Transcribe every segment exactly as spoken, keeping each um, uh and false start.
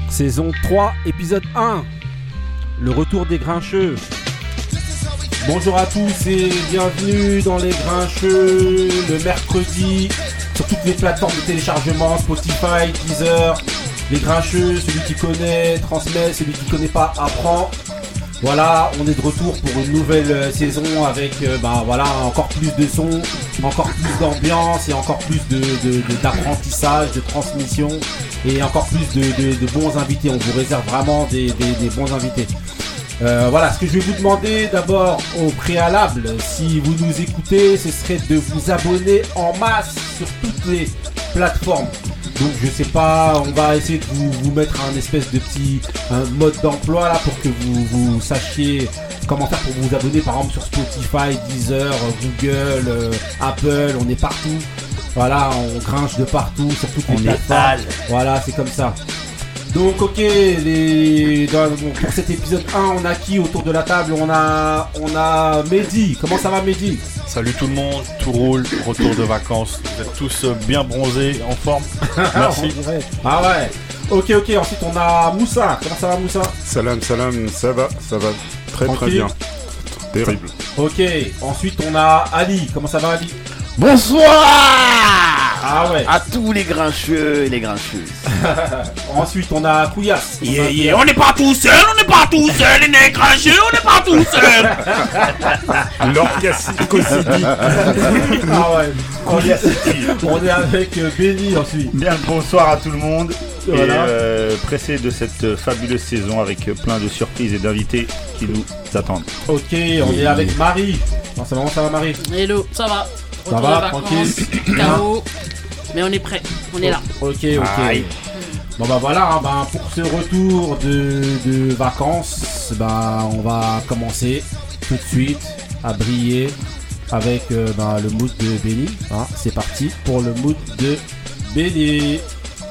Saison trois, épisode un. Le retour des Grincheux. Bonjour à tous et bienvenue dans les Grincheux le mercredi sur toutes les plateformes de téléchargement, Spotify, Deezer. Les Grincheux, celui qui connaît transmet, celui qui connaît pas apprend. Voilà, on est de retour pour une nouvelle saison avec euh, bah, voilà, encore plus de sons, encore plus d'ambiance et encore plus de, de, de, d'apprentissage, de transmission et encore plus de, de, de bons invités. On vous réserve vraiment des, des, des bons invités. Euh, voilà, ce que je vais vous demander d'abord au préalable, si vous nous écoutez, ce serait de vous abonner en masse sur toutes les plateformes. Donc je sais pas, on va essayer de vous, vous mettre un espèce de petit un mode d'emploi là pour que vous, vous sachiez comment faire pour vous abonner, par exemple sur Spotify, Deezer, Google, euh, Apple, on est partout. Voilà, on grinche de partout sur toutes les on plateformes. Voilà, c'est comme ça. Donc ok, les... Dans, bon, pour cet épisode un, on a qui autour de la table? On a on a Mehdi. Comment ça va Mehdi? Salut tout le monde, tout roule, retour de vacances. Vous êtes tous bien bronzés, en forme. Merci. Ah ouais. Ok ok, ensuite on a Moussa. Comment ça va Moussa? Salam salam, ça va, ça va très Tranquille. Très bien. Terrible. Ok, ensuite on a Ali. Comment ça va Ali? Bonsoir ah ouais. à tous les grincheux et les grincheuses. Ensuite on a Kouyas. Yeah, yeah. On n'est pas tout seul, on n'est pas tout seul, les grincheux, on n'est pas tout seul. L'orchestre Cosidi. Ah ouais. On est, on est avec euh, Benny ensuite. Bien le bonsoir à tout le monde. Voilà. Et euh, pressé de cette fabuleuse saison avec plein de surprises et d'invités qui nous attendent. Ok, on est avec Marie. Non, ça va, ça va Marie? Hello, ça va. Ça Retour va, de tranquille. K O. Mais on est prêt, on est là. Ok, ok. Aïe. Bon bah voilà, hein, bah, pour ce retour de, de vacances, bah, on va commencer tout de suite à briller avec euh, bah, le mood de Benny. Hein, c'est parti pour le mood de Benny.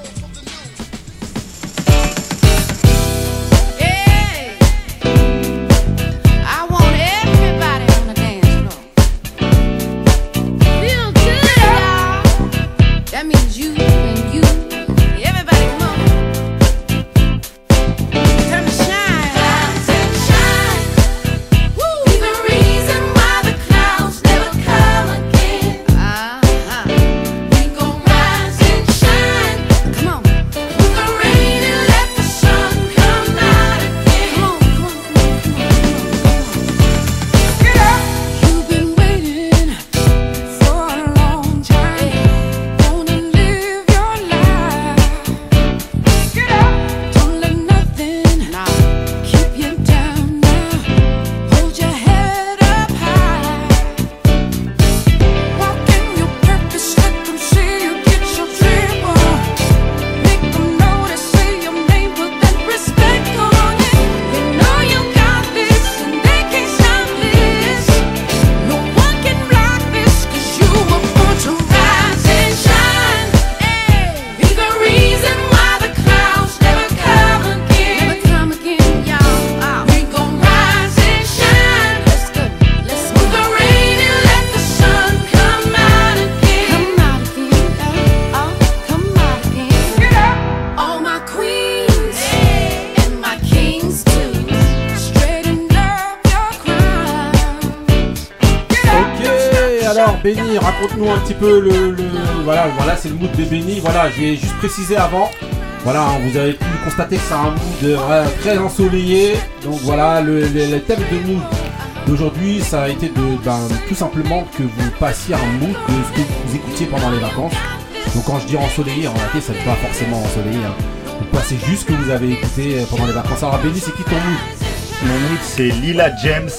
Benny, raconte-nous un petit peu le, le voilà, voilà, c'est le mood de Benny. Voilà, je vais juste préciser avant. Voilà, hein, vous avez pu constater que c'est un mood euh, très ensoleillé. Donc voilà, le, le, le thème de mood d'aujourd'hui, ça a été de, ben, tout simplement que vous passiez un mood de ce que vous écoutiez pendant les vacances. Donc quand je dis ensoleillé, en réalité, ça n'est pas forcément ensoleillé. Hein. Vous passez juste ce que vous avez écouté pendant les vacances. Alors Benny, c'est qui ton mood? Mon mood, c'est Lila James.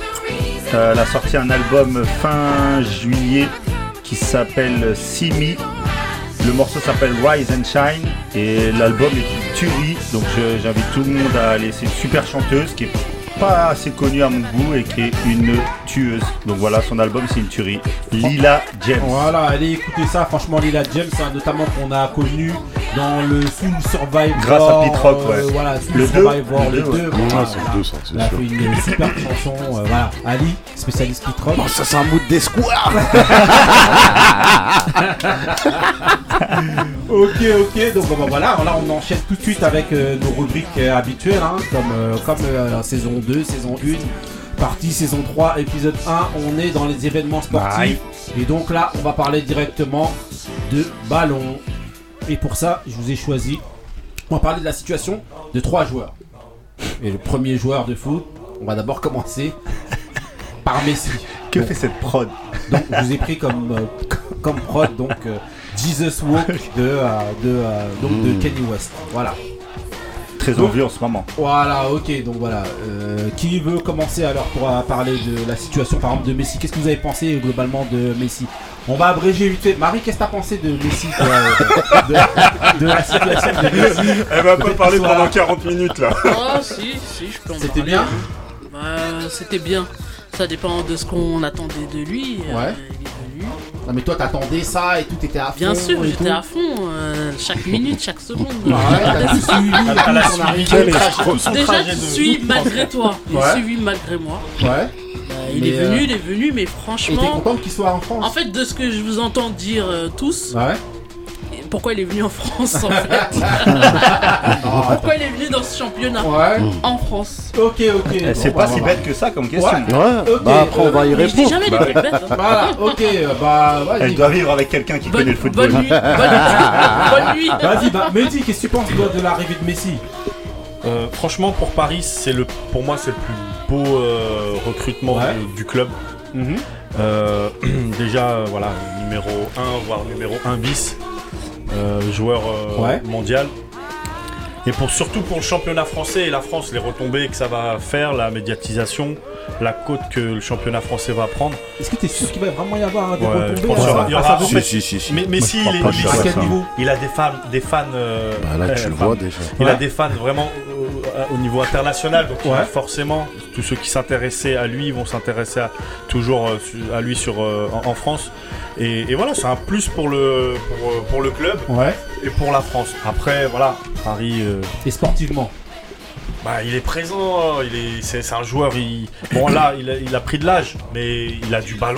Euh, elle a sorti un album fin juillet qui s'appelle See Me. Le morceau s'appelle Rise and Shine et l'album est une tuerie. Donc je, j'invite tout le monde à aller. C'est une super chanteuse qui est pas assez connue à mon goût et qui est une tueuse. Donc voilà, son album c'est une tuerie. Lila James. Voilà, allez écouter ça. Franchement, Lila James, hein, notamment qu'on a connu dans le Soul Survivor. Grâce à Pete Rock, ouais. Euh, voilà, Soul le Survivor, deux, le deux. Ouais. Voilà, ouais, c'est le deux, ça, c'est elle sûr. a fait une super chanson. Euh, voilà, Ali, spécialiste Pete Rock. Bon, ça c'est un mood d'espoir. Ok, ok, donc bon, bah, voilà, là on enchaîne tout de suite avec euh, nos rubriques euh, habituelles, hein, comme, euh, comme euh, saison deux, saison un, partie saison trois, épisode un, on est dans les événements sportifs. Aïe. Et donc là, on va parler directement de ballon. Et pour ça, je vous ai choisi, on va parler de la situation de trois joueurs. Et le premier joueur de foot, on va d'abord commencer par Messi. Que Bon. fait cette prod? Donc je vous ai pris comme, euh, comme prod donc euh, Jesus Walk de, euh, de, euh, donc, de Kanye West. Voilà. Très en vue en ce moment. Voilà, ok, donc voilà. Euh, qui veut commencer alors pour euh, parler de la situation par exemple de Messi? Qu'est-ce que vous avez pensé globalement de Messi? On va abréger vite fait. Marie, qu'est-ce que t'as pensé de Messi toi, euh, de, de la situation de Messi? Elle va pas parler Soir. pendant quarante minutes là. Oh, si, si, je peux en C'était parler. bien? Bah, c'était bien. Ça dépend de ce qu'on attendait de lui. Euh, Ouais. il est venu. Non mais toi t'attendais ça et tout était à fond. Bien sûr, et j'étais tout. à fond. euh, chaque minute, chaque seconde. Ouais, t'as tout suivi. À la tout son suite, arrivée. quel est tout son Déjà, trajet je de- suis malgré toi. Je Ouais. suis malgré moi. Ouais. Euh, il Mais, est venu, euh, il est venu, mais Et t'es franchement. content qu'il soit en France? En fait, de ce que je vous entends dire euh, tous, Ouais. pourquoi il est venu en France en fait Pourquoi il est venu dans ce championnat Ouais. en France? Ok, ok. Eh, C'est Bon, pas bah, si on va- bête que ça comme question. Ouais. Ouais, Ok, bah après on va y Mais je dis répondre. jamais des trucs bêtes. hein. Voilà, ok, euh, bah vas-y. Elle doit vivre avec quelqu'un qui Bonne, connaît le football. bonne nuit. Bonne nuit. Bonne nuit. Vas-y, bah Mehdi, qu'est-ce que tu penses toi, de l'arrivée de Messi? Euh, franchement, pour Paris, c'est le, pour moi, c'est le plus beau euh, recrutement Ouais. du, du club. Euh, déjà, euh, voilà, numéro un, voire numéro un bis, euh, joueur euh, Ouais. mondial. Et pour, surtout pour le championnat français et la France, les retombées que ça va faire, la médiatisation, la cote que le championnat français va prendre. Est-ce que t'es sûr qu'il va vraiment y avoir hein, des Ouais, retombées je pense à- qu'il y aura- il y à aura- sa en volonté? fait, Si, si, si. Mais, mais si, je il, crois est- pas il- que À ça quel ça. niveau? il a des fans, des fans. euh, Bah là tu euh, le enfin, vois déjà. Il Ouais. a des fans vraiment euh, au niveau international, donc Ouais. forcément, tous ceux qui s'intéressaient à lui vont s'intéresser à, toujours euh, su- à lui sur, euh, en, en France. Et, et voilà, c'est un plus pour le, pour, euh, pour le club Ouais. et pour la France. Après, voilà, Paris, euh, Et sportivement? bah, il est présent, hein, il est, c'est, c'est un joueur, il, bon là, il a, il a pris de l'âge, mais il a du ballon.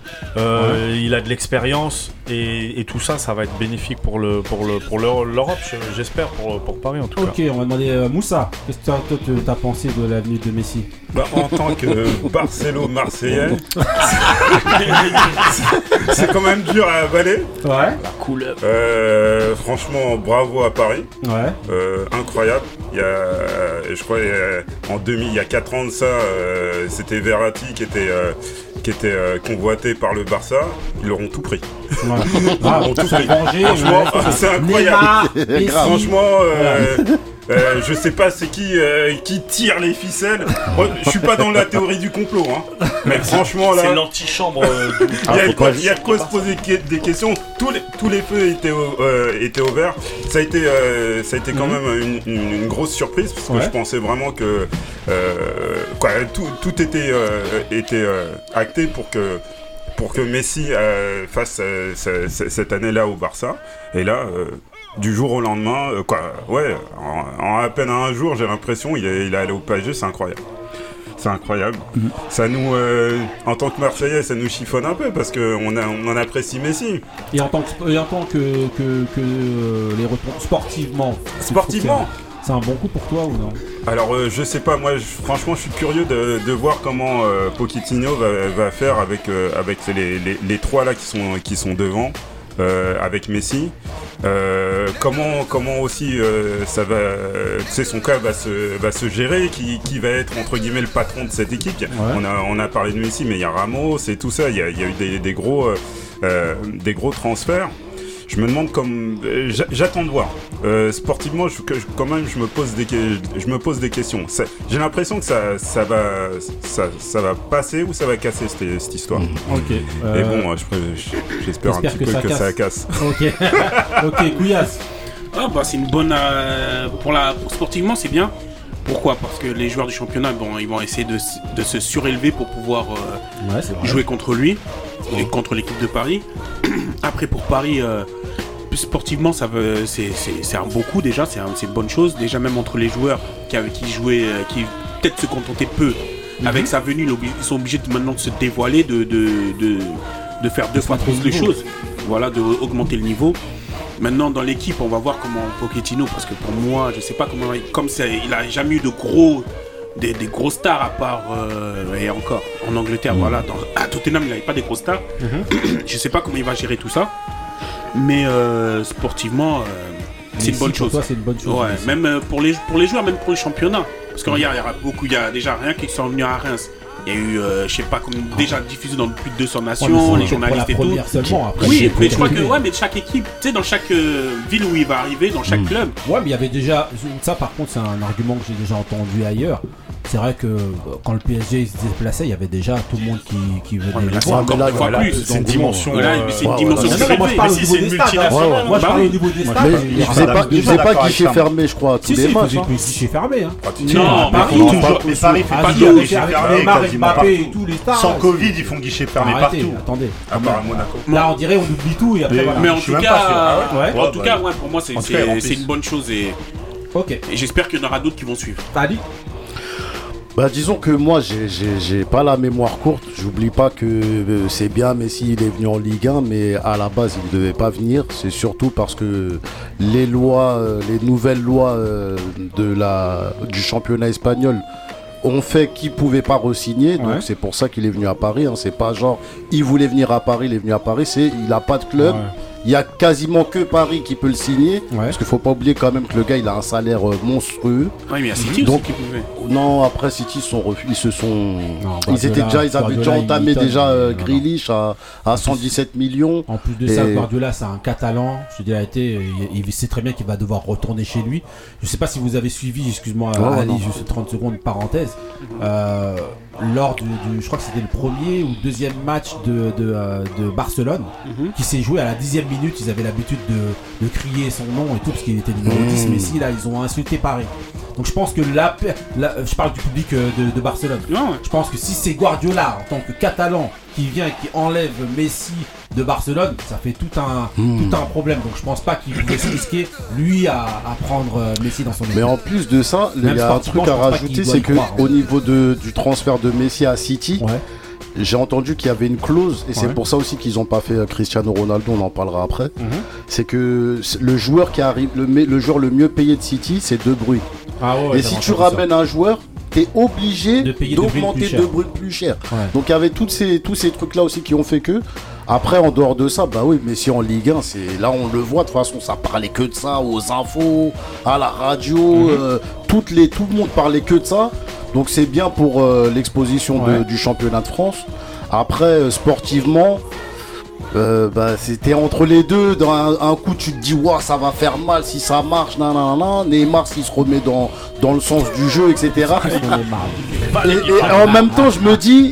Euh, Il a de l'expérience et, et tout ça, ça va être bénéfique pour le pour le pour l'Euro- l'Europe, je- j'espère pour, pour Paris en tout Ok, on va demander à Moussa. Qu'est-ce que toi, toi, tu- t'as pensé de l'avenue de Messi? Bah, en tant que Barcelo-Marseillais, c'est quand même dur à avaler. Ouais. Cool. Euh, franchement, bravo à Paris. Ouais. Euh, incroyable. Il y a, je crois, il y a- en demi, il y a quatre ans de ça, euh, c'était Verratti qui était, euh, qui était euh, convoité par le Barça. Ils l'auront tout pris. Ouais. Ah, Ils ont tout ça pris. vengé, Franchement, ouais. c'est incroyable. Neymar, Messi. Franchement, euh, euh, je sais pas c'est qui euh, qui tire les ficelles. Moi, je suis pas dans la théorie du complot, hein. Mais franchement là, C'est l'antichambre euh, du- il y a, faut pas- il y a de quoi se poser que- des questions. Tous les, tous les feux étaient, au- euh, étaient ouverts. Ça a été, euh, ça a été quand même une, une- une grosse surprise parce que Ouais. je pensais vraiment que euh, quoi, tout, tout était, euh, était euh, acté pour que, pour que Messi euh, fasse euh, ce- ce- cette année-là au Barça. Et là, euh, du jour au lendemain, euh, quoi, ouais, en, en à peine un jour, j'ai l'impression il est, il est allé au P S G, c'est incroyable. C'est incroyable. Ça nous, euh, en tant que Marseillais, ça nous chiffonne un peu parce qu'on on en apprécie Messi. Et en tant que, et en tant que, que, que euh, les retours sportivement. Sportivement. C'est un bon coup pour toi ou non? Alors, euh, je sais pas, moi, je- franchement, je suis curieux de, de voir comment euh, Pochettino va, va faire avec, euh, avec les, les, les trois là qui sont, qui sont devant. Euh, avec Messi, euh, comment comment aussi euh, ça va, euh, tu sais, son cas va se va se gérer, qui, qui va être entre guillemets le patron de cette équipe. Ouais. On a on a parlé de Messi, mais il y a Ramos et tout ça. Il y a, il y a eu des, des gros euh, euh, des gros transferts. Je me demande comme euh, j'a- j'attends de voir. Euh, sportivement, je, que- je- quand même, je me pose des que- je me pose des questions. Ça- J'ai l'impression que ça ça va ça, ça va passer ou ça va casser cette, cette histoire. Ok. Et euh, bon, euh, je pré- j'espère un j'espère petit que peu ça que casse. ça casse. Ok. Ok, Couillasse. Ah bah c'est une bonne euh, pour la pour sportivement c'est bien. Pourquoi? Parce que les joueurs du championnat bon ils vont essayer de, s- de se surélever pour pouvoir euh, Ouais, c'est vrai. jouer contre lui et contre l'équipe de Paris. Après pour Paris euh, sportivement ça veut c'est c'est c'est un beau coup déjà, c'est un- c'est une bonne chose déjà, même entre les joueurs qui avaient qui jouaient euh, qui peut-être se contentaient peu avec sa venue, ils obli- ils sont obligés de, maintenant de se dévoiler, de de, de de faire deux fois plus les choses, voilà, de augmenter le niveau. Maintenant, dans l'équipe, on va voir comment Pochettino, parce que pour moi, je sais pas comment, comme ça, il a jamais eu de gros, des, des gros stars à part, euh, et encore, en Angleterre, mmh. voilà, dans, à Tottenham, il n'avait pas des gros stars. Mmh. Je sais pas comment il va gérer tout ça, mais euh, sportivement, euh, c'est une, bonne chose. Toi, c'est une bonne chose. Ouais, même euh, pour les pour les joueurs, même pour le championnat, parce que regarde, il y aura beaucoup, il y a déjà rien qui sont venus à Reims. Il y a eu, euh, je sais pas, comme déjà diffusé dans plus de deux cents nations, ouais, les journalistes et tout. Seulement, après, oui, mais je crois que ouais, mais chaque équipe, tu sais, dans chaque euh, ville où il va arriver, dans chaque mmh. club. Ouais, mais il y avait déjà ça. Par contre, c'est un argument que j'ai déjà entendu ailleurs. C'est vrai que quand le P S G se déplaçait, il y avait déjà tout le monde qui, qui venait. Ouais, mais là, le voir. encore Là, voilà, plus. C'est une dimension. Voilà, euh, c'est une ouais, dimension. Voilà. Moi, je parle au niveau des stades. Moi, je parle au niveau des stades. Il faisait pas, il faisait pas guichet fermé, je crois, tous Si, les si, matchs. il faisait guichet fermé. Non, Paris, mais Paris fait pas de guichet fermé Neymar, quasiment Mbappé et partout. tous les stars. Sans Covid, ils font guichet fermé partout. Attendez. À part à Monaco. Là, on dirait on oublie tout et après voilà. Mais en Je suis tout même pas sûr. cas, Ah ouais. en Ouais, tout bah, cas, ouais, pour moi, c'est en tout c'est- cas, il c'est remplit. une bonne chose et Ok. et j'espère qu'il y en aura d'autres qui vont suivre. Ali. Bah disons que moi j'ai, j'ai, j'ai pas la mémoire courte, j'oublie pas que euh, c'est bien Messi il est venu en Ligue un mais à la base il devait pas venir, c'est surtout parce que les lois, euh, les nouvelles lois euh, de la, du championnat espagnol ont fait qu'il pouvait pas re-signer, donc Ouais. c'est pour ça qu'il est venu à Paris, hein. C'est pas genre il voulait venir à Paris, il est venu à Paris, c'est il a pas de club. Ouais. Il y a quasiment que Paris qui peut le signer, Ouais. parce qu'il faut pas oublier quand même que le gars il a un salaire euh, monstrueux. Oui, mais il y a City Donc, aussi qui pouvait. Non, après City, ils, sont refus- ils se sont. Non, ils étaient Guardiola- déjà, ils avaient déjà Guardiola, entamé il déjà euh, tonne, Grealish à, à cent dix-sept millions. En plus de ça, Et- Guardiola, c'est un Catalan. Je te dis la vérité, il, il sait très bien qu'il va devoir retourner chez lui. Je sais pas si vous avez suivi, excuse-moi, Ouais, Ali, non. juste trente secondes, parenthèse. Euh, lors du, du- je crois que c'était le premier ou deuxième match de, de, euh, de Barcelone, Mhm. qui s'est joué à la dixième minute. Ils avaient l'habitude de, de crier son nom et tout, parce qu'il était numéro Mmh. dix. Messi, là, ils ont insulté Paris. Donc je pense que la, la je parle du public euh, de, de Barcelone. Non, ouais. Je pense que si c'est Guardiola en tant que Catalan qui vient et qui enlève Messi de Barcelone, ça fait tout un, Hmm. tout un problème. Donc je pense pas qu'il pouvait se risquer lui à, à prendre euh, Messi dans son équipe. Mais en plus de ça, il Même y a un sportivement, truc à je pense pas rajouter, qu'il doit c'est y que croire, hein. au niveau de, du transfert de Messi à City, Ouais. j'ai entendu qu'il y avait une clause, et c'est Ouais. pour ça aussi qu'ils n'ont pas fait euh, Cristiano Ronaldo, on en parlera après. Mhm. C'est que c'est- le joueur qui arrive, le, me- le joueur le mieux payé de City, c'est De Bruyne. Ah ouais, et si tu ramènes un joueur, t'es obligé De payer De Bruyne d'augmenter plus cher. De Bruyne plus cher. Ouais. Donc il y avait toutes ces, tous ces trucs-là aussi qui ont fait que. Après, en dehors de ça, bah oui, mais si en Ligue un, c'est là on le voit, de toute façon, ça parlait que de ça, aux infos, à la radio, Mhm. euh, toutes les, tout le monde parlait que de ça. Donc c'est bien pour euh, l'exposition de- Ouais. du championnat de France. Après, euh, sportivement, euh, bah, c'était entre les deux. Dans un, un coup, tu te dis, ouah, ça va faire mal si ça marche, nan, nan, nan. Neymar, s'il se remet dans, dans le sens du jeu, et cetera. On est marre. Et, et en même temps, je me dis,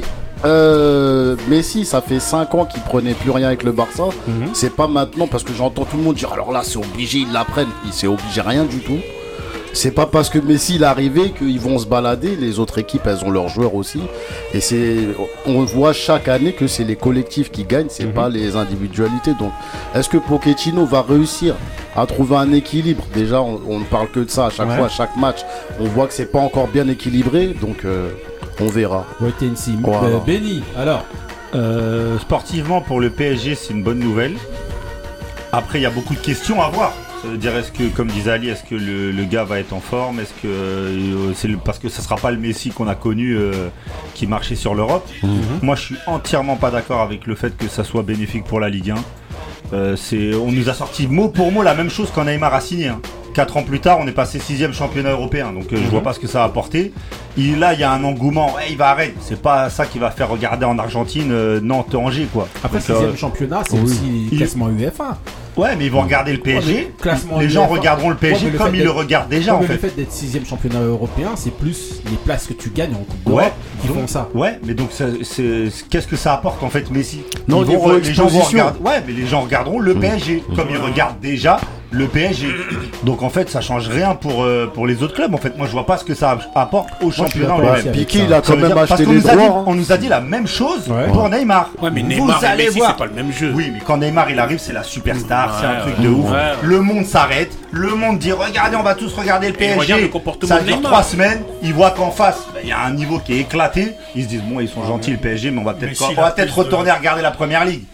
euh, Messi, ça fait cinq ans qu'il prenait plus rien avec le Barça. Mhm. C'est pas maintenant, parce que j'entends tout le monde dire, alors là, c'est obligé, ils l'apprennent. Il s'est obligé rien du tout. C'est pas parce que Messi il est arrivé qu'ils vont se balader. Les autres équipes, elles ont leurs joueurs aussi. Et c'est, on voit chaque année que c'est les collectifs qui gagnent, c'est Mhm. pas les individualités. Donc, est-ce que Pochettino va réussir à trouver un équilibre? Déjà, on, on ne parle que de ça à chaque Ouais. fois, à chaque match. On voit que c'est pas encore bien équilibré, donc euh, on verra. Wait and see. Voilà. Euh, Benny, alors. Euh, sportivement, pour le P S G, c'est une bonne nouvelle. Après, il y a beaucoup de questions à voir. Ça veut dire, est-ce que, comme disait Ali, est-ce que le, le gars va être en forme? Est-ce que euh, c'est le- parce que ça sera pas le Messi qu'on a connu euh, qui marchait sur l'Europe. Moi, je suis entièrement pas d'accord avec le fait que ça soit bénéfique pour la Ligue un. Euh, c'est, on nous a sorti mot pour mot la même chose quand Neymar a signé. Hein. Quatre ans plus tard, on est passé sixième championnat européen. Donc, euh, je vois pas ce que ça va apporter. Il, là, il y a un engouement. Ouais, il va arrêter. C'est pas ça qui va faire regarder en Argentine euh, Nantes, Angers, quoi. Après, Donc, sixième euh, championnat, c'est oui. aussi Il- classement U F A. Ouais, mais ils vont regarder le P S G. Ouais, mais classement les gens U F A. regarderont le P S G Ouais, mais le comme fait ils le d'être- regardent déjà, Ouais, en mais fait. le fait d'être sixième championnat européen, c'est plus les places que tu gagnes en Coupe Ouais, d'Europe qui donc- font ça. Ouais, mais donc ça- c'est, c'est- qu'est-ce que ça apporte en fait Messi? Non, Ils au niveau vont- les gens vont exposition. regarder. Ouais, mais les gens regarderont le P S G comme ils regardent déjà le P S G. Donc en fait, ça change rien pour euh, pour les autres clubs. En fait, moi je vois pas ce que ça apporte au je suis championnat en d'accord lui-même. aussi. Piqué, ça. il a Ça quand veut même dire- parce acheté qu'on les nous a dit, droits. hein. on nous a dit la même chose Ouais. pour Neymar. Ouais, mais Vous Neymar et allez Messi, voir. c'est pas le même jeu. Oui, mais quand Neymar il arrive, c'est la superstar, c'est un Ouais, truc ouais. de ouf. Ouais. Le monde s'arrête, le monde dit regardez, on va tous regarder le P Et S G. regarde le comportement Ça de dure Neymar. trois semaines, ils voient qu'en face, bah, il y a un niveau qui est éclaté. Ils se disent bon, ils sont gentils le P S G, mais on va peut-être Messi, on il a va peut-être plus de- retourner à regarder la première ligue.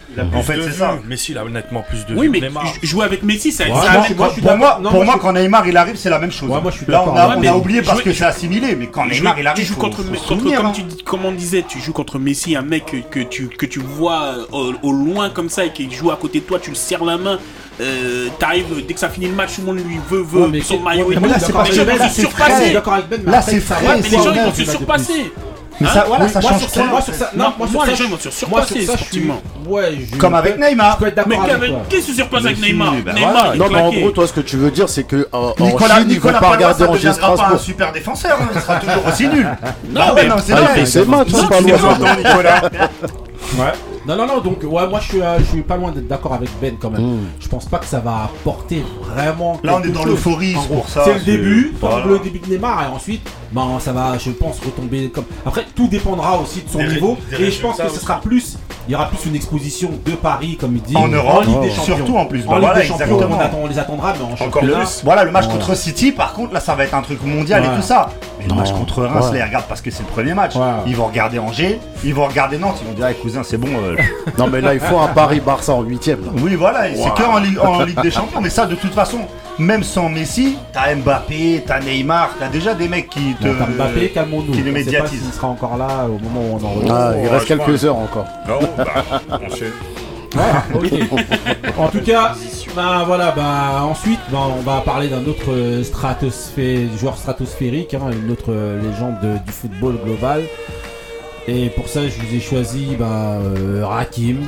Il a plus En fait, de c'est vues. ça. Messi, il a honnêtement plus de Oui, vues mais que Neymar. j- jouer avec Messi, ça, Ouais, ça moi, amène- je suis- moi, je suis Pour d'accord. moi, Non, pour moi, moi, je- quand Neymar il arrive, c'est la même chose. Ouais, moi, je suis Là, d'accord on a, avec on toi. a oublié parce Jouer- que c'est assimilé, mais quand Jouer- Neymar il tu arrive, joues faut- contre, faut contre- se souvenir, comme hein. tu dis, comme on disait, tu joues contre Messi, un mec que, que tu que tu vois euh, au, au loin comme ça et qui joue à côté de toi, tu le serres la main. Euh, T'arrives dès que ça finit le match, tout le monde lui veut veut Ouais, mais son que- maillot ouais, et mais tout. là, c'est pas Les gens Ben, vont là, se c'est surpasser. frais, d'accord avec Ben, mais Là, après, c'est ça frais, reste Ouais, mais les quand gens ils même vont se un match de surpasser. Mais Hein ça, voilà, Oui, ça moi, change sur ça, quoi moi, sur ça, non, Non, moi, sur moi, ça, les gens ils vont se moi, surpasser sur ça, je suis. sportivement. Ouais, je- Comme avec je Neymar. peux être Mais d'accord avec qu'avec- toi. qu'est-ce qui se surpasse avec Mais si, Neymar ben Neymar, voilà. il est Non, mais en claqué. gros, toi, ce que tu veux dire, c'est que en, en Nicolas, Chine, ils vont Nicolas pas Palois, regarder ça Angers deviendra pas un Strasbourg. super défenseur, hein, il sera toujours aussi nul. Non, Ah ouais, mais- non, c'est Ah, il vrai. fait ses matchs, Non, hein, tu pas les loin. entends, Nicolas. Ouais. Non, non, non, donc, ouais, moi je suis, euh, je suis pas loin d'être d'accord avec Ben quand même. Mm. Je pense pas que ça va apporter vraiment. Là, on quelque est dans chose. l'euphorie, En c'est gros, pour ça. C'est le début, comme Voilà. le début de Neymar, et ensuite, ben, ça va, je pense, retomber comme. Après, tout dépendra aussi de son Des ré- niveau, des et je pense que résultats ce sera plus, il y aura plus une exposition de Paris, comme il dit, En Europe, Ligue des ouais. Champions. Surtout en plus. En Bah Ligue voilà, des Champions, exactement. on, attend- on les attendra, mais en Encore championnat. plus. Voilà, le match Voilà. contre City, par contre, là, ça va être un truc mondial Ouais. et tout ça. Mais le Non. match contre Reims, Ouais. les regarde parce que c'est le premier match. Ouais. Ils vont regarder Angers, ils vont regarder Nantes, ils vont dire, hey, cousin, c'est bon. euh, Non, mais là, il faut un Paris-Barça en huitième. là. Oui, voilà, et c'est que en Ligue, en Ligue des Champions. Mais ça, de toute façon, même sans Messi, t'as Mbappé, t'as Neymar, t'as déjà des mecs qui te. Bon, t'as Mbappé, calmons-nous. qui le On sait pas médiatise. s'il sera encore là au moment où on enregistre. Ah, il Oh, reste je quelques crois. heures encore. Non, bah, enchaîne. Voilà, ok. En tout cas, ben voilà, ben ensuite, ben, on va parler d'un autre euh, stratosphé- joueur stratosphérique, hein, une autre euh, légende de- du football global. Et pour ça, je vous ai choisi ben, euh, Rakim.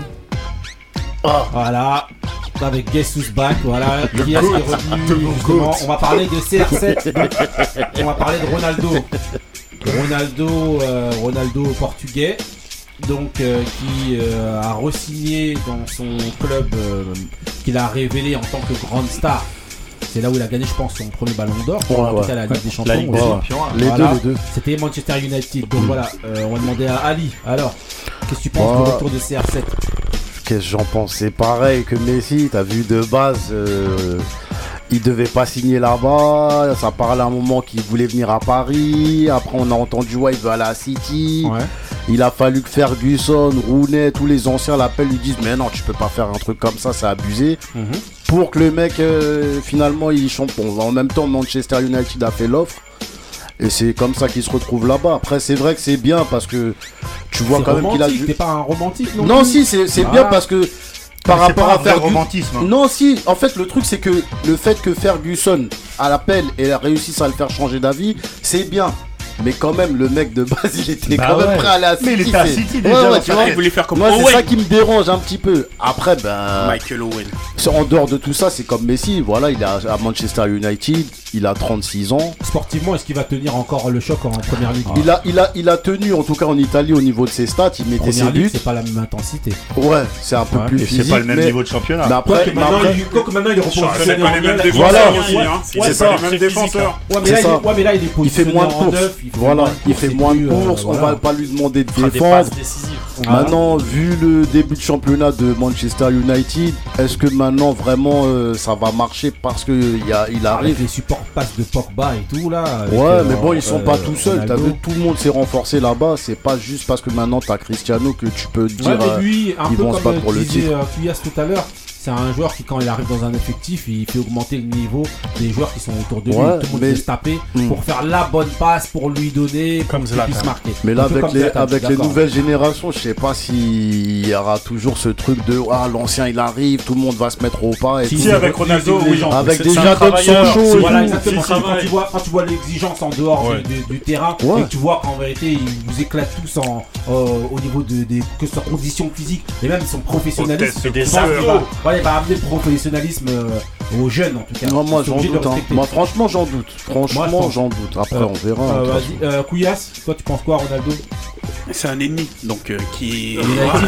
Voilà. Avec Guess Who's Back, voilà. Qui est-ce qui est revenu justement. On va parler de C R sept. On va parler de Ronaldo. Ronaldo, euh, Ronaldo portugais. Donc euh, qui euh, a re-signé dans son club euh, qu'il a révélé en tant que grande star. C'est là où il a gagné, je pense, son premier ballon d'or. Ouais, en tout ouais. cas, la Ligue des Champions. La Ligue des aussi. Champions. Les Voilà. deux, les deux. C'était Manchester United. Donc voilà, euh, on va demander à Ali. Alors, qu'est-ce que tu penses Ouais. du retour de C R sept? Qu'est-ce que j'en pense? C'est pareil que Messi, t'as vu de base, euh, il devait pas signer là-bas, ça parlait à un moment qu'il voulait venir à Paris, après on a entendu ouais il veut aller à City, Ouais. il a fallu que Ferguson, Rooney, tous les anciens l'appellent, lui disent mais non tu peux pas faire un truc comme ça, c'est abusé, Mhm. pour que le mec euh, finalement il chante. Bon, en même temps Manchester United a fait l'offre. Et c'est comme ça qu'il se retrouve là-bas. Après, c'est vrai que c'est bien parce que tu vois C'est quand même qu'il a romantique, du... T'es pas un romantique non Non, plus si, c'est c'est Voilà. bien parce que par Mais c'est rapport pas à un vrai Ferguson. romantisme. hein. Non, si, en fait, le truc, c'est que le fait que Ferguson à l'appel et réussisse à le faire changer d'avis, c'est bien. Mais quand même, le mec de base, il était Bah quand même ouais. prêt à aller à City. Mais il était à c'est- City Ouais, déjà, ouais, dans tu sa vois. Il voulait faire comme Moi, c'est Owen. ça qui me dérange un petit peu. Après, ben. Michael Owen. c'est- En dehors de tout ça, c'est comme Messi. Voilà, il est à à Manchester United. Il a trente-six ans. Sportivement, est-ce qu'il va tenir encore le choc en première ligue? Il a, il, a, il a tenu, en tout cas en Italie, au niveau de ses stats. Il mettait ses Première ligue, buts. c'est pas la même intensité. Ouais, c'est un peu Ouais. plus Et physique. c'est pas le même mais- niveau de championnat. Mais Quoi après, que mais maintenant, après- il, quoi que maintenant, il est repositionné C'est pas les en mêmes neuf. défenseurs Voilà. aussi, hein. Ouais, C'est c'est pas ça, les mêmes défenseurs. Ouais, mais C'est là, il ça. est, ouais, mais là, il est Il fait positionné moins de en courses. neuf, il fait Voilà, moins de il courses fait et moins de puis, euh, courses. On voilà. va pas lui demander de Il fera des défendre. passes décisives. Voilà. Maintenant, vu le début de championnat de Manchester United, est-ce que maintenant vraiment euh, ça va marcher parce que il y a, il Avec arrive. les supports passes de Pogba et tout là. avec, Ouais, euh, mais bon, ils sont euh, pas tout seuls. T'as Ronaldo. vu, tout le monde s'est renforcé là-bas. C'est pas juste parce que maintenant t'as Cristiano que tu peux te Ouais, dire. mais euh, lui, un ils peu vont se comme battre pour le disait titre. euh, Kuyas tout à l'heure, c'est un joueur qui, quand il arrive dans un effectif, il fait augmenter le niveau des joueurs qui sont autour de lui. Ouais, Tout le monde mais- peut se taper Hmm. pour faire la bonne passe, pour lui donner, Comme pour qu'il Zlatan. puisse marquer. Mais là, Un peu avec comme les, Zlatan, je suis avec les d'accord. nouvelles générations, je sais pas s'il y aura toujours ce truc de ah, l'ancien il arrive, tout le monde va se mettre au pas. Et Si, tout. Si, avec Ronaldo, c'est une oui. légende. Avec C'est- des c'est un Jadon travailleur, Sancho c'est- et Voilà, tout. exactement. c'est Quand, le quand travail. tu vois, quand tu vois l'exigence en dehors Ouais. du, du- du terrain Ouais. et que tu vois qu'en vérité, ils vous éclatent tous en, euh, au niveau de, des que ce soit conditions physiques et même son professionnalisme. Au test, Je des pense qu'il abdos. va, ouais, il va amener le professionnalisme euh, aux jeunes en tout cas. Non, moi Ils sont j'en obligés de doute. le hein. respecter. Moi franchement j'en doute. Moi, je Franchement pense. j'en doute. Après Euh, on verra. Euh, hein, de toute Vas-y, euh, Kouyas, toi tu penses quoi, Ronaldo? C'est un ennemi, donc euh, qui. United.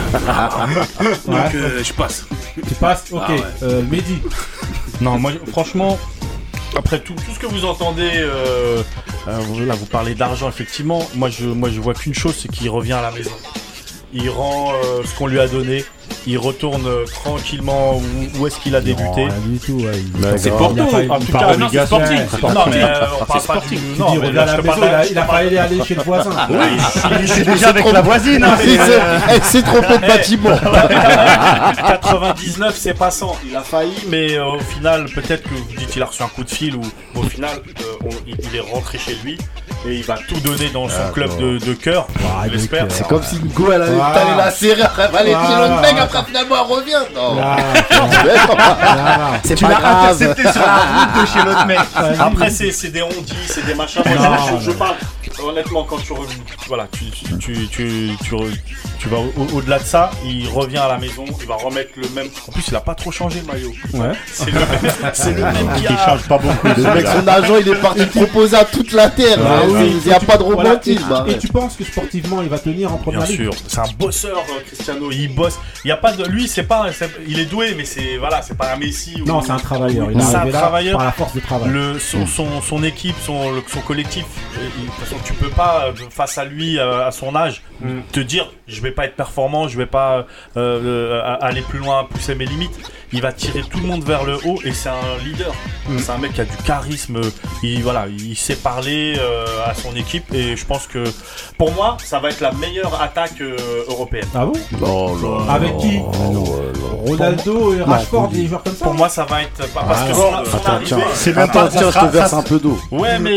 Donc Ouais. euh, je passe. Tu passes? Ok. Ah ouais. Euh, Mehdi. Non, moi, franchement, après tout, tout ce que vous entendez, euh, euh, vous- là, vous parlez d'argent, effectivement. Moi, je, moi, je vois qu'une chose, c'est qu'il revient à la maison. Il rend euh, ce qu'on lui a donné. il retourne euh, tranquillement où, où est-ce qu'il a débuté. Non, rien du tout, ouais. il- C'est il a Porto. failli- En il tout part cas, en non, c'est obligation. sportif. Ouais, C'est sportif. Non, mais euh, on parle C'est pas sportif. du. Tu Non, dis, mais reviens là, à je la te maison, parle il a- je te il a parle failli aller chez le voisin. Il C'est déjà avec la voisine. hein, Il mais, s'est- euh, Elle s'est trompée de bâtiment. quatre-vingt-dix-neuf, c'est passant. Il a failli, mais euh, au final, peut-être que vous dites qu'il a reçu un coup de fil ou au final, euh, on- il il est rentré chez lui et il va tout donner dans son club de, de cœur. Ouais, je l'espère. de cœur. C'est comme si Ngo elle allait Voilà. aller la serrer, après elle allait Voilà. tirer l'autre mec, après finalement elle revient. Non. Ah, C'est Tu pas l'as grave. intercepté sur la route de chez l'autre mec. Après, c'est c'est des rondis, c'est des machins. Moi, Non, je, je parle honnêtement quand tu, re- voilà, tu, tu, tu, tu, tu, re- tu vas au- au-delà de ça. Il revient à la maison, il va remettre le même. En plus, il a pas trop changé le maillot. Ouais. C'est le même, c'est le même qui Qui a. change pas beaucoup. Le mec, son agent, il est parti proposer à toute la terre. Ah Ouais, oui. Il n'y a pas de Voilà. romantisme. Et, hein. et tu penses que sportivement il va tenir en première Bien ligue? sûr, c'est un bosseur, euh, Cristiano. Il bosse. Il y a pas de lui, c'est pas. c'est- Il est doué, mais c'est voilà, c'est pas un Messi. Ou, Non, c'est un travailleur. Il est C'est un arrivé là travailleur. par la force du travail. Le, son, son, son équipe, son, le- son collectif, euh, il- de toute façon, tu peux pas, euh, face à lui, euh, à son âge, te dire je vais pas être performant, je vais pas euh, euh, aller plus loin, pousser mes limites. Il va tirer tout le monde vers le haut et c'est un leader. C'est un mec qui a du charisme. Il, voilà, il sait parler euh, à son équipe et je pense que pour moi, ça va être la meilleure attaque euh, européenne. Ah bon? Oh là là. Avec qui? Ronaldo et Rashford, des joueurs comme ça? Pour moi, ça va être pas parce Ah, que non. son, son Attends, arrivée. tiens, C'est même attends, pas- ça tiens, je sera- te verse ça- un peu d'eau. Ouais, mais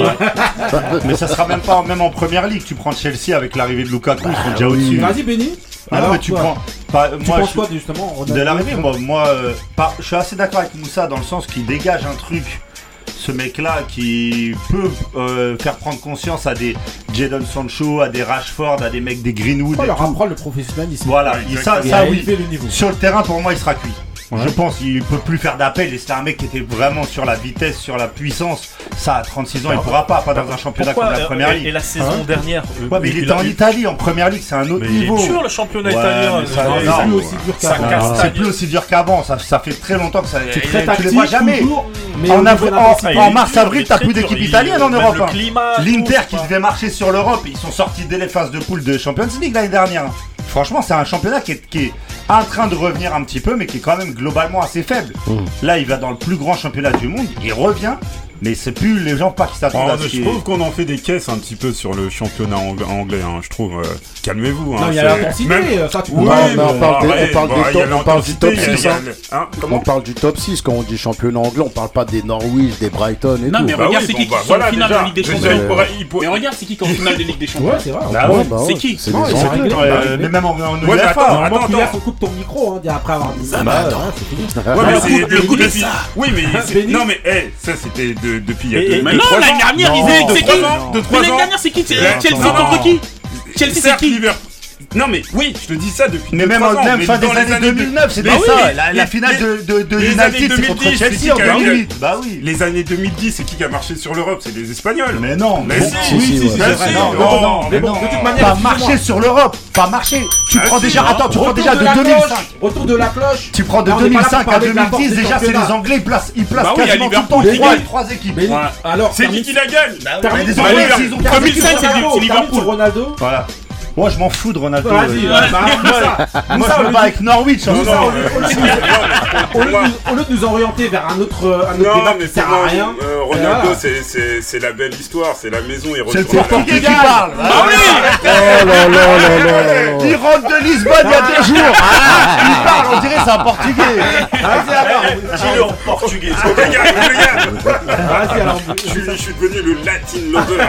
Mais ça sera même pas même en première ligue. Tu prends Chelsea avec l'arrivée de Lukaku, ils sont déjà au-dessus. Vas-y, Benny. Ah non, mais tu toi, prends. pas- Tu moi, penses je- quoi justement Ronaldo? de l'arrivée, moi, moi euh, pas- je suis assez d'accord avec Moussa dans le sens qu'il dégage un truc. Ce mec-là qui peut euh, faire prendre conscience à des Jadon Sancho, à des Rashford, à des mecs des Greenwood. On et leur tout. apprend le professionnalisme. Voilà, il- ça, Et ça à oui. élever le niveau. Sur le terrain, pour moi, il sera cuit. Ouais. Je pense qu'il peut plus faire d'appel et c'était un mec qui était vraiment sur la vitesse, sur la puissance. Ça, à trente-six ans, il pourra pas, pas dans un championnat pourquoi comme la première euh, ligue. et la saison Hein dernière euh, Ouais, mais il était en Italie, en première ligue, c'est un autre Mais il niveau. est dur le championnat Ouais, italien. mais ça, euh, non, C'est non. plus aussi dur Ça qu'avant. casse. C'est plus aussi dur qu'avant, ça, ça fait très longtemps que ça. C'est tu très les tactique vois jamais. toujours, mais En au avril- niveau de en- l'intensité, il en est mars, dur, avril, il est t'as très plus dur. d'équipe Il- italienne en même Europe. le hein. climat, L'Inter tout, qui enfin. devait marcher sur l'Europe, ils sont sortis dès les phases de poule de Champions League l'année dernière. Franchement, c'est un championnat qui est, qui est en train de revenir un petit peu, mais qui est quand même globalement assez faible. Là, il va dans le plus grand championnat du monde, il revient, mais c'est plus les gens pas qui s'attendent Oh, à ce je qui est- trouve qu'on en fait des caisses un petit peu sur le championnat ang- anglais, hein, je trouve. euh, Calmez-vous. Hein, Non, il y a c'est- l'intensité, même- ça tu peux Oui, pas. mais on parle des- ouais, on parle bah, des il y a top- on parle du top l'intensité, il y a- six, il y a hein. le- hein, On comment parle du top six quand on dit championnat anglais, on parle pas des Norwich, des Brighton et Non, tout. mais Bah regarde, oui, c'est bon, qui qui bah, sont en voilà, finale déjà. de Ligue des Déjà, Champions. il pourrait- il pourrait- Mais regarde, c'est qui qui est en finale de Ligue des Champions. Ouais, c'est vrai. Ah Ouais, ouais. bah C'est ouais, qui C'est Non, des ils sont Anglais. réglés. Ouais, Bah, mais même en, en Ouais, mais UEFA. attends, Normalement, attends, Kylian, attends. faut coupe ton micro hein, après avoir dit ça. Ah, Bah, bah, ouais, attends. c'est fini. Ouais, le mais coup- c'est le coup de depuis- ça. Oui, mais c'est- Benny. non, mais hey, ça c'était de- depuis il y a Et- deux- et- deux, Mais non, trois l'année ans. dernière, Non, ils étaient. de C'est trois qui ans, de Mais trois l'année ans. dernière, c'est qui C'est- Ouais, Chelsea non, contre non. qui Chelsea, c'est Certes, qui Liverpool- Non, mais oui, je te dis ça depuis Mais deux, même, trois en- ans, même mais fin dans des les années deux mille neuf, c'était Mais oui, ça. les- La, la les- finale les- de, de, de les United, années c'est contre deux mille dix, Chelsea c'est en qui a eu- deux mille huit. Bah oui. Les années deux mille dix, c'est qui qui a marché sur l'Europe? C'est les Espagnols. Mais non, Mais bon, si, si, oui, si, si, ouais. c'est Mais vrai. non, Non, non, non, Mais bon, non. de toute manière, pas excusez-moi. marcher sur l'Europe, pas marcher. Tu Ah prends si, déjà, non. attends, tu prends Retour déjà de de la deux mille cloche. cinq. Retour de la cloche. Tu prends de Là, on est pas là pour deux mille cinq à parler de la deux mille dix, force des déjà c'est les championnats. Anglais, ils placent, ils placent Bah oui, il y a quasiment tout le temps Liverpool, trois, les gars. trois équipes. Mais Ouais. alors, C'est qui qui la gagne? termine Mais des sur Anglais, Ronaldo. s'ils ont Termine quatre sur équipes, c'est Ronaldo. Liverpool. Termine sur Ronaldo. Voilà. Moi je m'en fous de Ronaldo. Vas-y, euh, ouais, bah, Moussa, Moi Moussa, je au veux lieu pas de- avec Norwich. hein. Non, Moussa, non, au lieu- au lieu de- pour au lieu de moi- nous- au lieu de nous orienter vers un autre, un autre Non, débat mais qui sert pour à moi, rien. euh, Ronaldo, Voilà. c'est- c'est c'est la belle histoire, c'est la maison. Il C'est le retourne à la- Portugais qui parle. Ah oui Oh là là là là là. Il rentre de Lisbonne il y a deux jours. Ah, il parle, on dirait c'est un Portugais. Vas-y alors. Dis-le en portugais. Oh, les gars, les gars, Vas-y alors. je suis- je suis devenu le Latin lover.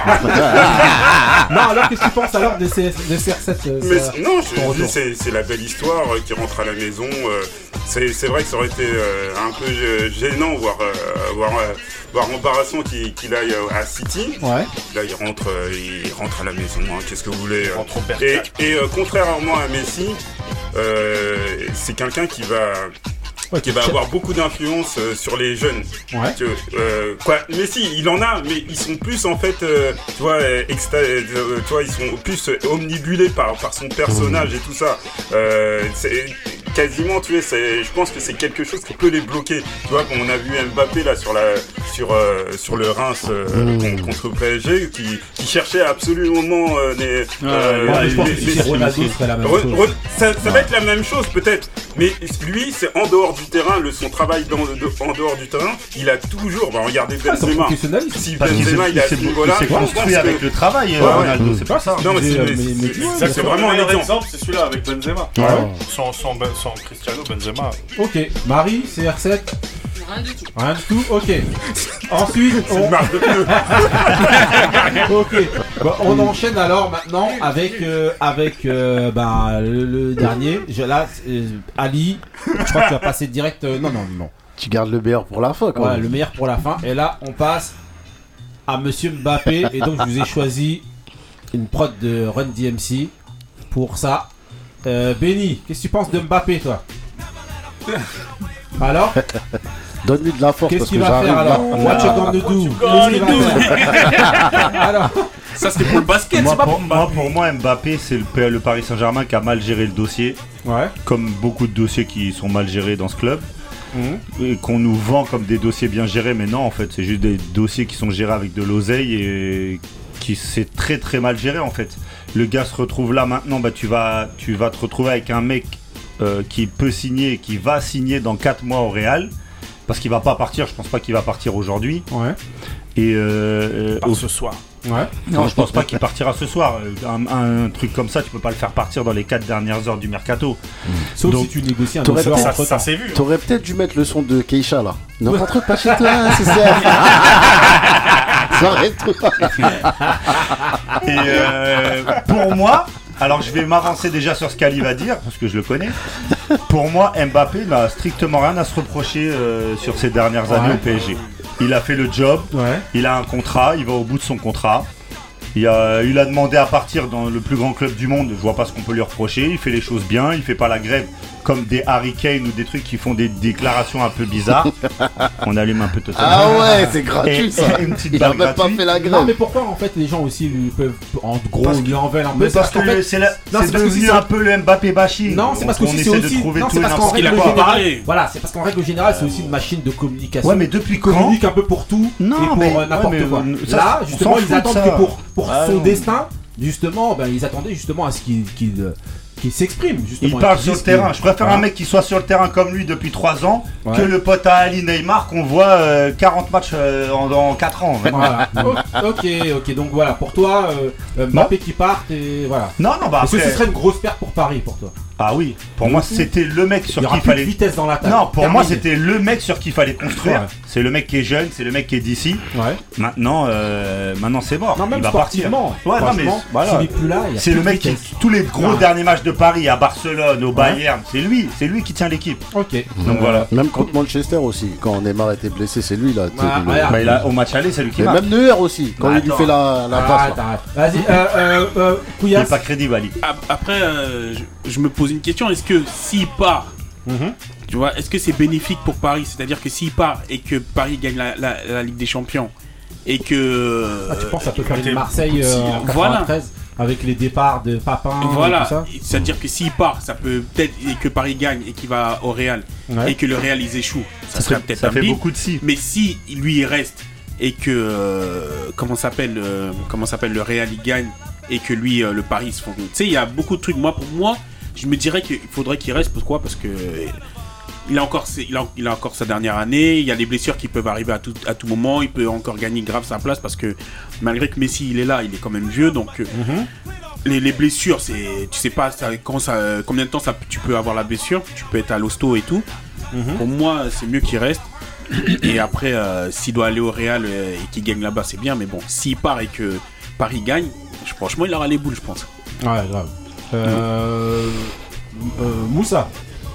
Non, alors qu'est-ce que tu penses alors de ces de C R sept euh, Mais ça- c'est- non, je ton te dis, retour. c'est c'est la belle histoire euh, qui rentre à la maison. euh, c'est c'est vrai que ça aurait été euh, un peu euh, gênant, voire, euh, voire, euh, voire embarrassant qu'il qu'il aille euh, à City. Ouais. Là, il rentre, euh, il rentre à la maison. hein, Qu'est-ce que vous voulez euh. rentre au Et, Bercail. et euh, contrairement à Messi, euh, c'est quelqu'un qui va Ouais, qui va tu- avoir beaucoup d'influence euh, sur les jeunes. Ouais. Tu, euh, quoi, Messi, il en a, mais ils sont plus en fait, euh, tu vois, euh, exta- euh, tu vois, ils sont plus euh, omnibulés par par son personnage et tout ça. Euh, c'est- quasiment, tu sais, c'est, je pense que c'est quelque chose qui peut les bloquer. Tu vois, comme on a vu Mbappé là sur la, sur, euh, sur le Reims euh, mmh. contre le P S G, qui, qui cherchait absolument euh, les, ah, euh, ouais, les, je pense les, que les, Ronaldo serait la même re, chose. Re, ça, ça ouais. va être la même chose peut-être, mais lui, c'est en dehors du terrain, le, son travail dans le, de, en dehors du terrain, il a toujours, bah, regardez Benzema. Ah, si Benzema, il a ce niveau-là, c'est construit avec le travail, Ronaldo, c'est pas ça. Non, mais c'est vraiment un exemple. C'est celui-là avec Benzema. Ouais. Sans, sans, sans Cristiano, Benzema. Ok, Marie, C R sept. Rien du tout. Rien du tout, ok. Ensuite, on... ok. Bon, on enchaîne alors maintenant avec euh, avec euh, ben, le, le dernier. Je, là, euh, Ali, je crois que tu vas passer direct. Euh, non, non, non. Tu gardes le meilleur pour la fin, quoi. Ouais, le meilleur pour la fin. Et là, on passe à Monsieur Mbappé. Et donc, je vous ai choisi une prod de Run D M C pour ça. Euh, Benny, qu'est-ce que tu penses de Mbappé, toi? Alors? Donne-lui de la force. Qu'est-ce qu'il va faire alors? What you gonna do? Qu'est-ce qu'il va faire? Alors, ça c'était pour le basket. Moi, c'est pas pour, pour moi, pour moi, Mbappé, c'est le, le Paris Saint-Germain qui a mal géré le dossier. Ouais. Comme beaucoup de dossiers qui sont mal gérés dans ce club. Mmh. Et qu'on nous vend comme des dossiers bien gérés, mais non, en fait, c'est juste des dossiers qui sont gérés avec de l'oseille et qui c'est très très mal géré en fait. Le gars se retrouve là maintenant, bah tu vas, tu vas te retrouver avec un mec euh, qui peut signer, qui va signer dans quatre mois au Real, parce qu'il va pas partir, je pense pas qu'il va partir aujourd'hui. Ouais. Et euh, Par au... ce soir. Ouais. Non, je pense pas qu'il partira ce soir. Un, un truc comme ça, tu peux pas le faire partir dans les quatre dernières heures du mercato. Mmh. Sauf donc, si tu négocies un autre joueur. Ça, ça s'est vu. T'aurais peut-être dû mettre le son de Keisha là. Ne rentre pas chez toi, hein, c'est ça. Arrête-toi. Et euh, pour moi, alors je vais m'avancer déjà sur ce qu'Ali va dire, parce que je le connais. Pour moi, Mbappé n'a strictement rien à se reprocher euh, sur ces dernières années ouais. au P S G. Il a fait le job, ouais. il a un contrat, il va au bout de son contrat. Il a, il a demandé à partir dans le plus grand club du monde, je vois pas ce qu'on peut lui reprocher. Il fait les choses bien, il fait pas la grève comme des Harry Kane ou des trucs qui font des déclarations un peu bizarres. On allume un peu Total. Ah ouais, c'est gratuit et, ça. Et une petite il a même gratuit. Pas fait la grève. Non mais pourquoi en fait les gens aussi lui peuvent en gros parce lui en veulent un peu. Mais parce, parce que fait, c'est, la, non, c'est, c'est devenu c'est un peu le Mbappé bashing. Non, c'est parce que c'est aussi non, c'est parce qu'en règle générale, voilà, c'est parce qu'en règle générale c'est aussi une machine de communication. Ouais, mais depuis quand? Communique un peu pour tout et pour n'importe quoi. Là, justement, ils attendent que pour pour son destin. Justement, ben, ils attendaient justement à ce qu'il, qu'il, qu'il s'exprime. Justement, il parle sur le terrain. Je préfère voilà. un mec qui soit sur le terrain comme lui depuis trois ans ouais. que le pote à Ali Neymar qu'on voit euh, quarante matchs euh, en, en quatre ans. Voilà. ok, ok. Donc voilà, pour toi, euh, Mbappé qui part et voilà. Non, non, bah Est-ce après... que ce serait une grosse perte pour Paris pour toi? Ah oui, pour moi c'était le mec sur qui il fallait. De vitesse dans l'attaque. Non, pour Terminé. moi c'était le mec sur qui il fallait construire. Ouais. C'est le mec qui est jeune, c'est le mec qui est d'ici. Ouais. Maintenant, euh, maintenant c'est mort. Non, même il va partir. Ouais, non, mais voilà. S'il est plus là, il c'est le mec qui tous les gros ouais. derniers matchs de Paris à Barcelone, au Bayern, ouais. c'est lui, c'est lui qui tient l'équipe. Ok. Donc euh, voilà. Même contre Manchester aussi, quand Neymar était blessé, c'est lui là. Ah, le... bah, il a, au match aller, c'est lui qui marque. Même Neuer aussi, quand bah, il lui fait la, la passe. Ah, vas-y, euh, euh, euh, Couillasse. Il est pas crédible, Ali. Après, euh, je, je me pose une question. Est-ce que s'il part, mm-hmm. tu vois, est-ce que c'est bénéfique pour Paris? C'est-à-dire que s'il part et que Paris gagne la, la, la Ligue des Champions et que... Ah, tu penses que ça peut faire une Marseille euh, en quatre-vingt-treize voilà. avec les départs de Papin voilà. et tout ça? C'est-à-dire que s'il part, ça peut peut-être... Et que Paris gagne et qu'il va au Real ouais. et que le Real, ils échouent, ça, ça serait peut-être ça un fait bip. beaucoup de si. Mais si lui, il reste et que... Euh, comment s'appelle euh, comment s'appelle le Real, il gagne et que lui, euh, le Paris, se font... Tu sais, il y a beaucoup de trucs. Moi, pour moi... Je me dirais qu'il faudrait qu'il reste. Pourquoi? Parce que il a, encore, il, a, il a encore sa dernière année. Il y a des blessures qui peuvent arriver à tout, à tout moment. Il peut encore gagner grave sa place parce que malgré que Messi il est là, il est quand même vieux. Donc mm-hmm. les, les blessures, c'est, tu sais pas ça, quand ça, combien de temps ça, tu peux avoir la blessure. Tu peux être à l'hosto et tout. Mm-hmm. Pour moi, c'est mieux qu'il reste. Et après, euh, s'il doit aller au Real euh, et qu'il gagne là-bas, c'est bien. Mais bon, s'il part et que Paris gagne, je, franchement, il aura les boules, je pense. Ouais, grave. Euh, euh, Moussa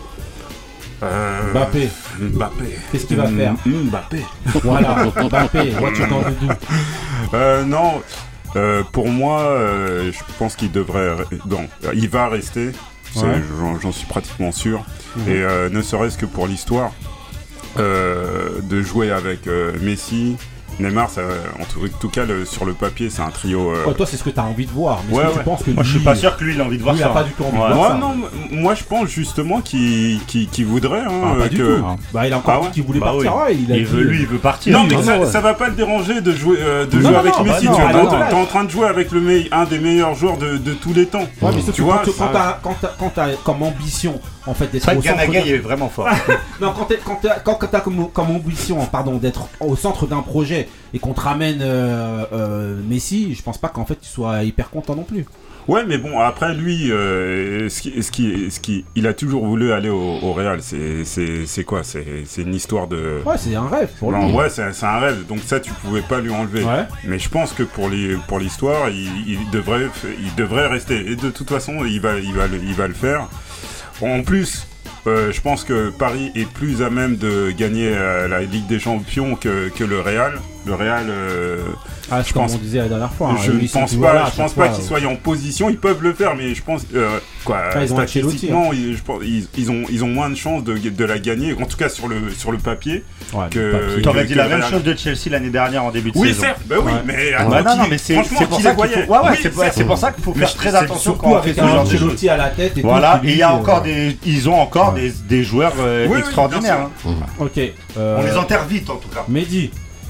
euh, Mbappé Mbappé Qu'est-ce qu'il va faire? Mbappé Voilà, Mbappé, what you gonna do? euh, Non, euh, pour moi, euh, je pense qu'il devrait... Non, il va rester, ouais. j'en, j'en suis pratiquement sûr. Mmh. Et euh, ne serait-ce que pour l'histoire, euh, de jouer avec euh, Messi, Neymar, ça, en tout, tout cas, le, sur le papier, c'est un trio. Euh... Ouais, toi, c'est ce que t'as envie de voir. Mais ouais, est-ce que ouais. tu penses que moi, lui, je suis pas sûr que lui, il a envie de voir lui, ça. Il a pas du tout envie ouais. de voir Ouais, ça. non, moi, je pense justement qu'il qu'il, qu'il voudrait. Hein, Ah, pas du que... tout. Bah, il a encore Ah dit ouais qu'il voulait bah partir. oui. Ouais, il a il dit- veut, lui, il veut partir. Non, mais non, ça, ouais. ça va pas le déranger de jouer, euh, de Non, jouer non, avec non, Messi. bah tu non, vois, bah t'es, non. t'es en train de jouer avec le me- un des meilleurs joueurs de, de tous les temps. Ouais, mais sauf tu que vois, quand, quand ça- t'as, quand, t'as, quand t'as comme ambition en fait d'être C'est au vrai que centre Ganaga, d'un- il est vraiment fort. non, quand, t'es, quand, t'as, quand t'as comme, comme ambition pardon, d'être au centre d'un projet et qu'on te ramène euh, euh, Messi, je pense pas qu'en fait tu sois hyper content non plus. Ouais, mais bon, après lui, euh, ce qui, ce qui, ce qui, il a toujours voulu aller au, au Real. C'est, c'est, c'est quoi c'est, c'est une histoire de. Ouais, c'est un rêve pour lui. Non, ouais, c'est, c'est un rêve. Donc ça, tu pouvais pas lui enlever. Ouais. Mais je pense que pour, les, pour l'histoire, il, il devrait, il devrait rester. Et de toute façon, il va, il va, le, il va le faire. En plus. Euh, je pense que Paris est plus à même de gagner euh, la Ligue des Champions que, que le Real. Le Real, euh, Ah, je comme pense, on disait la dernière fois. hein, je lui, ne c'est pense tout, pas, voilà, à je chaque pense fois, pas qu'ils euh, soient en position. Ils peuvent le faire, mais je pense, euh, quoi, Ah, ils ont statistiquement, Ancelotti, ils, je pense, ils, ils ont, ils ont moins de chances de, de la gagner. En tout cas, sur le, sur le papier. ouais, que- le papier. T'aurais que- dit que la le même Real. chose de Chelsea l'année dernière en début de Oui, saison. certes, bah oui, Ouais. mais Ah à bah qui- non, mais c'est, franchement, c'est pour qui ça les qu'il voyait faut, ouais, ouais, Oui, c'est, certes. c'est pour ça qu'il faut Mais faire très c'est attention Surtout quand on fait avec ce un genre de choses. Ancelotti à la tête et Voilà, tout, et il qui y a dit, encore euh, des, ils ont encore des, des joueurs euh, Oui, oui, extraordinaires. bien hein. Ok. euh, On les enterre vite en tout cas. Mehdi.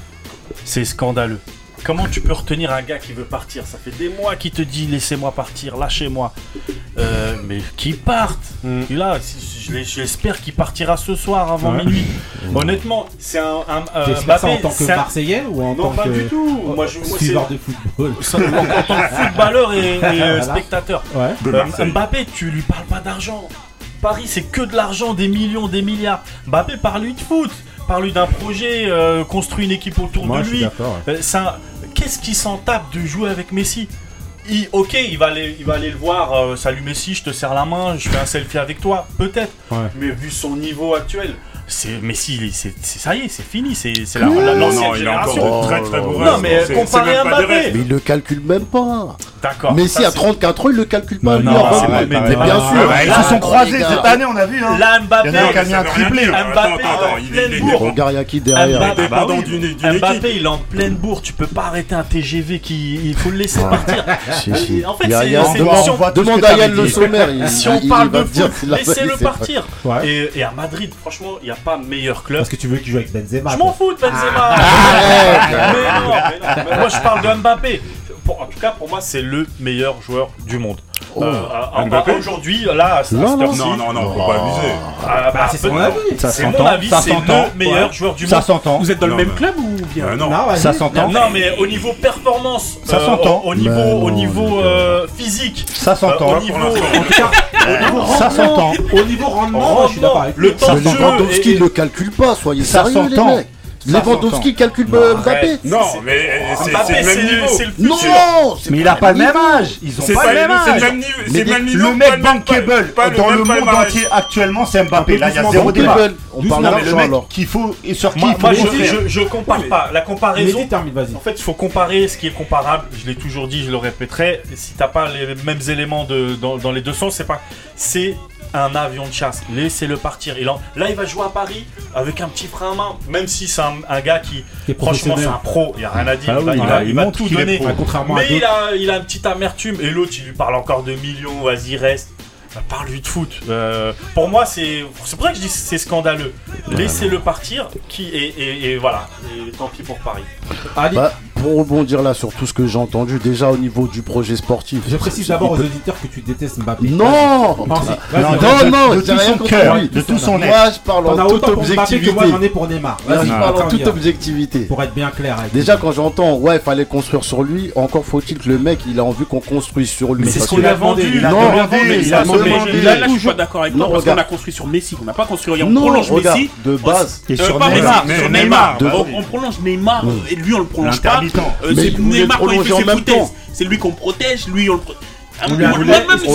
C'est scandaleux. Comment tu peux retenir un gars qui veut partir? Ça fait des mois qu'il te dit laissez-moi partir, lâchez-moi. Euh, mais qu'il parte. Mm. Et là, je l'ai- j'espère qu'il partira ce soir avant Ouais. minuit. Honnêtement, c'est un, un, un T'espères ça en Mbappé, tant que c'est un- Marseillais ou en Non, tant pas que du tout. Moi, je, moi, suiveur de football c'est- en, en tant que footballeur et, et, euh, Voilà. spectateur. Ouais. De Euh, Marseille. Mbappé, tu lui parles pas d'argent. Paris, c'est que de l'argent, des millions, des milliards. Mbappé, parle-lui de foot. Parle-lui d'un projet, euh, construit une équipe autour Moi, de je suis lui. d'accord. ouais. Euh, c'est un- Qu'est-ce qui s'en tape de jouer avec Messi? Il- ok, il va, aller, il va aller le voir. euh, Salut Messi, je te serre la main, je fais un selfie avec toi, peut-être. Ouais. Mais vu son niveau actuel, c'est Messi, il est- c'est, c'est- ça y est, c'est fini. C'est, c'est la, Non, la- non, l'ancienne non, il a génération. encore de très très beaux Non, rêves. mais C'est- comparé c'est même à pas des Mbappé. rêves. Mais il le calcule même pas. D'accord. Messi ça, à c'est- trente-quatre ans, il le calcule pas. Bah lui, non, en c'est vrai. pas- mais pas- bien pas- sûr. Bah, ils Ah, se sont les croisés gars. cette année, on a vu. Hein. Là, Mbappé, Il y en a un qui a mis un Ça veut rien triplé. dire. Mbappé, Attends, attends, en il- pleine il est bourre. Regarde, il y a qui derrière. Mbappé, Dépendant bah oui. d'une d'une équipe. Mbappé, il est en pleine bourre. Tu peux pas arrêter un T G V qui. Il faut le laisser partir. Si, si. En fait, Il y a- c'est- il y a- c'est- demande- si on- voit tout ce Demande que à t'avais Yann Le dit. Sommer. il- Si on il- parle il va de te dire foot, si la laissez-le vérité. partir. Ouais. Et, et à Madrid, franchement, il n'y a pas meilleur club. Parce que tu veux qu'il joue avec Benzema. Je toi. m'en fous de Benzema. Ah, mais, non, mais non, mais moi, je parle de Mbappé. Pour- en tout cas, pour moi, c'est le meilleur joueur du monde. Oh. Euh, à- à- Mbappé Aujourd'hui, là, à, à cette Non, non. heure-ci, Non, non, non, faut pas abuser. ah, bah, c'est son peut- avis. Ça C'est s'entend, mon avis, ça c'est s'entend. le meilleur Ouais. joueur du Ça monde. s'entend. Vous êtes dans Non, le même mais- club ou bien Euh, non. Non, vas-y. Ça s'entend. Non, mais au niveau performance, Ça euh, s'entend. Au, au niveau, Mais au non, niveau les gars. euh, physique, Ça euh, s'entend. au niveau, En tout cas, au niveau Ça rendement- s'entend. Au niveau rendement, moi, je suis d'accord avec le lui. temps Mais de jeu. Lewandowski et- ne le calcule pas, soyez Ça sérieux les s'entend. mecs. Ça Lewandowski s'entend. calcule Non, Mbappé. arrête. Non, mais c'est Mbappé, c'est le même c'est niveau. c'est le futur. Non, c'est Mais il a pas le même âge. Ils ont C'est pas pas le même c'est le âge. même niveau. Mais C'est le même niveau. Le pas mec même- bankable pas le dans même le monde palmarès. entier actuellement, c'est Mbappé. Là, il y a doucement, zéro débat. Bankable. On Doucement, parle Non, mais le d'argent mec alors. qu'il faut et sur qui Moi, il faut moi, je, construire. je, je compare pas. La comparaison, Mehdi, termine, vas-y. en fait, il faut comparer ce qui est comparable. Je l'ai toujours dit, je le répéterai. Si t'as pas les mêmes éléments de, dans, dans les deux sens, c'est pas. C'est un avion de chasse. Laissez-le partir. Il en... Là, il va jouer à Paris avec un petit frein à main. Même si c'est un, un gars qui, Qui est franchement, c'est professionnel. un pro. Il y a rien à dire. Ah il va, oui, il il va- a- il il va montre tout qu'il est donner. pro. Ouais, contrairement à Mais il d'autres. a, il a une petite amertume. Et l'autre, il lui parle encore de millions. Vas-y, reste. Bah, parle-lui de foot. Euh, pour moi, c'est c'est pour ça que je dis que c'est scandaleux. Laissez-le partir. Qui et, et, et voilà. Et tant pis pour Paris. Ali, Bah, pour rebondir là sur tout ce que j'ai entendu, déjà au niveau du projet sportif. je précise d'abord aux auditeurs que tu détestes Mbappé. Non Vas-y, Non, vas-y, Non, vas-y. non, de je tout dis rien son contre cœur, lui. de tout son être. Moi, je parle T'en as en toute autant pour Mbappé que objectivité. moi j'en ai pour Neymar. Là, Vas-y, je parle en attends, toute Guillaume. objectivité. Pour être bien clair avec Déjà, lui. quand j'entends, ouais, fallait construire sur lui, encore faut-il que le mec, il a envie qu'on construise sur lui. Mais c'est Parce ce que- qu'on lui a vendu. il a Non, demandé, mais il il a a demandé. demandé. Là, là, je suis pas d'accord avec toi Non, parce regarde. qu'on a construit sur Messi. On n'a pas construit. On Non, prolonge regarde, Messi. de base. Et Euh, sur pas Neymar. Messi, sur Mais Neymar. Neymar, On, on prolonge Neymar et lui on le prolonge pas. L'intermittent. Euh, Mais c'est il voulait Neymar quand il prolonger fait en ses même foutaises. temps. C'est lui qu'on protège, lui on le. pro- Ah, On lui moi- a voulu- moi-même, si regarde. je-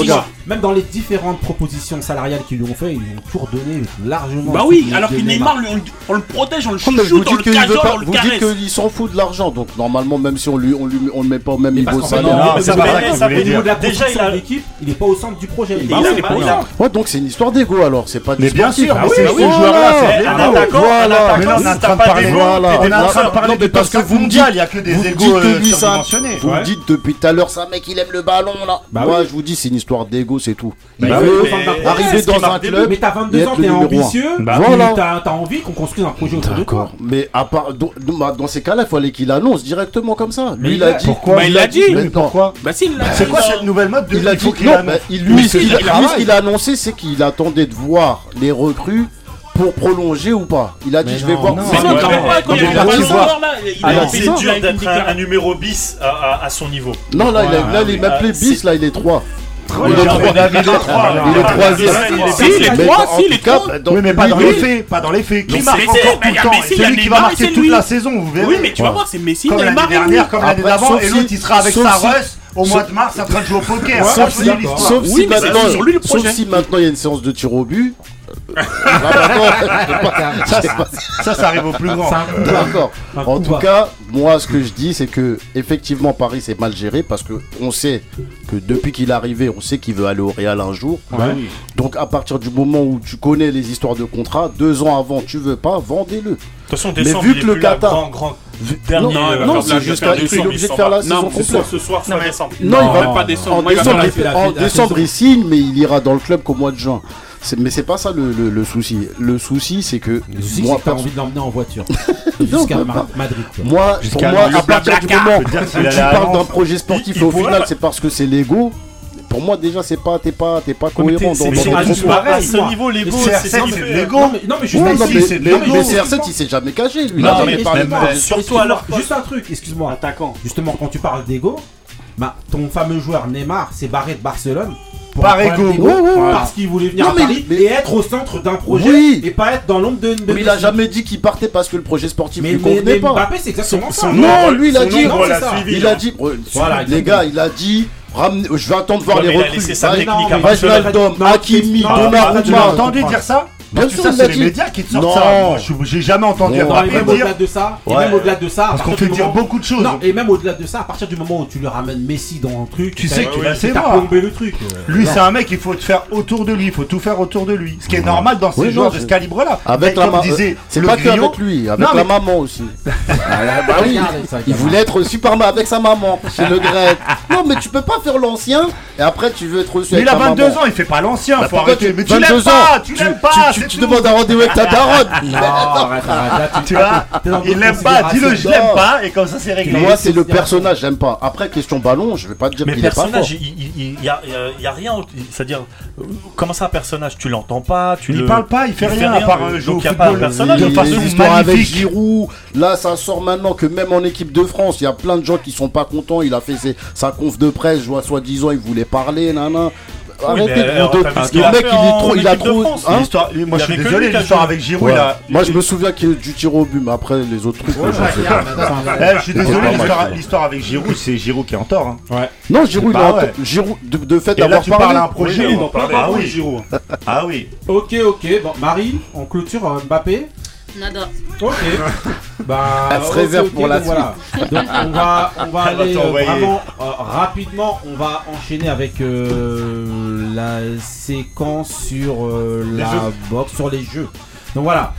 même dans les différentes propositions salariales qu'ils lui ont fait, ils lui ont tout redonné largement. Bah oui, alors que Neymar, lui, on, on le protège, on le Comme vous chouchoute, on dites le qu'il veut cajole, pas, on le vous dites caresse. qu'il s'en fout de l'argent, donc normalement même si on lui on lui on le met pas au même Mais niveau parce qu'en fait, salaire. non, Non, mais c'est au pas niveau vrai que de ça la voulait dire. Déjà, Déjà, il a- de l'équipe, il est pas au centre du projet. Et Bah il a oui, les bah moyens. voilà. Ouais, donc c'est une histoire d'ego alors, c'est pas du Mais bien sportif. sûr, Ah mais oui, c'est bah ce oui, joueur-là, voilà. c'est- Un Ah, attaquant, voilà. un attaquant, Mais là, on est en si train t'as de pas parler d'égo, voilà. On est en train de Non, parler mais de parce top que cinq vous me mondial, dites- il y a que des Vous me égos dites que euh, lui, c'est un- surdimensionnés. vous Ouais. me dites depuis tout à l'heure, c'est un mec, il aime le ballon là. Bah Moi, oui. je vous dis, c'est une histoire d'ego, c'est tout. Il Bah veut oui, mais- arriver ce qui dans marque un des club. Mais t'as et vingt-deux être ans, le t'es numéro un. ambitieux, Bah et voilà. t'as t'as envie qu'on construise un projet autour de toi. D'accord. Mais à part, dans, dans- dans ces cas-là, il fallait qu'il annonce directement comme ça. Mais Lui, il il a a- dit. Pourquoi Bah, il l'a dit. Mais Mais pourquoi Bah si, il l'a C'est dit. quoi cette nouvelle mode de Il a il faut dit qu'il non, annonce mais il- Mais lui, ce si, qu'il il a, a lui, raison. ce qu'il a annoncé, c'est qu'il attendait de voir les recrues pour prolonger ou pas. Il a dit, Mais je vais non, voir. non. Mais non, Ouais, quand ouais, même pas, quand il y a ouais, eu ouais, le ouais, ballon ouais. d'or, là, il a Alors, été c'est dur dur avec d'être une un, un carte. numéro bis à, à- à son niveau. Non, là, il a- là, il est Ah, même plus c'est- bis, là, il est trois. Oui, Il est non, trois. mais David est trois. Il est troisième. Si, il est Mais trois, en si, il tout est cas, trois. dans- Oui, mais pas lui, dans lui, les faits, pas dans les faits. Qui Mais marque c'est- encore mais tout il y le a temps. Messi, il y C'est a lui qui va Neymar, marquer c'est toute lui. la saison, vous verrez. Oui, mais tu vas Ouais. voir, c'est Messi, Comme l'année Neymar et lui. dernière, comme l'année Après, d'avant, sauf et si- l'autre il sera avec sauf sa si- Russ au mois de mars en train de jouer au poker. Ouais, Ça, je je suis dis d'accord. l'histoire. Sauf Oui, si mais c'est maintenant, sur lui le sauf projet. si maintenant il y a une séance de tir au but. Là, maintenant, Ça, ça, ça, ça arrive au plus grand. C'est un coup bas. D'accord. Un En coup tout bas. cas, moi, ce que je dis, c'est que effectivement Paris c'est mal géré parce que on sait que depuis qu'il est arrivé, on sait qu'il veut aller au Real un jour. Ouais. Donc à partir du moment où tu connais les histoires de contrat, deux ans avant, tu veux pas, vendez-le. De toute façon, Mais décembre, vu il est que le plus là, Qatar- grand, grand Non, dernier. non, il va non, faire- c'est il va juste faire qu'il est décembre, obligé de il faire la s'en va. saison Non, Ce soir, complète. ce soir, fin décembre. Non, il va même pas décembre. En Moi, il va décembre, faire il, la- en la décembre, saison. il signe, mais il ira dans le club qu'au mois de juin. C'est- Mais c'est pas ça le, le- le souci. Le souci, c'est que Le souci, moi, c'est que t'as perso- envie de l'emmener en voiture. Jusqu'à Non, Ma- Madrid. quoi. moi, pour Jusqu'à moi, Nice. à partir du Blablacar. moment Je veux dire, où s'il tu allait à parles d'un Lens, projet sportif il- et au il pourrait final pas- c'est parce que c'est l'ego. Pour moi, déjà, c'est pas, t'es pas, t'es pas mais cohérent t'es- dans, c'est- dans mais ton c'est pas propos. pareil. à ce niveau, l'ego, C R c'est sept, ça qui c'est fait- l'ego. Non, mais, non, mais juste Ouais, ici, non, mais, c'est de mais- l'ego. mais C R sept, il s'est jamais caché. Lui, il Non, a mais jamais parlé de même, projet euh, sportif. surtout à leur poste. Juste un truc, excuse-moi. Attaquant. Justement, quand tu parles d'ego, bah, ton fameux joueur Neymar s'est barré de Barcelone. pour Par un problème ego. d'ego, Ouais, ouais, ouais. Parce qu'il voulait venir Non, à mais- Paris mais- et être au centre d'un projet Oui. et pas être dans l'ombre de. de Mais il a Messi. jamais dit qu'il partait parce que le projet sportif Mais, lui mais, convenait mais pas. Mbappé, c'est exactement ça. Non, lui, il a Son dit. ombre Non, l'a c'est ça. suivi, Il là. a dit, ouais, Voilà, les gars, il a dit, ramenez- je vais attendre de voir Ouais, les mais il a recrues. laissé sa Vas- technique non, à mais- Barcelone. Wijnaldum, Non, Hakimi, non, Tu l'as Donnarumma. entendu dire ça Bien Parce que sûr, ça, il c'est l'a les dit. médias qui te sortent Non. ça. Moi, je- j'ai jamais entendu Non, Non, et Mbappé même dire. au-delà de ça, et Ouais. même au-delà de ça, à Parce qu'on partir fait du dire moment- beaucoup de choses. Non, et même au-delà de ça, à partir du moment où tu lui ramènes Messi dans un truc, Tu t'as- sais qu'il va t'as s'aimer. plombé le truc. Lui, Non. c'est un mec, il faut te faire autour de lui, il faut tout faire autour de lui. Ce qui est normal dans ces Oui, joueurs non, de ce c'est- calibre-là. Avec Mais la comme ma- disait C'est le pas que griot- avec lui, avec Non, la mais- maman aussi. Ah, bah oui, Regarde, ça, il voulait être Superman avec sa maman chez le grec. Non, mais tu peux pas faire l'ancien et après tu veux être reçu Mais avec il a ta vingt-deux maman. ans, il fait pas l'ancien, Bah, faut pourquoi arrêter. tu- Mais tu vingt-deux l'aimes pas, ans, tu l'aimes pas, tu, c'est tu tout. demandes un rendez-vous avec ta daronne. Non, arrête, arrête. Là, Tu vois, t'es dans il une l'aime pas, dis-le, je considération. l'aime pas, et comme ça c'est réglé. Moi, c'est le personnage, j'aime pas. Après, question ballon, je vais pas te dire Mais qu'il est pas fort. personnage, il il- il- il y a, il y a rien. autre- C'est-à-dire, euh, comment ça, un personnage? Tu l'entends pas, tu Il le- parle pas, il fait rien à part euh, jouer au Donc, il y a pas un football. personnage, de Les- façon les histoires avec magnifique. Giroud, là ça sort maintenant que même en équipe de France, il y a plein de gens qui sont pas contents. Il a fait ses- sa conf de presse, je vois soi-disant il voulait parler, nana. Arrêtez mais, de euh, vous t'as vu ce Le qu'il a mec fait il est en trop, il a équipe de trop. France, hein L'histoire- Moi Il je suis avait que désolé, lui qui a l'histoire joué. avec Giroud, Ouais. il a. Moi je me souviens qu'il y a du tir au but, mais après les autres trucs. Ouais, je sais pas. regarde, attends, Eh, je suis C'était désolé, pas l'histoire- mal. l'histoire avec Giroud, c'est Giroud qui est en tort. hein. Non, Giroud, il Bah a ouais. Giroud de, de fait Et là, d'avoir tu parles parlé. à un projet. Oui, on on en parle. parle Ah de oui, Giroud. Ah oui. Ok, ok. Bon, Marie, on clôture euh, Mbappé. Nada. Ok. Bah, Elle se ok, réserve ok, pour la donc voilà. Donc on va, on va Elle va aller euh, t'envoyer. vraiment euh, rapidement. On va enchaîner avec euh, la séquence sur euh, Les la jeux. boxe, sur les jeux. Donc voilà.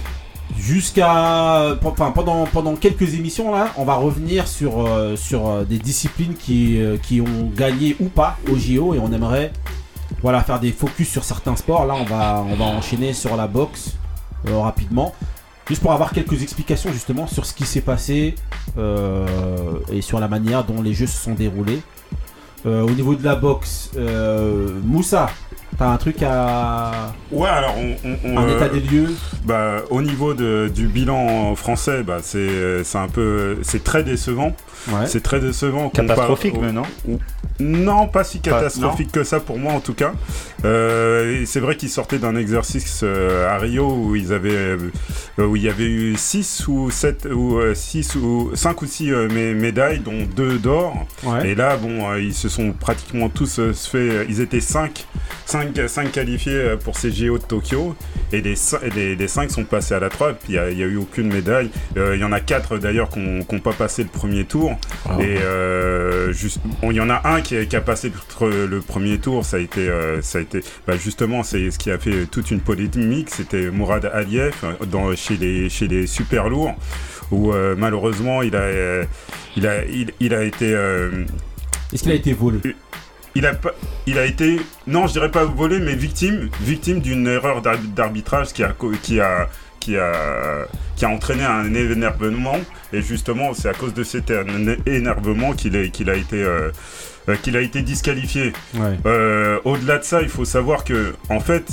Jusqu'à, enfin pendant pendant quelques émissions là, on va revenir sur euh, sur euh, des disciplines qui euh, qui ont gagné ou pas au J O et on aimerait voilà faire des focus sur certains sports. Là, on va on va enchaîner sur la boxe euh, rapidement. Juste pour avoir quelques explications justement sur ce qui s'est passé euh, et sur la manière dont les jeux se sont déroulés. Euh, au niveau de la boxe, euh, Moussa, T'as un truc à... Ouais, alors on... on, on un euh, état des lieux. Bah, au niveau de, du bilan français, bah, c'est, c'est un peu... C'est très décevant. Ouais. C'est très décevant. Catastrophique, compare- mais non ou- Non, pas si Pas- catastrophique que ça pour moi en tout cas. Euh, et c'est vrai qu'ils sortaient d'un exercice euh, à Rio où ils avaient, euh, où il y avait eu six ou sept ou euh, six ou cinq ou six euh, mé- médailles, dont deux d'or. Ouais. Et là, bon, euh, ils se sont pratiquement tous euh, se fait. Ils étaient cinq, cinq, cinq qualifiés euh, pour ces J O de Tokyo, et les, cin- et les, les cinq sont passés à la trois. Puis il n'y a, a eu aucune médaille. Euh, Il y en a quatre d'ailleurs qui n'ont pas passé le premier tour. Ah, Et euh, juste, bon, il y en a un qui a, qui a passé le, le premier tour. Ça a été, euh, ça a été, bah justement, c'est ce qui a fait toute une polémique. C'était Mourad Aliev dans chez les chez les super lourds, où euh, malheureusement il a, euh, il a, il, il a été. Euh, Est-ce qu'il a été volé? Il a, pas, il a été, non, je dirais pas volé, mais victime, victime d'une erreur d'ar- d'arbitrage qui a, co- qui a, qui a, qui a entraîné un énervement. Et justement, c'est à cause de cet éner- énervement qu'il a, qu'il a été, euh, euh, qu'il a été disqualifié. Ouais. Euh, au-delà de ça, il faut savoir que, en fait,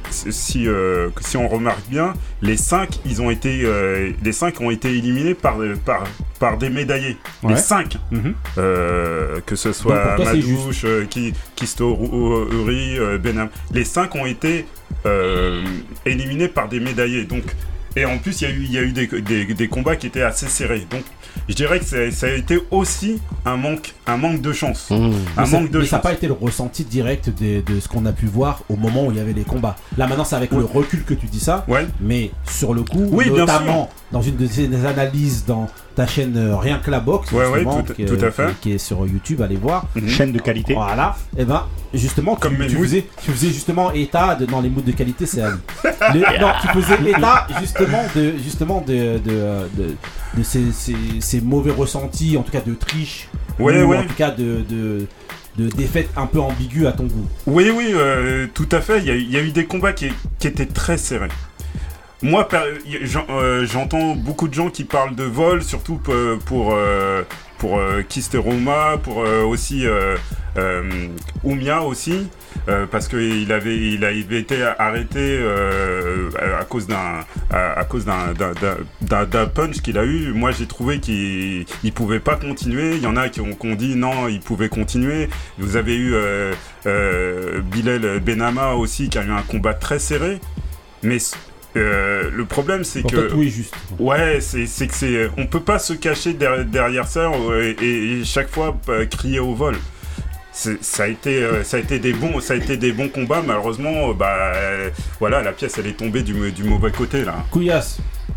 si, euh, si on remarque bien, les cinq, ils ont été, euh, les cinq ont été éliminés par, par, par des médaillés. Ouais. Les cinq. Mhm. Euh, que ce soit Donc, pour toi, c'est Madouche, euh, Ki- Kisto Ru- Uri, euh, Benham. Les cinq ont été euh, éliminés par des médaillés. Donc, et en plus, il y a eu, il y a eu des, des, des combats qui étaient assez serrés. Donc, je dirais que ça, ça a été aussi un manque, un manque de chance. Mmh. Un Mais ça- manque de mais ça n'a chance. pas été le ressenti direct de, de ce qu'on a pu voir au moment où il y avait les combats. Là maintenant c'est avec Ouais. le recul que tu dis ça, Ouais. mais sur le coup, Oui, bien notamment dans une de ces analyses dans ta chaîne euh, Rien que la boxe, Ouais, ouais, justement, tout- qui, tout à fait. qui- qui est sur YouTube, allez voir. Mhm. Chaîne de qualité. Voilà, et ben justement, Comme tu, mes tu, moods. faisais, tu faisais justement état de, dans les moods de qualité, c'est à lui. Les- non, tu faisais état justement de justement de de, euh, de, de ces, ces, ces mauvais ressentis, en tout cas de triche, Ouais, ou ouais. en tout cas de, de de défaites un peu ambiguës à ton goût. Oui, oui, euh, tout à fait. Il y, a- il y a eu des combats qui, qui étaient très serrés. Moi, per- y- j'en- euh, j'entends beaucoup de gens qui parlent de vol, surtout pe- pour euh, pour euh, Kisteroma, pour euh, aussi euh, euh, Oumia aussi, euh, parce qu'il avait il avait été arrêté euh, à cause d'un à, à cause d'un d'un- d'un- d'un- d'un punch qu'il a eu. Moi, j'ai trouvé qu'il il pouvait pas continuer. Il y en a qui ont, qui ont dit non, il pouvait continuer. Vous avez eu euh, euh, Bilal Benama aussi qui a eu un combat très serré, mais euh, le problème c'est Pour que toi, tout est juste. ouais, c'est c'est que c'est on peut pas se cacher derrière, derrière ça euh, et, et chaque fois euh, crier au vol. C'est- Ça a été, euh, ça a été des bons, ça a été des bons combats. Malheureusement, euh, bah euh, voilà, la pièce elle est tombée du, du mauvais côté là. Couillasse.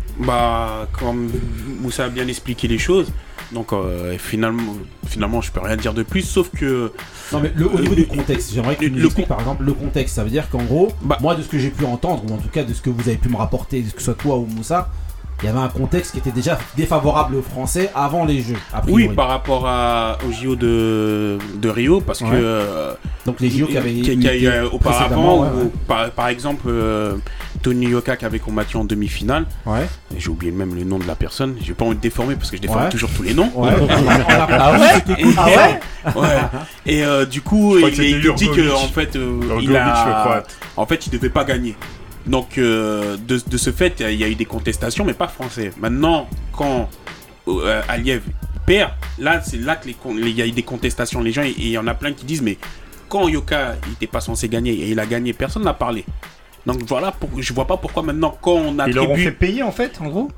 Bah, comme Moussa a bien expliqué les choses, donc euh, finalement, finalement, je peux rien dire de plus, sauf que Non mais le, au niveau du contexte, j'aimerais que tu Le- nous le expliques par exemple le contexte. Ça veut dire qu'en gros, Bah- moi de ce que j'ai pu entendre, ou en tout cas de ce que vous avez pu me rapporter, que ce soit toi ou Moussa, il y avait un contexte qui était déjà défavorable aux Français avant les Jeux. a priori. oui, par rapport à, au J O de, de Rio, parce Ouais. que euh, Donc les J O qui avaient qu'il y a eu été euh, précédemment, auparavant, ouais, où, par, par exemple euh, Tony Yoka qui avait combattu en demi-finale, ouais. j'ai oublié même le nom de la personne, j'ai pas envie de déformer parce que je déforme Ouais. toujours tous les noms. Ouais. Ah ouais Et, Ah ouais ouais. Et euh, du coup, Je crois il, que il c'était dit que Jurgovic. en fait, euh, il Jurgovic, a, le Croate. en fait, il devait pas gagner. Donc, euh, de, de ce fait, il y a eu des contestations, mais pas français. Maintenant, quand euh, Aliev perd, là, c'est là que les con- les- il y a eu des contestations. Les gens, et il y en a plein qui disent, mais quand Yoka, il n'était pas censé gagner et il a gagné, personne n'a parlé. Donc voilà, pour, je vois pas pourquoi maintenant, quand on Ils leur ont attribue... fait payer en fait, en gros.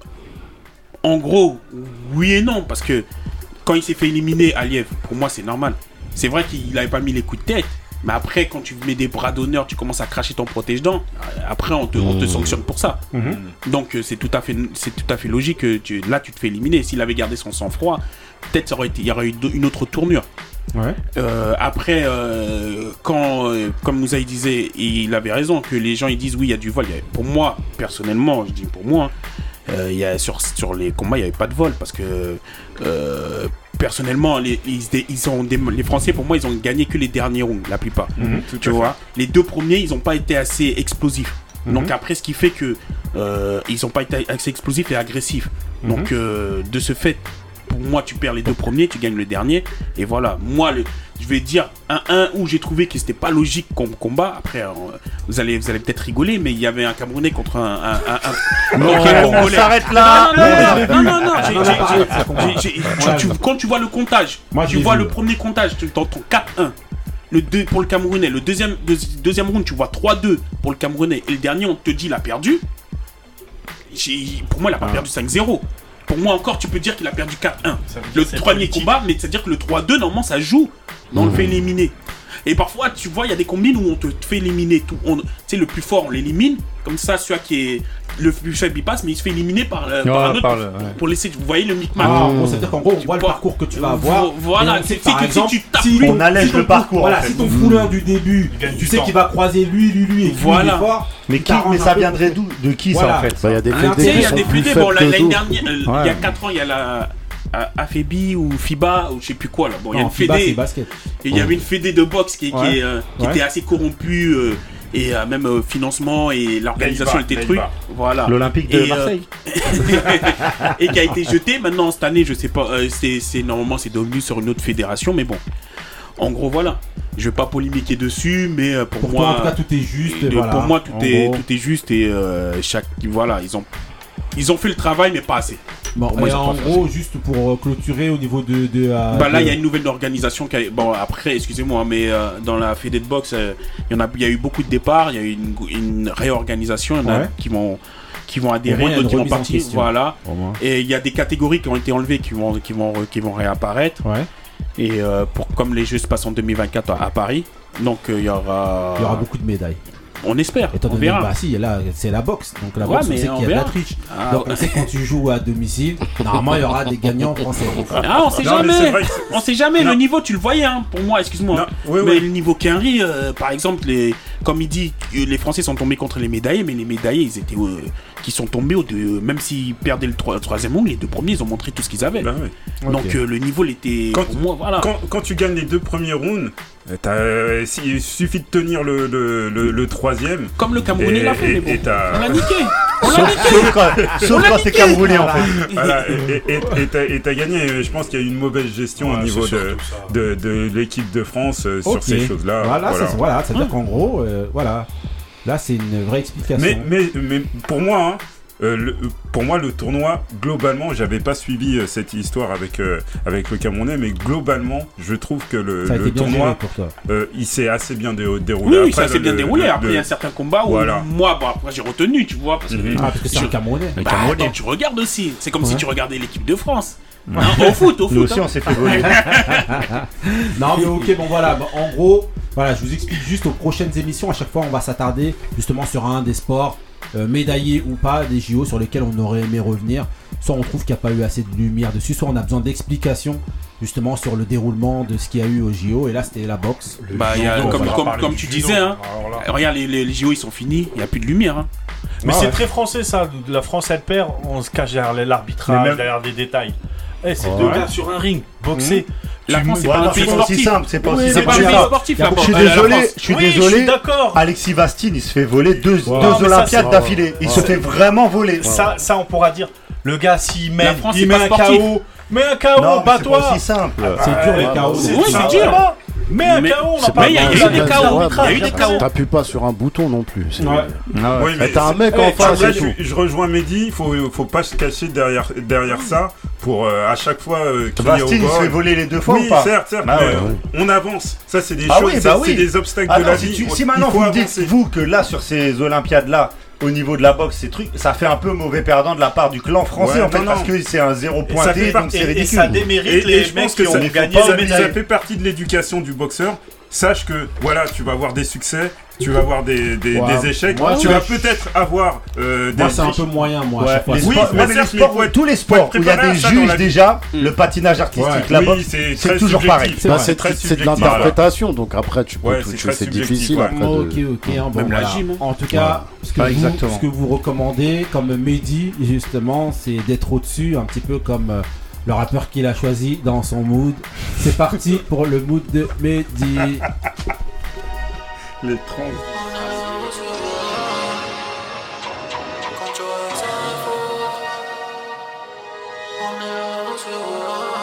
En gros, oui et non, parce que quand il s'est fait éliminer, Aliev, pour moi, c'est normal. C'est vrai qu'il n'avait pas mis les coups de tête, mais après, quand tu mets des bras d'honneur, tu commences à cracher ton protège-dents, après, on te, on te sanctionne pour ça. Donc, euh, c'est tout à fait, c'est tout à fait logique que tu, là, tu te fais éliminer. S'il avait gardé son sang-froid, peut-être ça aurait été, il y aurait eu d- une autre tournure. Ouais. Euh, après, euh, quand, euh, comme Moussa il disait, et il avait raison, que les gens ils disent oui, il y a du vol. Il y a- pour moi, personnellement, je dis pour moi, euh, il y a, sur, sur les combats, il n'y avait pas de vol parce que euh, personnellement, les, ils, ils ont des- les Français, pour moi, ils ont gagné que les derniers rounds, la plupart. Tout Tu à fait. vois, les deux premiers, ils n'ont pas été assez explosifs. Donc après, ce qui fait que euh, ils n'ont pas été assez explosifs et agressifs. Donc euh, de ce fait, pour moi, tu perds les deux premiers, tu gagnes le dernier. Et voilà, moi, le, je vais dire un un où j'ai trouvé que c'était pas logique comme combat. Après, euh, vous allez, vous allez peut-être rigoler, mais il y avait un Camerounais contre un. un, un, un... Non, Ok, on Congolais. s'arrête là. Non, non, non, non, non, non, j'ai- On en a j'ai- parlé, j'ai- ça, combat. j'ai- j'ai- tu- tu- quand tu vois le comptage, Moi, tu je l'ai vois vu, le ouais. premier comptage, tu t'entends quatre un. Le deux pour le Camerounais, le deuxième, deuxi- deuxième round, tu vois trois deux pour le Camerounais, et le dernier, on te dit il a perdu. J'ai- Pour moi, il a pas perdu cinq zéro. Pour moi, encore, tu peux dire qu'il a perdu quatre un. Ça veut dire Le que c'est premier politique. combat, mais c'est-à-dire que le trois deux, normalement, ça joue. Mais on le fait éliminer. Et parfois, tu vois, il y a des combines où on te fait éliminer tout. On- Tu sais, le plus fort, on l'élimine. Comme ça, celui qui est le plus faible, il passe, mais il se fait éliminer par, euh, par Ouais, un autre par pour, le- ouais. pour laisser. Vous voyez le micmac. Ah, bon, c'est-à-dire qu'en gros, on Tu voit le vois- parcours que tu vas Vo- avoir. voilà, Et on sait c'est- que, par c'est que si exemple, tu tapes si lui, ton- on allège si ton le frou- parcours, Voilà, en fait. si ton fouleur du début, Il gagne tu du sais temps. qu'il va croiser lui, lui, lui, et que Voilà. lui, il est fort. Mais, qui, t'arranges mais un ça peu viendrait pour- d'où De qui Voilà. ça en fait Bah, il y a des Ah, fédés Tu sais, il qui y a sont des plus fédés, faibles bon, que l'année d'autres. dernière, euh, il y a Ouais. quatre ans, il y a la. A- AFEBI ou FIBA ou je sais plus quoi là. Bon, il y a Non, une FIBA, c'est fédé. basket. Et il y avait une fédé de boxe qui, qui Ouais. est, euh, qui Ouais. était assez corrompue euh, et euh, même euh, financement et l'organisation Daïba, était truc. Daïba. Voilà. L'Olympique de Et, euh, Marseille. et qui a été jeté. Maintenant cette année, je sais pas. euh, c'est, c'est normalement c'est devenu sur une autre fédération, mais bon. En gros, voilà. Je vais pas polémiquer dessus, mais euh, pour, Pour toi, moi, en tout cas, tout est juste. euh, voilà. pour moi, tout En est gros. tout est juste et euh, chaque voilà, ils ont ils ont fait le travail, mais pas assez. Bon, Pour moi, et ils ont en pas fait gros, juste pour euh, clôturer au niveau de. de euh, Bah là, de- il y a une nouvelle organisation qui a... Bon, après, excusez-moi, mais euh, dans la fédé de boxe, euh, il y en a, il y a eu beaucoup de départs, il y a eu une, une réorganisation, il y en a Ouais. qui vont, qui vont Au moins, adhérer, il y a une d'autres qui vont remise en partir, question. voilà. Au moins. Et il y a des catégories qui ont été enlevées, qui vont, qui vont, qui vont réapparaître. Ouais. Et euh, pour comme les Jeux se passent en deux mille vingt-quatre à, à Paris, donc euh, il y aura, Il y aura beaucoup de médailles. on espère, Étant on donné verra. bah si, là, c'est la boxe. Donc la Ouais, boxe, on mais sait on qu'il y a de la verra. triche. Ah, Donc ouais. on sait que quand tu joues à domicile, normalement, il y aura des gagnants français. Ah, on sait Non, mais c'est jamais, vrai que on sait jamais. Non. Le niveau, tu le voyais, hein, pour moi, excuse-moi. Non, oui, mais oui. le niveau Kenry, euh, par exemple, les, comme il dit, euh, les Français sont tombés contre les médaillés, mais les médaillés, ils étaient, euh, qui sont tombés, au deux- même s'ils perdaient le troi- troisième round, les deux premiers, ils ont montré tout ce qu'ils avaient. Bah ouais. Donc Ok. euh, le niveau, il était, Quand- pour moi, voilà. Quand, quand tu gagnes les deux premiers rounds, euh, t'as, euh, si- il suffit de tenir le, le, le, le troisième. Comme le Camerounais Et- l'a fait, et- mais bon, et t'as- on l'a niqué. On l'a niqué. Sauf quand, sauf quand c'est Camerounais en fait. Voilà, et et- et t'as et t'as gagné. Et je pense qu'il y a eu une mauvaise gestion Ouais, au niveau c'est de, surtout ça. de, de l'équipe de France euh, Ok. sur ces choses-là. Voilà, Voilà. ça, c'est- voilà, c'est-à-dire qu'en gros, euh, voilà. Là, c'est une vraie explication. Mais, mais, mais pour moi, hein, euh, le- pour moi, le tournoi, globalement, j'avais pas suivi euh, cette histoire avec, euh, avec le Camerounais, mais globalement, je trouve que le, ça a le été bien géré tournoi, pour toi. euh, il s'est assez bien dé- Oui, déroulé. oui, Après, ça s'est le- bien déroulé. le- Après, il y a le- certains combats où Voilà. moi, bon, après, j'ai retenu, tu vois, parce que Mhm. Ah, parce que c'est je- un Camerounais. bah, attends, tu regardes aussi. C'est comme si Ouais. tu regardais l'équipe de France. Hein, au foot, au Nous foot. aussi hein. on s'est fait voler. Non mais ok, bon voilà, bah, en gros, voilà, je vous explique juste aux prochaines émissions, à chaque fois on va s'attarder justement sur un des sports, euh, médaillés ou pas, des J O sur lesquels on aurait aimé revenir. Soit on trouve qu'il n'y a pas eu assez de lumière dessus, soit on a besoin d'explications justement sur le déroulement de ce qu'il y a eu au J O, et là c'était la boxe. Bah, il y a- judo, comme, on va comme, parler comme du tu judo. disais, hein. Alors là. Eh, regarde, les, les, les J O ils sont finis, il n'y a plus de lumière. Hein. Mais Ah c'est ouais. très français ça, la France elle perd, on se cache derrière Mais l'arbitrage, même- derrière des détails. Eh, c'est Ouais. deux gars sur un ring, boxer. La Tu France, me- c'est Ouais, pas non, un pays c'est pas aussi sportif. simple, c'est pas Oui, aussi mais C'est simple. pas un que pays ça. sportif Y a là-bas. Je suis beaucoup- Euh, la désolé, France. je suis Oui, je désolé. suis d'accord. Alexis Vastine, il se fait voler deux, Ouais. deux Non, mais ça, Olympiades c'est- d'affilée. Il se Ouais. fait vraiment voler. Ça, ça, on pourra dire, le gars s'il La mène, France, il c'est met pas un sportif. K O, mets un K O, Non, mais c'est pas bats-toi. aussi simple. C'est dur les Ouais, K O. c'est- Oui, c'est dur. Mets un Mais- K O, on en c'est parle. Mais il y a- il y a eu des K O, il y a eu des K O. T'appuies pas sur un bouton non plus. c'est- Ouais. Ah ouais. Oui, Mais t'as un c'est- mec Eh, en face, après, c'est je, tout. je rejoins Mehdi, il faut, faut pas se cacher derrière, derrière ça pour euh, à chaque fois euh, crier au Vastine, il se fait goal. voler les deux fois Oui, ou pas? certes, certes, Ah mais ouais, euh, on avance. Ça, c'est des Ah choses, oui, c'est bah oui. c'est des obstacles Ah de non, la si, vie. tu- On- si il maintenant faut vous me dites, avancer. vous, que là, sur ces Olympiades-là, au niveau de la boxe, ces trucs, ça fait un peu mauvais perdant de la part du clan français, Ouais, en fait, non, parce non. que c'est un zéro Et ça pointé, fait donc partie- c'est Et, et ridicule. ça démérite Et, et les je mecs pense qui que ont ça, gagné ça- la ça médaille. fait partie de l'éducation du boxeur. Sache que voilà, tu vas avoir des succès, tu vas avoir des, des, Ouais. des échecs, Moi, tu ouais. vas peut-être avoir euh, des. Moi c'est un peu moyen moi à Ouais, chaque fois. les Oui, sports- mais ouais, mais les certes, sports- mais faut être- tous les faut être sports où il y a préparé à des ça dans juges la vie. déjà, le patinage artistique, Ouais. la Oui, boxe, c'est c'est très toujours subjectif. pareil. C'est Bah, vrai. c'est très c'est de subjectif. l'interprétation, donc après tu peux Ouais, tout- c'est c'est très c'est subjectif, difficile ouais. après de- Ok, ok, hein, bon, Même la voilà. gym, hein. En tout cas, ce que, Ouais, vous, exactement. ce que vous recommandez, comme Mehdi, justement, c'est d'être au-dessus, un petit peu comme euh, le rappeur qu'il a choisi dans son mood. C'est parti pour le mood de Mehdi. Les trente. Quand tu as ça, on est là,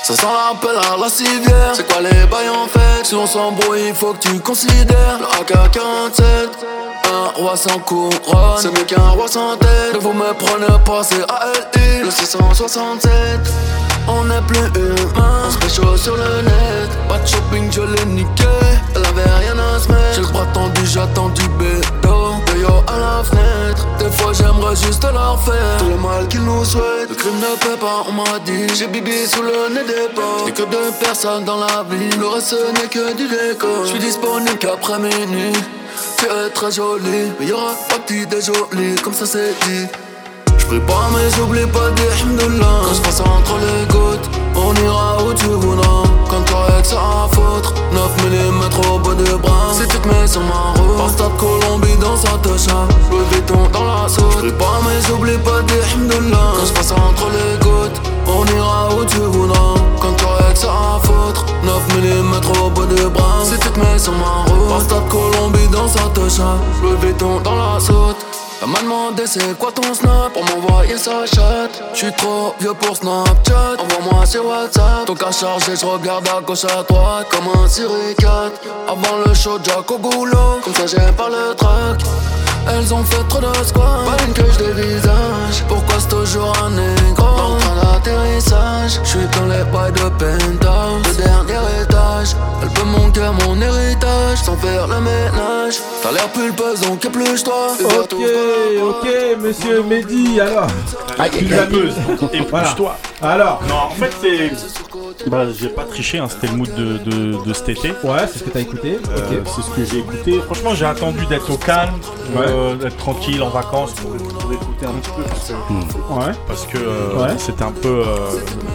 Ça s'en rappelle à la civière. C'est quoi les bails en fait? Si on s'embrouille, il faut que tu considères le A K quarante-sept. Un roi sans couronne, c'est mieux qu'un roi sans tête. Ne vous me prenez pas, c'est A L I, le six cent soixante-sept. On n'est plus humain, on se fait chaud sur le net. Pas de shopping, je l'ai niqué, elle avait rien à se mettre. J'ai le bras tendu, j'attends du bédo, de yo à la fenêtre. Des fois j'aimerais juste leur faire tout le mal qu'ils nous souhaitent. Le crime ne paie pas, on m'a dit. J'ai bibi sous le nez des porcs. J'ai que deux personnes dans la vie, le reste ce n'est que du décor. J'suis disponible qu'après minuit. Tu es très jolie, mais y'aura pas petit déjoli, comme ça c'est dit. J'prie pas mais j'oublie pas des hamdoulah. Quand j'passe entre les gouttes, on ira où tu voudras. Quand t'aurais que ça à foutre, neuf millimètres au bout du bras. Si tu te mets sur ma route, par stade Colombie dans sa toucha, Louis Vuitton dans la sauce. J'prie pas mais j'oublie pas des hamdoulah. Quand j'passe entre les gouttes, on ira où tu voudras. Quand t'aurais que ça à foutre, neuf millimètres au bout du bras. Si tu te mets sur ma route, par stade Colombie dans sa toucha, Louis Vuitton dans la sauce. Elle m'a demandé c'est quoi ton snap pour m'envoyer sa chatte. J'suis trop vieux pour Snapchat, envoie-moi sur WhatsApp. Ton cas chargé, j'regarde à gauche à droite comme un Siri quatre. Avant le show, Jack au goulot, comme ça j'ai pas le track. Elles ont fait trop de squats, pas une queue des visages. Pourquoi c'est toujours un négro dans le train d'atterrissage? J'suis dans les bails de penthouse, le dernier étage. Elle peut manquer mon héritage sans faire le ménage. T'as l'air pulpeuse donc épluche-toi. Ok, ok, monsieur Mehdi, alors. Ah, pulpeuse, épluche-toi. Alors. Non, en fait, c'est. Bah, j'ai pas triché, hein, c'était le mood de, de, de cet été. Ouais, c'est ce que t'as écouté. Euh, Ok. C'est ce que j'ai écouté. Franchement, j'ai attendu d'être au calme, Ouais. euh, d'être tranquille en vacances pour, pour écouter un petit peu. Parce que, Ouais. parce que euh, Ouais. c'était un peu. Euh,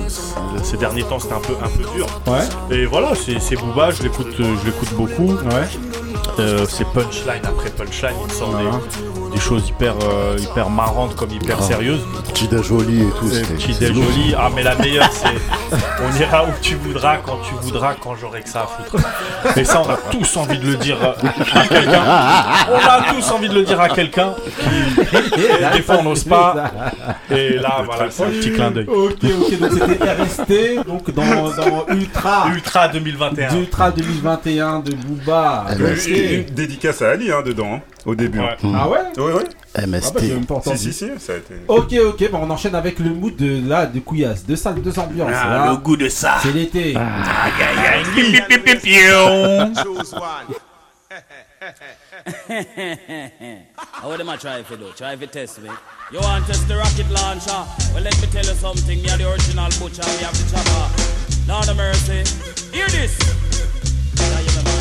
ces derniers temps, c'était un peu, un peu dur. Ouais. Et voilà, c'est, c'est Booba, je l'écoute, euh, je l'écoute beaucoup. Ouais. Euh, c'est punchline après punchline, il sort Ouais. des, des choses hyper, euh, hyper marrantes comme hyper Ah. sérieuses. Petit déj joli et tout. Euh, c'était- Petit c'est déj lourd. joli. Ah, mais la meilleure, c'est on ira où tu voudras, quand tu voudras, quand j'aurai que ça à foutre. Et ça, on a tous envie de le dire à quelqu'un. On a tous envie de le dire à quelqu'un qui, des fois, on n'ose pas. Et là, voilà, c'est un petit clin d'œil. Ok, ok, donc c'était R S T, donc dans, dans Ultra. Ultra deux mille vingt et un. Ultra deux mille vingt et un de Booba. Ah, Une, ouais. une- une dédicace à Ali hein, dedans, hein, au début. Ouais. hein. Ah ouais? Ouais, ouais. Ah bah, j'ai M S T. même pas entendu. Si, si, si, ça a été. Ok, ok, bah on enchaîne avec le mood de là, de Couillasse, de salles, deux ambiances. Ah, là. le goût de ça. C'est l'été. Aïe aïe aïe. Pi, pi, pi, pi, pion. How them I try if you do? Try if you test me. You want to test the rocket launcher? Well, let me tell you something. Me are the original butcher. We have the chopper. Lord of mercy. Hear this. Now you man.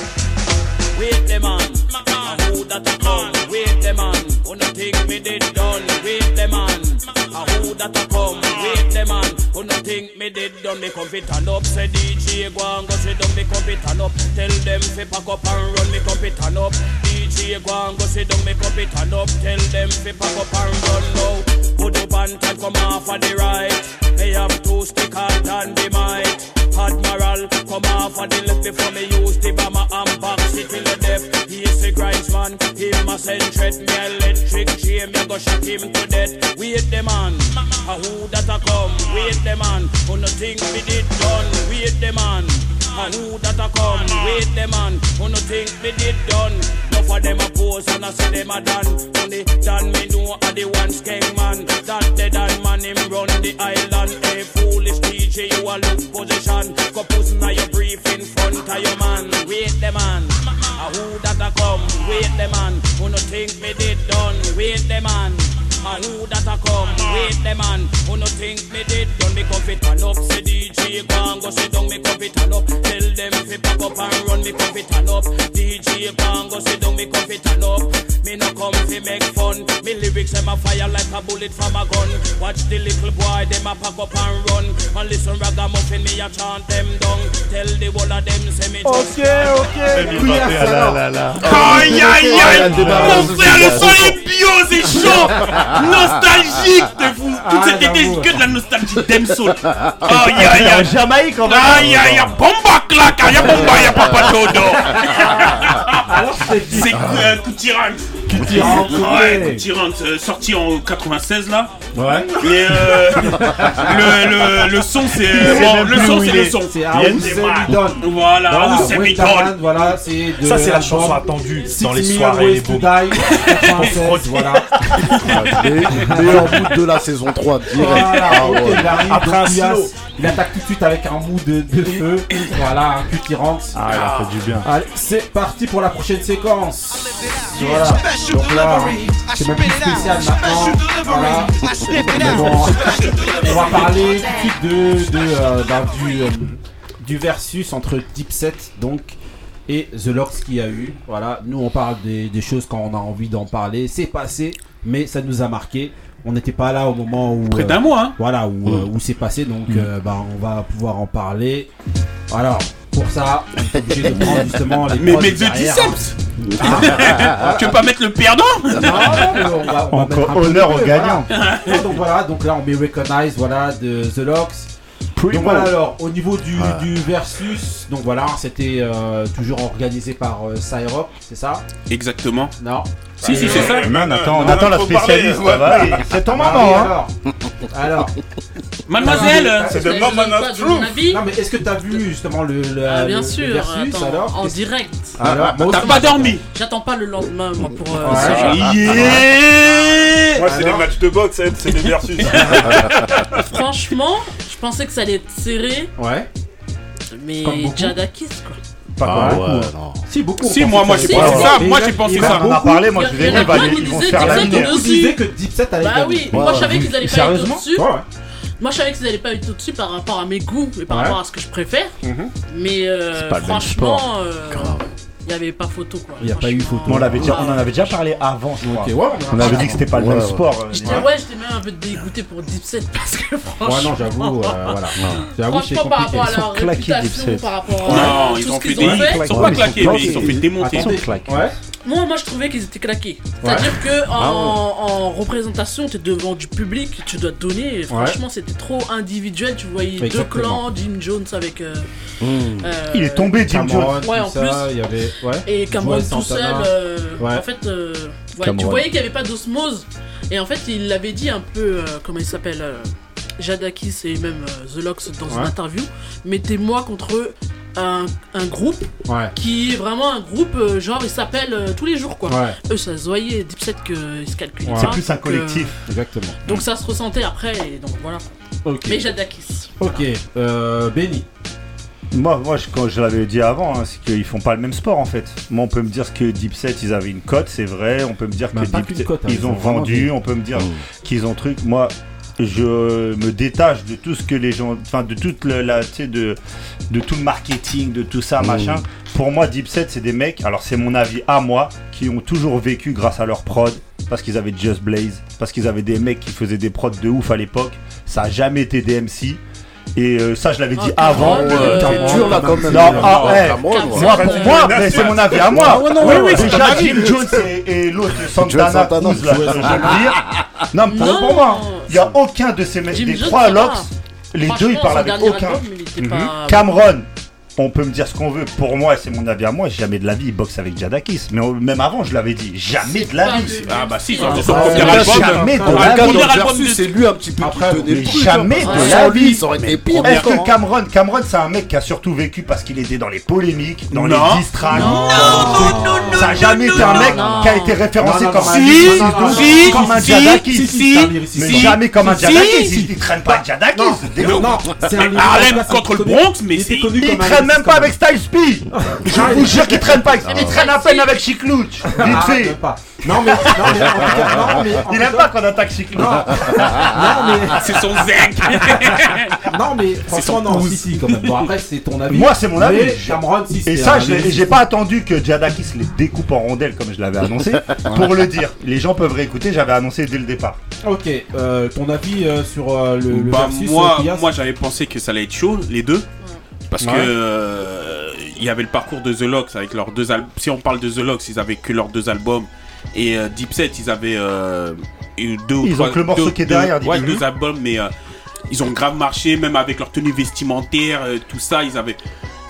Wait the man. A who that a come? Wait the man. Who no think me did done? Wait the man. A who that a come? Wait the man. Who no think me did done? Me come fit and up. Say D J go and go sit down. Me come fit and up. Tell them fi pack up and run. Me come fit and up. D J go and go sit down. Me come fit and up. Tell them fi pack up and run now. Put up and time come off of the right. Me have two stick hard and the mic. Admiral come off of the left before me use the bomber and box it till the death. He is a grinds man, him a send threat. Me electric chain, me go shock him to death. Wait the man, a who that a come? Wait the man, who no think me did done? Wait the man, a who that a come? Wait the man, who no think me did done? Enough of them a pose and I say them a done. Only done me know a the one skeng man. That the done man him run the island. Hey foolish D J, you a look position. Go pussy now you brief in front of your man. Wait the man, a who that a come? Wait the man, who no think me did done? Wait the man, a who that a come? Wait the man, who no think me did done? Me come fit and up, say D J go and go sit down. Me come fit and up, tell them fi pack up and run. Me come fit and up, D J go and go sit down. Me come fit and up, me no come fi make fun. Me lyrics them a fire like a bullet from a gun. Watch the little boy them a pack up and run. And listen ragamuffin me a chant them down. Tell the whole of them say me just. Ok, ok, Couillasse alors. Aïe aïe aïe. Mon frère, le son est bio, c'est chaud. Nostalgique de fou. Toute Ah, cette été, j'avoue. c'est que de la nostalgie dancehall. Aïe aïe aïe. Jamaïque en Aïe aïe aïe. Bomba claque. Y'a bomba, y'a papa dodo. Alors c'est qui? C'est euh, Koutiran. Cutie Ranks, Ouais, Cutie Ranks, euh, sorti en quatre-vingt-seize là. Ouais. Et euh, le, le, le son c'est euh, bon, le son c'est le son. C'est House Semidon. Voilà, House Semidon. Voilà, c'est de Ça c'est la chanson attendue dans les soirées les beaux. Voilà. Meilleur mood de la saison trois direct. Voilà, Ah ouais. ok, Barry, Après un donc, Diaz, silo. il attaque tout de suite avec un mood de, de feu. Voilà, un Cutie Ranks. Ah, il a fait du bien. Allez, c'est parti pour la prochaine séquence. Voilà. Donc là, c'est même plus spécial maintenant. Voilà. Mais bon, on va parler tout de suite de, de, euh, bah, du, euh, du versus entre Dipset donc et The Lox qu'il y a eu. Voilà, nous on parle des, des choses quand on a envie d'en parler. C'est passé, mais ça nous a marqué. On n'était pas là au moment où. Près euh, d'un mois, hein. Voilà, où, euh, où c'est passé, donc euh, bah, on va pouvoir en parler. Alors, pour ça, on est obligé de prendre justement les Mais, prods mais The derrière. Diceps. Tu veux pas mettre le perdant? Non, non, mais on va, on va mettre un Encore peu honneur de aux feu, gagnants. voilà. Donc voilà, donc là on met Recognize, voilà, de The Lox. Donc voilà, alors au niveau du, Ouais. du versus, donc voilà, c'était euh, toujours organisé par euh, Cyrock, c'est ça? Exactement. Non. Si, si, c'est ça. Man, attends, on on attend a la trop parlé, spécialiste, ouais. ça va, et c'est ton Ah oui, moment, hein. alors, alors, Mademoiselle. C'est de Je moment donne pas of de mon truth. avis. non mais est-ce que t'as vu justement le, le, Ah, bien le- sûr, le versus attends, alors? en Qu'est-ce- direct. Alors, moi T'as aussi, pas dormi. J'attends pas le lendemain moi, pour euh, Ouais. ce genre. Yeah. Moi, c'est Alors des matchs de boxe, Ed, c'est des versus. Franchement, je pensais que ça allait être serré, Ouais. mais Comme beaucoup. Jadakis quoi. Pas Ah comme ouais. beaucoup. non. Si beaucoup. Si, ont moi, pensé moi, que j'ai ça pensé allait ça. être- Moi, Et j'ai il pensé y en a ça. On en a beaucoup- parlé, moi je vous Il y ai en dit, a il va plein qui ils vont se disaient faire Dipset, laminer. on est Qui disait que Dipset allait Bah gagner. oui, moi je savais qu'ils allaient pas être Sérieusement au-dessus. Ouais. Moi je savais qu'ils allaient pas être au-dessus par rapport à mes goûts et par Ouais. rapport à ce que je préfère. Mhm. Mais euh, C'est pas le même franchement, sport. euh, il y avait pas photo quoi. Il y a pas eu Franchement. photo. On, l'avait déjà, on en avait déjà parlé avant, je crois. Ok, ouais. On avait dit que c'était pas le Ouais, même ouais. sport. euh, J'étais ouais. ouais, j'étais même un peu dégoûté pour Dipset parce que franchement. Ouais, non, j'avoue, euh, voilà. J'avoue, c'est Franchement, par compliqué. rapport à Ils sont leur claqués, réputation, Dipset. par rapport Non, à ils tout ont ce fait qu'ils des. ont fait. Ils sont Ouais, pas ils sont claqués, mais ils claqués. sont fait démonter. Attendez. claqués. Ouais. Moi, moi, je trouvais qu'ils étaient claqués. C'est-à-dire que en, en représentation, t'es devant du public, tu dois te donner. Et franchement, c'était trop individuel. Tu voyais deux Exactement. clans, Jim Jones avec. Euh, Mmh. euh, Il est tombé, Jim Jones. Cameron, Ouais, tout en ça, plus. il y avait. Ouais. Et Cameron Joel tout seul. Santana. euh, Ouais. En fait, euh, ouais, tu Cameron. voyais qu'il n'y avait pas d'osmose. Et en fait, il l'avait dit un peu, euh, comment il s'appelle euh, Jadakis et même euh, The Lox dans Ouais. une interview. Mettez-moi contre un, un groupe Ouais. qui est vraiment un groupe, euh, genre, il s'appelle euh, tous les jours quoi. Ouais, Eux, ça se voyait, Dipset, qu'ils se calculaient Ouais. pas, C'est plus un donc, collectif. exactement. euh, donc ça se ressentait après, et donc voilà. Ok. Mais Jadakis. Ok. Euh, Benny. Moi, moi je, quand je l'avais dit avant, hein, c'est qu'ils font pas le même sport en fait. Moi, on peut me dire que Dipset, ils avaient une cote, c'est vrai. On peut me dire Bah, que pas Dipset, qu'une cote, hein, ils ils ont ont vraiment vendu. des- On peut me dire Mmh. qu'ils ont truc. Moi, je me détache de tout ce que les gens, enfin de toute le, la, tu sais, de, de tout le marketing, de tout ça, Mmh. machin. Pour moi, Dipset, c'est des mecs. Alors, c'est mon avis à moi, qui ont toujours vécu grâce à leur prod, parce qu'ils avaient Just Blaze, parce qu'ils avaient des mecs qui faisaient des prods de ouf à l'époque. Ça a jamais été des M C. Et euh, ça, je l'avais dit Oh, avant. Cameron, euh, euh, T'es dur là quand même. Non, ah, Oh, ouais. Cameron, ouais. Moi, pour C'est moi, une mais c'est nation. mon avis à moi. Ah ouais, non, ouais, ouais, c'est Déjà, ton avis. Jim Jones et, et l'autre Joel Santana, Santana, Cruz, là, Joel je veux Santana. dire. Non, mais pour, Non. pour moi, il n'y a aucun de ces mecs, Jim des Jones, trois ça va. Lox, les deux, ils Franchement, parlent son avec dernier aucun. album, il était Mhm. pas- Cameron, on peut me dire ce qu'on veut. Pour moi, c'est mon avis à moi. Jamais de la vie, il boxe avec Jadakis. Mais on- même avant, je l'avais dit. Jamais de la Pas vie. de- Ah bah si, Ah, dans bah, son ouais, premier ouais, album. jamais de Ouais, la Regarde, vie. premier dans le album versus, de- c'est lui un petit peu Après, qui tenait mais le truc. jamais hein. de Sans la lui, vie. ça aurait été pire Est-ce que encore. Cameron, Cameron, c'est un mec qui a surtout vécu parce qu'il était dans les polémiques, dans Non. les distracts. Non. Ça a jamais été un mec non. qui a été référencé Non, non, comme non. un Si, Dipset, non, non, si, comme un si, Jadakis. si, Si, si, c'est un lyriciste. Mais si. jamais comme un Si, Jadakis. si. Ils ils traînent pas avec Jadakis. Non, Des- non, non, c'est un Harlem lyriciste contre le connu- Bronx, mais il était c'est- connu Ils comme un traînent même lyriciste pas quand avec Styles P. Je vous jure qu'ils traînent pas avec. Ils traînent à peine avec Chiclouch. Vite Ah, fait. même pas. Non mais, non mais en tout cas, non mais en Il tout aime cas- pas qu'on attaque Chiclouch. Non, non mais, C'est son zec. non mais, franchement non, pouce. si si quand même. Bon après c'est ton avis. Moi, c'est mon avis. Mais Cameron si. Et c'est ça, un je l'ai- lyriciste. j'ai pas attendu que Jadakis les découpe en rondelles comme je l'avais annoncé pour le dire. Les gens peuvent réécouter, j'avais annoncé dès le départ. Ok, euh, ton avis euh, sur euh, le, le Bah, versus moi, euh, qu'il y a, moi j'avais pensé que ça allait être chaud, les deux. Parce Ouais. que euh, il y avait le parcours de The Lox avec leurs deux albums. Si on parle de The Lox, ils avaient que leurs deux albums. Et euh, Dipset, ils avaient euh, eu deux ou Ils ont trois. que le morceau deux- qui est deux- derrière, Ouais, dis-le. deux albums, mais euh, ils ont grave marché, même avec leur tenue vestimentaire, euh, tout ça. Ils avaient.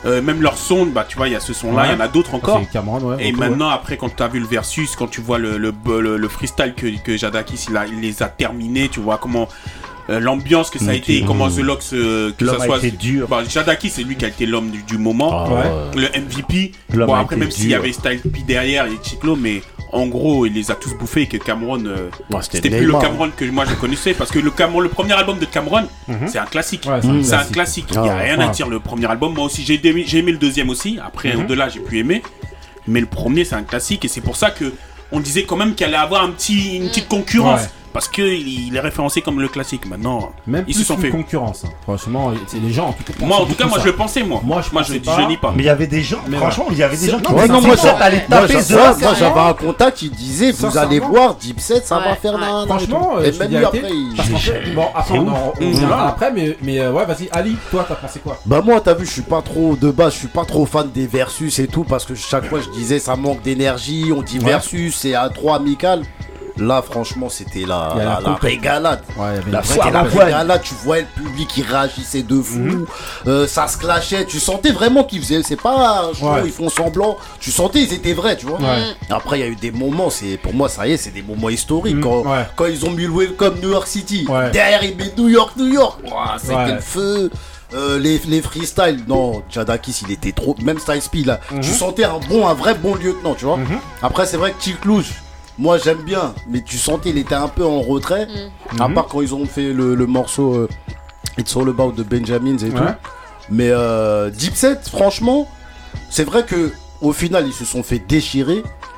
Euh, même leur son, bah tu vois, il y a ce son-là, il Ouais. y en a d'autres encore. C'est Cameron, ouais, Et beaucoup, maintenant, après, quand tu as vu le versus, quand tu vois le, le, le, le freestyle que, que Jadakis il, a, il les a terminés, tu vois comment euh, l'ambiance que ça a Mais été, tu- comment The Lox, euh, que L'homme ça a soit. été dur. Bah, Jadakis, c'est lui qui a été l'homme du, du moment, Ah, Ouais. le M V P. L'homme Bon, a après, été même s'il y dur. avait Style P derrière et Chiclo, mais en gros, il les a tous bouffés et que Cameron, euh, Ouais, c'était c'était plus le Neymar. Cameron que moi je connaissais parce que le Cameron, le premier album de Cameron, c'est un classique. Ouais, c'est un C'est un classique. classique. Il n'y a Ah, rien ouais. à dire. Le premier album, moi aussi, j'ai aimé, j'ai aimé le deuxième aussi. Après, au-delà, j'ai pu aimer. Mais le premier, c'est un classique et c'est pour ça que on disait quand même qu'il allait avoir un petit, une petite concurrence. Ouais. Parce qu'il il est référencé comme le classique. Maintenant, Même ils plus se sont qu'une fait. concurrence. hein. Franchement, c'est les gens en tout cas. Moi, en pensent tout cas, beaucoup moi, ça. je le pensais, moi. Moi, je moi, je pensais dis, pas. je nie pas. Mais il y avait des gens, Mais franchement, il y avait des gens qui Ouais, non, disaient moi, que j'avais- t'allais moi, taper j'avais- The moi, Lox. moi, j'avais un contact qui disait vous Sincèrement. allez voir Dipset, ça va Ouais, faire ouais. nan, nan, Franchement, et euh, tout. je Et te même dis lui la après, vérité, il- parce qu'en fait- bon, après, on, en- on Mmh. reviendra après, mais, mais euh, ouais, vas-y, Ali, toi, t'as pensé quoi? Bah moi t'as vu je suis pas trop de base, je suis pas trop fan des versus et tout parce que chaque fois je disais ça manque d'énergie, on dit Ouais. versus c'est à trop amical. Là franchement c'était la, Il y a la, la la compète. régalade. Ouais, il y avait La une vraie fois la compète. régalade, tu voyais le public qui réagissait de fou, euh, ça se clashait, tu sentais vraiment qu'ils faisaient, c'est pas un show, Ouais. ils font semblant, tu sentais ils étaient vrais tu vois. Ouais. Après il y a eu des moments, c'est pour moi ça y est c'est des moments historiques Mm, quand, ouais. quand ils ont mis le Welcome New York City, Ouais. derrière ils mettent New York New York, Ouah, c'était Ouais. le feu. Euh, les, les freestyles, non, Jadakis il était trop, même Style P là, Mhm. tu sentais un bon, un vrai bon lieutenant, tu vois. Après c'est vrai que Chiclouche, moi j'aime bien, mais tu sentais il était un peu en retrait, à part quand ils ont fait le, le morceau euh, It's All About de Benjamins et tout. Ouais. Mais euh, Dipset, franchement, c'est vrai que au final ils se sont fait déchirer,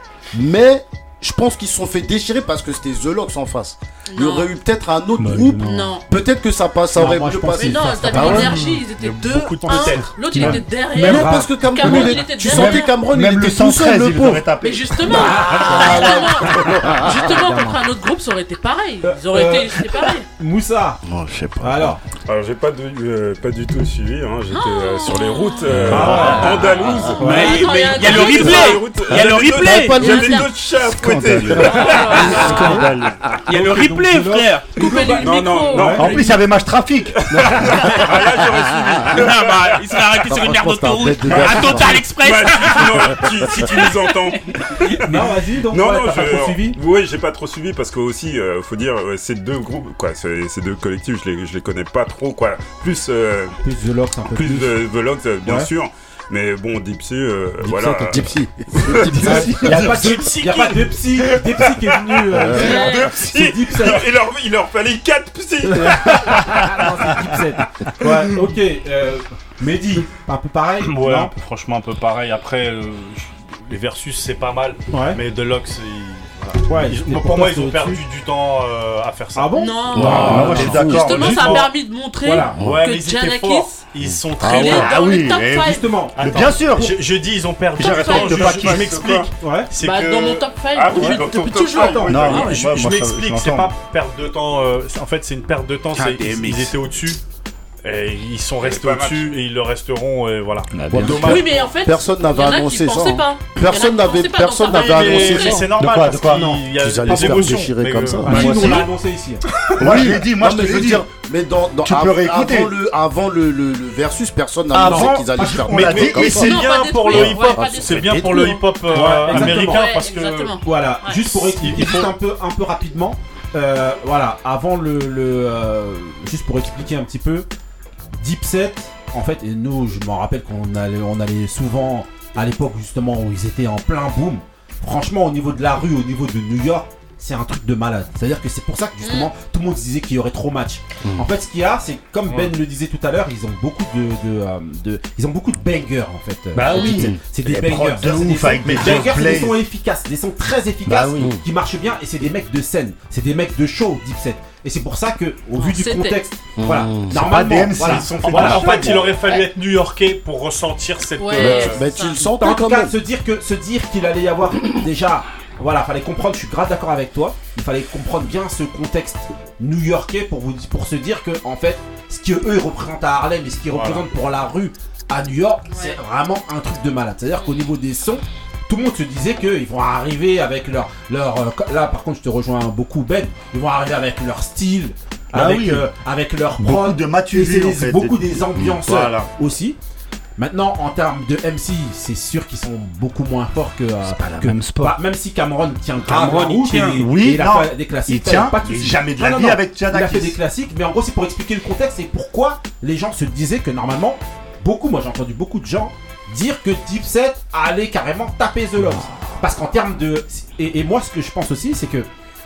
mais je pense qu'ils se sont fait déchirer parce que c'était The Lox en face. Il y Non. aurait eu peut-être un autre Bah, groupe. non. Non. Peut-être que ça passe, ça Non, aurait moi, mieux je pense passé. Mais non, ça, t'avais Ah ouais. l'énergie, ils étaient deux, beaucoup de un, peut-être. l'autre il Même- était Mais derrière. non, parce que Cameron, Cameron, il il est- était tu derrière. sentais Cameron, Même il le était tout seul, cent treize, le il pauvre. aurait tapé. Mais justement, justement, justement contre un autre groupe, ça aurait été pareil. Ils auraient Euh, été, c'était pareil. Moussa, Non, je sais pas. alors, Alors j'ai pas, de, euh, pas du tout suivi, hein. J'étais euh, sur les routes euh, Ah. andalouses. Mais Attends, mais il y a il y a un le truc. replay. Il y a le replay. pas de J'avais Attends. d'autres chats à fouetter. Scandale. Il y a le Donc, replay, donc, frère. Coupez-lui le Non, non, micro. non. En plus, il y avait match trafic. Ah, bah, il serait arrêté sur une aire franchement, c'était un d'autoroute. bête de À versus, Total hein. Express. Ouais, si, tu, non, si tu nous entends. non, vas-y, donc, Non, ouais, non, t'as pas je, trop suivi? oui, j'ai pas trop suivi parce que aussi, euh, faut dire, euh, ces deux groupes, quoi, ces, ces deux collectifs, je les, je les connais pas trop, quoi. Plus, euh, Plus The Lox, un peu plus plus. de Vlogs, euh, bien Ouais. sûr. Mais bon, Dipsy, euh, Dipset, voilà. ok. Gypsy. Il n'y a pas de psy, il y a pas de psy, des psy qui est venu. euh, Ouais. Psy, C'est Dipset. il, leur, il leur fallait quatre psy. non, c'est Dipset. Ouais, ok. Euh, Mehdi, un peu pareil. Ouais, un non peu- franchement un peu pareil. Après, euh, je- les versus c'est pas mal, Ouais. mais Deluxe, ils- Ouais, ils- c'était pour, pour moi toi, ils ont c'était perdu au-dessus. du temps euh, à faire ça. Ah bon? Non. Non, moi, je suis d'accord. Justement, ça a Justement. permis de montrer Voilà. Ouais, que mais ils étaient Jadakis, forts. Ils sont Ah très il est ouais. forts. Ah dans oui, le top et cinq. Justement. Mais Attends, bien sûr. Je, je dis ils ont perdu. Top Attends, cinq. je, Top je- cinq. je m'explique. Ouais. C'est Bah, que dans mon top cinq, Ah oui, depuis, dans ton depuis top toujours. cinq, oui. Non, Ah, moi, je, moi, je moi, ça, m'explique, je c'est l'entends. pas perte de temps. euh, c'est- en fait, c'est une perte de temps. Ah, c'est- des ils, mix. ils étaient au-dessus. Et ils sont restés pas match. au-dessus et ils le resteront. Et voilà. Ah, Bon, bien sûr. dommage. Oui, mais en fait, Personne il y en n'avait a qui annoncé ça. pensaient hein. pas. Personne Il y en a qui n'avait pensaient pas personne dans sa n'avait barre. annoncé Mais ça. c'est De normal. quoi, de parce quoi, qu'il non. y a Qu'ils allaient des se faire émotions, déchirer mais comme que- ça. Ah, Moi si, nous, aussi. on l'a annoncé ici. Moi, je l'ai dit, moi, Non, je mais te je l'ai veux dit. dire, mais dans, dans Tu av- peux réécouter. avant le avant le, le, le versus, personne n'a Avant, annoncé qu'ils allaient parce se faire qu'on Mais, l'a détruire mais- comme mais ça. c'est Non, bien pas pour le détruire, hip-hop. ouais, pas C'est détruire. bien pour le hip-hop euh, Ouais, américain exactement. parce Ouais, que exactement. Voilà, Ouais. juste pour expliquer Il faut- juste un peu, un peu rapidement. euh, voilà, avant le, le euh, juste pour expliquer un petit peu, Dipset, en fait, et nous, je m'en rappelle qu'on allait, on allait souvent à l'époque justement où ils étaient en plein boom. Franchement, au niveau de la rue, au niveau de New York, c'est un truc de malade. C'est-à-dire que c'est pour ça que justement tout le monde disait qu'il y aurait trop match. Mm. En fait, ce qu'il y a, c'est comme Ben le disait tout à l'heure, ils ont beaucoup de, de, euh, de- ils ont beaucoup de bangers en fait. Bah Euh, oui. Dipset. c'est des Les prods bangers. de C'est des ouf sons- avec mais des bangers, c'est plays. des sons efficaces, des sons très efficaces Bah oui. qui marchent bien et c'est des mecs de scène, c'est des mecs de show Dipset. Et c'est pour ça que, au vu du C'était. contexte, voilà, Mmh. normalement, pas D M C, voilà, ils sont fait voilà, en fait, il voilà. aurait fallu être new-yorkais pour ressentir cette. Ouais. euh, Mais c'est tu ça. le sentais En quand tout cas, même. se dire que se dire qu'il allait y avoir déjà, voilà, fallait comprendre. Je suis grave d'accord avec toi. Il fallait comprendre bien ce contexte new-yorkais pour vous pour se dire que en fait, ce que eux ils représentent à Harlem et ce qu'ils Voilà. représentent pour la rue à New York, Ouais. c'est vraiment un truc de malade. C'est-à-dire qu'au niveau des sons, tout le monde se disait qu'ils vont arriver avec leur leur euh, là par contre je te rejoins beaucoup Ben, ils vont arriver avec leur style. Ah avec, oui. euh, avec leur Beaucoup prod, de et c'est maturité, en des- fait. beaucoup des ambianceurs Voilà. aussi. Maintenant, en termes de M C, c'est sûr qu'ils sont beaucoup moins forts que. Euh, C'est pas la que même sport. bah, même si Cameron tient Cameron, grave la il route tient. et, Oui, et il a non, fait des classiques. il tient, pas de mais souci. jamais de Non, la non, vie non, avec Il a Jadakis. fait des classiques, mais en gros, c'est pour expliquer le contexte et pourquoi les gens se disaient que normalement, beaucoup, moi j'ai entendu beaucoup de gens dire que Dipset allait carrément taper The Loves. Parce qu'en termes de. Et, et moi, ce que je pense aussi, c'est que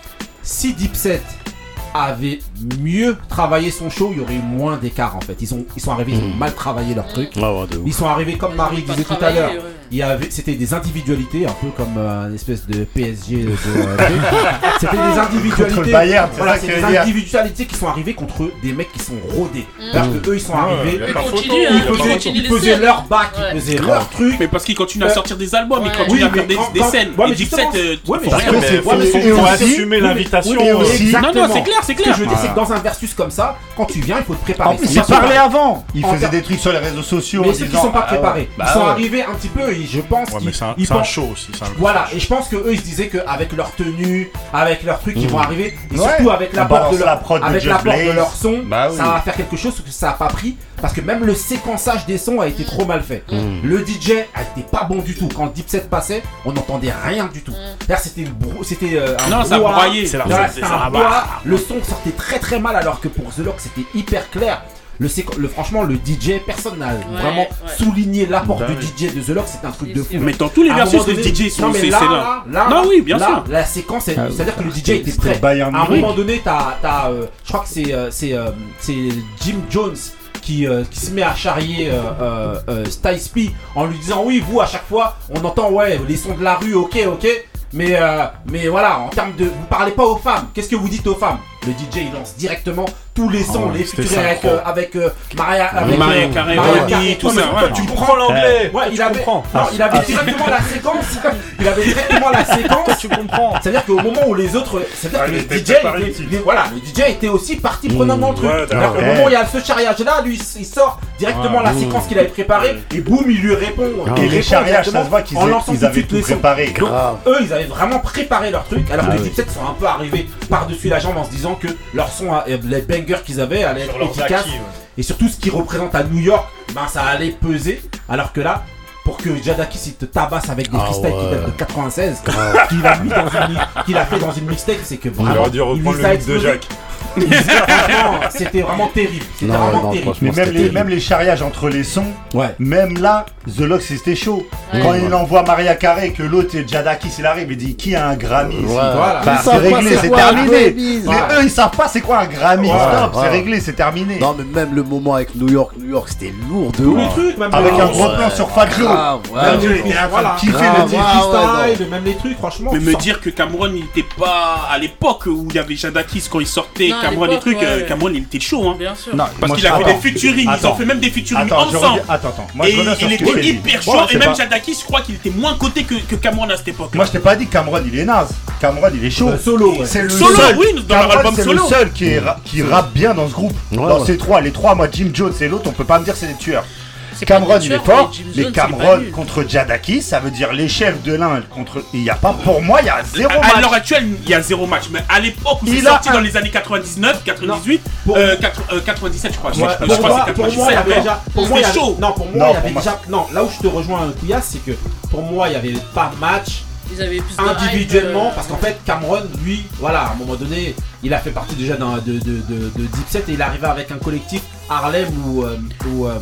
si Dipset avait mieux travaillé son show, il y aurait eu moins d'écart en fait. Ils, ont, ils sont arrivés, ils ont mal travaillé leur truc. Ah ouais, de ouf. Ils sont arrivés comme Marie Pas disait tout à travaillé, l'heure. ouais. Il y avait, c'était des individualités, un peu comme euh, une espèce de P S G. De, euh, c'était des individualités. Contre le Bayern, c'est voilà, ça c'est que des je veux dire. individualités qui sont arrivées contre des mecs qui sont rodés. Parce que eux, ils sont Ouais, arrivés. y a Ils pas photo. continuent, hein, Ils ils faisaient, continuent ils les faisaient scènes. leur bac, Ouais. ils faisaient leur truc. Mais parce qu'ils continuent à Euh, sortir des albums, ouais. ils continuent Oui, à faire mais des, quand- des quand- scènes. ouais, mais et Dipset, justement, euh, ouais, ils mais font parce rien. que c'est- c'est- ouais, mais faut- c'est- faut c'est- assumer oui, mais- l'invitation, oui, mais euh, aussi- Non, non, exactement. c'est clair, c'est Ce que clair. je veux dire, c'est Ah. que dans un versus comme ça, quand tu viens, il faut te préparer. En plus, Ils il sont parlait pas- avant. Il En faisait ter- des trucs sur les réseaux sociaux. Mais en ceux qui disant, sont pas ah ouais, préparés, bah ils sont ouais. arrivés un petit peu et je pense Ouais, qu'ils mais c'est un, ils c'est un pensent- show aussi. c'est un- Voilà, et je pense que eux ils se disaient qu'avec leur tenue, avec leurs trucs, ils vont arriver, et Ouais. surtout avec On l'apport de balance leur, la prod de avec Just l'apport de Blaze. leur son, Bah oui. ça va faire quelque chose que ça n'a pas pris, parce que même le séquençage des sons a été trop mal fait. Le D J a été pas bon du tout. Quand Dipset passait, on n'entendait rien du tout. D'ailleurs, c'était le brou- c'était euh, un Non, ça brouhaha. broyait. C'est la Voilà, c'est c'était ça. un brouhaha. Le son sortait très très mal, alors que pour The Lock c'était hyper clair. Le, séqu- le franchement, le D J, personne n'a vraiment ouais. souligné l'apport Bah du oui. D J de The Lock, c'était un truc de fou. Mais dans tous les À un versus, moment les donné- D J sont non, mais c'est là, c'est là. là, là, Non, oui, bien là, sûr. La séquence, elle- Ah oui, c'est-à-dire que le D J c'était- était c'était prêt. Bayern À un Munich. moment donné, t'as, t'as, euh, je crois que c'est, euh, c'est, euh, c'est Jim Jones qui, euh, qui se met à charrier euh, euh, euh, Styles P en lui disant oui, vous à chaque fois, on entend ouais les sons de la rue, ok, ok. Mais, euh, mais voilà, en termes de. Vous parlez pas aux femmes. Qu'est-ce que vous dites aux femmes? Le D J il lance directement tous les sons, Oh, les c'était featuring avec, synchro. euh, avec euh, Maria, avec Maria euh, Carey, Mariah Rodney, Carey, tout ouais, ça, mais ouais. Tu comprends l'anglais. Ouais, Tu il avait, comprends. non, il avait directement la séquence. Il avait directement la séquence. Tu comprends. C'est-à-dire qu'au moment où les autres, c'est-à-dire Ah, que il le était D J, préparé, était- le titre. les- voilà, le D J était aussi partie prenante dans le truc. ouais, Alors qu'au ouais. moment où il y a ce charriage-là, lui, il sort directement Ouais. la séquence qu'il avait préparée et boum, il lui répond. Et Il les répond charriages, ça directement se voit qu'ils en aient- lançant ils tout de avaient suite tout les sons. préparé. Donc, Grave. eux, ils avaient vraiment préparé leur truc, alors Ah que oui. Dipset sont un peu arrivés par-dessus la jambe en se disant que leur son, euh, les bangers qu'ils avaient allaient Sur être leurs efficaces. acquis, ouais. Et surtout, ce qui représente à New York, ben, ça allait peser. Alors que là, pour que Jadakis il te tabasse avec des Ah freestyles qui ouais. datent de quatre-vingt-seize, qu'il a mis dans une, qu'il a fait dans une mixtape, c'est que Il vraiment. aurait dû reprendre il les a le look de explosés. Jacques. Franchement, c'était vraiment terrible. C'était Non, vraiment non, terrible. franchement. Mais même c'était les, terrible. même les charriages entre les sons, Ouais. même là, The Lox c'était chaud. Ouais. Quand il envoie Maria Carey, que l'autre est Jadakis, il arrive, il dit qui a un Grammy ici Voilà. Bah, Ils c'est savent pas réglé, c'est c'est quoi un terminé. Grammy. Mais eux, ils savent pas c'est quoi un Grammy. Ouais, Stop, ouais. c'est réglé, c'est terminé. Non, mais même le moment avec New York, New York, c'était lourd de Tous les ouf. trucs, même Avec le- un gros ouais. plan sur Fat Joe. Grave, ouais. Même Dieu, les- il est en train de voilà. kiffer Ah, le Même les ouais, freestyles, ouais, même les trucs, franchement. Mais tu me sens- dire que Cameron il était pas à l'époque où il y avait Jadakis quand il sortait Non, à Cameron les l'époque, trucs, ouais. euh, Cameron il était chaud hein. Bien sûr. Non, Parce moi, qu'il a je- fait attends. des featuring, ils Attends. ont fait même des featuring Attends, je ensemble. reviens- attends, attends. Moi, Et je reviens sur il ce que je était t'ai dit. hyper Bon, chaud c'est et même pas- Jadakis je crois qu'il était moins coté que, que Cameron à cette époque. Moi, je t'ai pas dit que Cameron il est naze. Cameron il est chaud. Euh, solo, ouais. C'est le Solo, seul. oui, dans leur Cameron, album c'est solo. le seul qui, est ra- qui rappe bien dans ce groupe. Ouais, dans ouais. ces trois, les trois, moi Jim Jones et l'autre, on peut pas me dire c'est des tueurs. C'est pas Cameron des il est tueurs, fort, mais Jim mais Jones, il est pas Cameron nul. contre Jadakis, ça veut dire l'échelle de l'un contre. Il y a pas, pour moi, il y a zéro À, à match. l'heure actuelle, il y a zéro match. Mais à l'époque où c'est Il a sorti un- dans les années quatre-vingt-dix-neuf, quatre-vingt-dix-huit, Pour- euh, quatre- euh, quatre-vingt-dix-sept, je crois. Je Ouais, crois je pour crois moi, que c'est pour moi, il y avait quatre-vingt-dix-sept. déjà. Pour moi, il y avait- chaud. Non, pour moi, Non, il y pour avait moi. déjà. Non, là où je te rejoins, Couillasse, c'est que pour moi, il y avait pas match Ils avaient plus de individuellement, hype, euh, parce qu'en fait, Cameron, lui, voilà, à un moment donné, il a fait partie déjà d'un- de, de, de, de Dipset et il est arrivé avec un collectif Harlem où. euh, où, euh,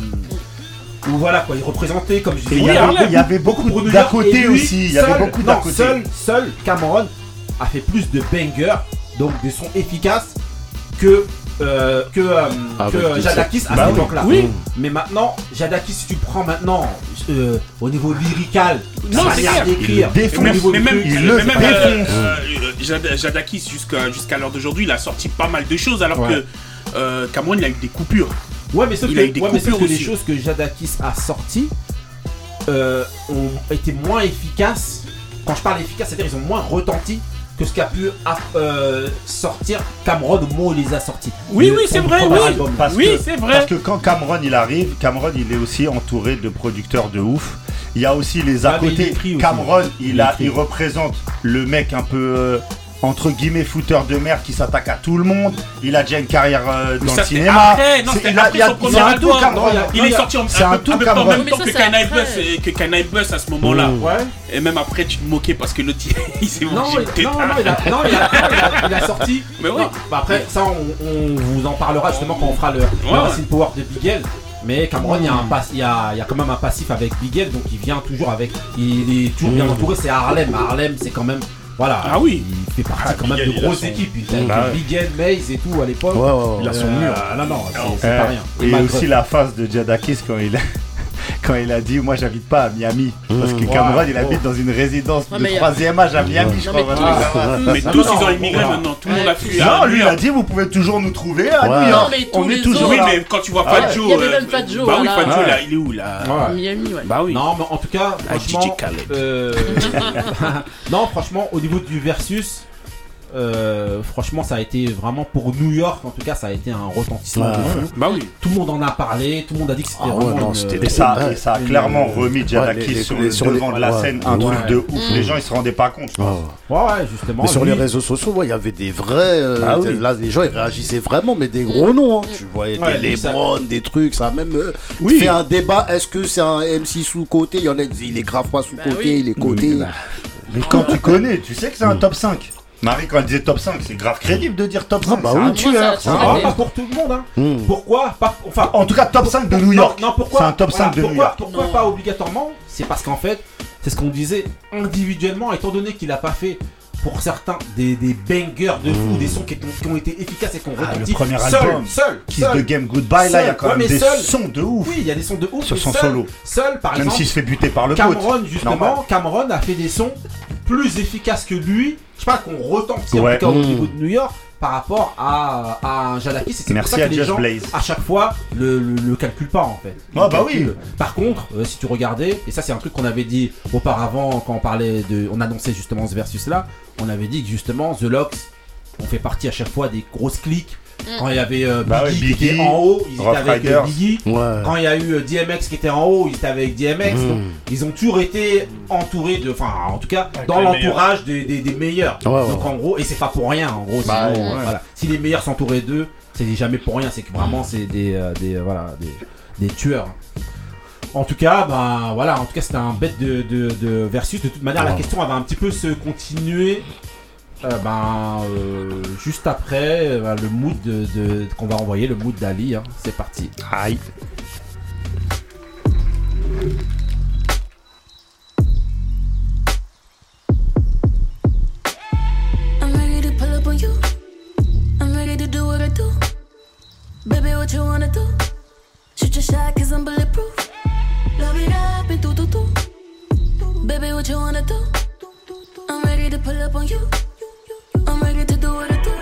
où voilà quoi, il représentait comme je Et disais. il y Oui, avait- Harlem. il y avait beaucoup pour New d'à York, et côté lui, aussi. Il y avait seul- beaucoup d'à non, côté. Seul, seul Cameron a fait plus de bangers, donc des sons efficaces, que, euh, que, euh, Ah, que bah, Dipset. Jadakis à Bah cette oui. époque-là. Oui. Mais maintenant, Jadakis, si tu prends maintenant euh, au niveau lyrical, Non, sa c'est manière clair. d'écrire, Il le au niveau Mais du même, truc, il mais le même, défonce. euh, euh, Jad- Jadakis jusqu'à jusqu'à l'heure d'aujourd'hui, il a sorti pas mal de choses alors Ouais. que euh, Cameron il a eu des coupures. Ouais, mais sauf Il que, a eu des ouais, mais sauf coupures que les aussi. choses que Jadakis a sorties euh, ont été moins efficaces. Quand je parle efficace, c'est-à-dire ils ont moins retenti que ce qu'a pu euh, sortir Cameron au moment où il les a sortis. Oui, Le- oui, son c'est vrai, premier oui. album. Parce Oui, que- c'est vrai. Parce que quand Cameron il arrive, Cameron il est aussi entouré de producteurs de ouf. Il y a aussi les à Ah, mais il côté. écrit aussi. Cameron Il il, a, écrit. il représente le mec un peu euh, entre guillemets footeur de merde qui s'attaque à tout le monde. Il a déjà une carrière euh, dans ça, le cinéma. Après, non, c'est, il il a, a, il a, il a un tout Cameron. Il est sorti en, c'est un, un tout en même mais temps ça, que Kanaï Bus et que Kanaï Bus à ce moment-là. Mmh. Ouais. Et même après, tu te moquais parce que l'autre il s'est Non, mangé il, non, non, il a, non, il a, il a, il a sorti. Mais oui. Non, bah après, ça, on, on vous en parlera justement quand on fera le, ouais, le Racing Power de Bigel. Mais Cameron, il y a un pass, il y a, il y a quand même un passif avec Bigel, donc il vient toujours avec. Il est toujours bien entouré. C'est Harlem. Harlem, c'est quand même. Voilà, ah oui, il fait partie ah, quand Bigel, même de grosses son... équipes. Il a bah, Bigel, Maze et tout à l'époque. Ouais, ouais, ouais. Il a son euh, mur. Non, non, c'est, c'est euh, pas rien. Et Malgré... aussi la phase de Jadakis quand il a, quand il a dit moi j'habite pas à Miami. Parce que Mmh. Cameron il Wow. habite dans une résidence Ouais, de mais troisième âge à Miami, Ouais. je Non, crois. mais voilà. tous- mais non, tous non, ils ont non, immigré non. maintenant. Tout le monde a fui. Non, lui il a dit vous pouvez toujours nous trouver à Ouais. New York. Non, mais tous On est les toujours autres- Oui, là. mais quand tu vois Ah Fat ouais. Joe. Il y avait euh, même Fat Joe, Bah oui, voilà. Fat Joe, Ouais. là, il est où là Ouais. Miami, ouais. Bah oui. Non, mais en tout cas, franchement, D J Khaled. euh, non, franchement, au niveau du versus, euh, franchement, ça a été vraiment pour New York. En tout cas, ça a été un retentissement. Ouais. de fou. Bah oui. Tout le monde en a parlé. Tout le monde a dit que c'était Ah ouais, vraiment. non, une- c'était Et ça, Ouais. et ça a Une- clairement remis les- Jadakis les- sur les- le sur les- devant de la ouais. scène, un Ouais. truc de ouf. Mm. Les gens ils se rendaient pas compte, je pense. Ouais. Ouais, ouais, justement. Mais sur lui- les réseaux sociaux, ouais, il y avait des vrais. euh, Ah oui. Là, les gens ils réagissaient vraiment, mais des gros noms. Hein. Tu voyais Ouais, des ça- Lebron, des trucs, ça a même euh, Oui. fait un débat. Est-ce que c'est un M C sous-côté? Il y en a qui disent il est grave pas sous-côté, Bah oui. il est côté. Oui, bah. Mais quand tu connais, tu sais que c'est un top cinq. Marie, quand elle disait top cinq, c'est grave crédible de dire top cinq. bah c'est oui. un Moi, tueur. ça- Ah, ça- pas pour tout le monde. Hein. Hmm. Pourquoi pas, enfin, En tout cas, top cinq de New York. Non, non, pourquoi C'est un top cinq de pourquoi, New York. Pourquoi Non. pas obligatoirement? C'est parce qu'en fait, c'est ce qu'on disait individuellement, étant donné qu'il a pas fait pour certains des, des bangers de fou, des sons qui, ont- qui ont été efficaces et qui ont Ah, retenti. le premier seul, album. seul, Kiss seul. the Game Goodbye, là, il y a Seul. quand Ouais, même mais des seul. sons de ouf. Oui, il y a des sons de ouf. Sur mais son seul, solo. Seul, par Même exemple. s'il se fait buter par le Cameron, pote. justement, Normal. Cameron a fait des sons plus efficaces que lui. Je sais pas qu'on retentit Ouais. en tout cas au Mmh. niveau de New York par rapport à, à un Jadakis. Et c'est Merci pour ça à que les Just gens, Blaze. à chaque fois, le, le, le calculent pas en fait. Ah, Le bah oui. calculent. Par contre, euh, si tu regardais, et ça c'est un truc qu'on avait dit auparavant quand on parlait de, on annonçait justement ce versus là, on avait dit que justement The Lox, on fait partie à chaque fois des grosses cliques. Quand il y avait euh, Bah ouais, Biggie, qui Biggie, était en haut, ils étaient Rough avec euh, Riders. Biggie. Ouais. Quand il y a eu euh, D M X qui était en haut, ils étaient avec D M X. Mmh. Donc, ils ont toujours été entourés de, enfin, en tout cas, Avec dans les l'entourage des, des, des meilleurs. Ouais, ouais, Donc en gros, et c'est pas pour rien, en gros. Bah, sinon, ouais. euh, voilà. Si les meilleurs s'entouraient d'eux, c'est jamais pour rien. C'est que vraiment, c'est des, euh, des, euh, voilà, des, des tueurs. En tout cas, ben voilà. En tout cas, c'était un bête de, de, de versus. De toute manière, la Ouais. question elle va un petit peu se continuer. Euh, ben euh, juste après euh, le mood de, de- qu'on va envoyer, le mood d'Ali. Hein. C'est parti. Aïe. I'm ready to pull up on you. I'm ready to do what I do. Baby, what you wanna do? Shoot your shot, cause I'm bulletproof. Love it up and do do do. Baby, what you wanna do? I'm ready to pull up on you. I'm ready to do what I do.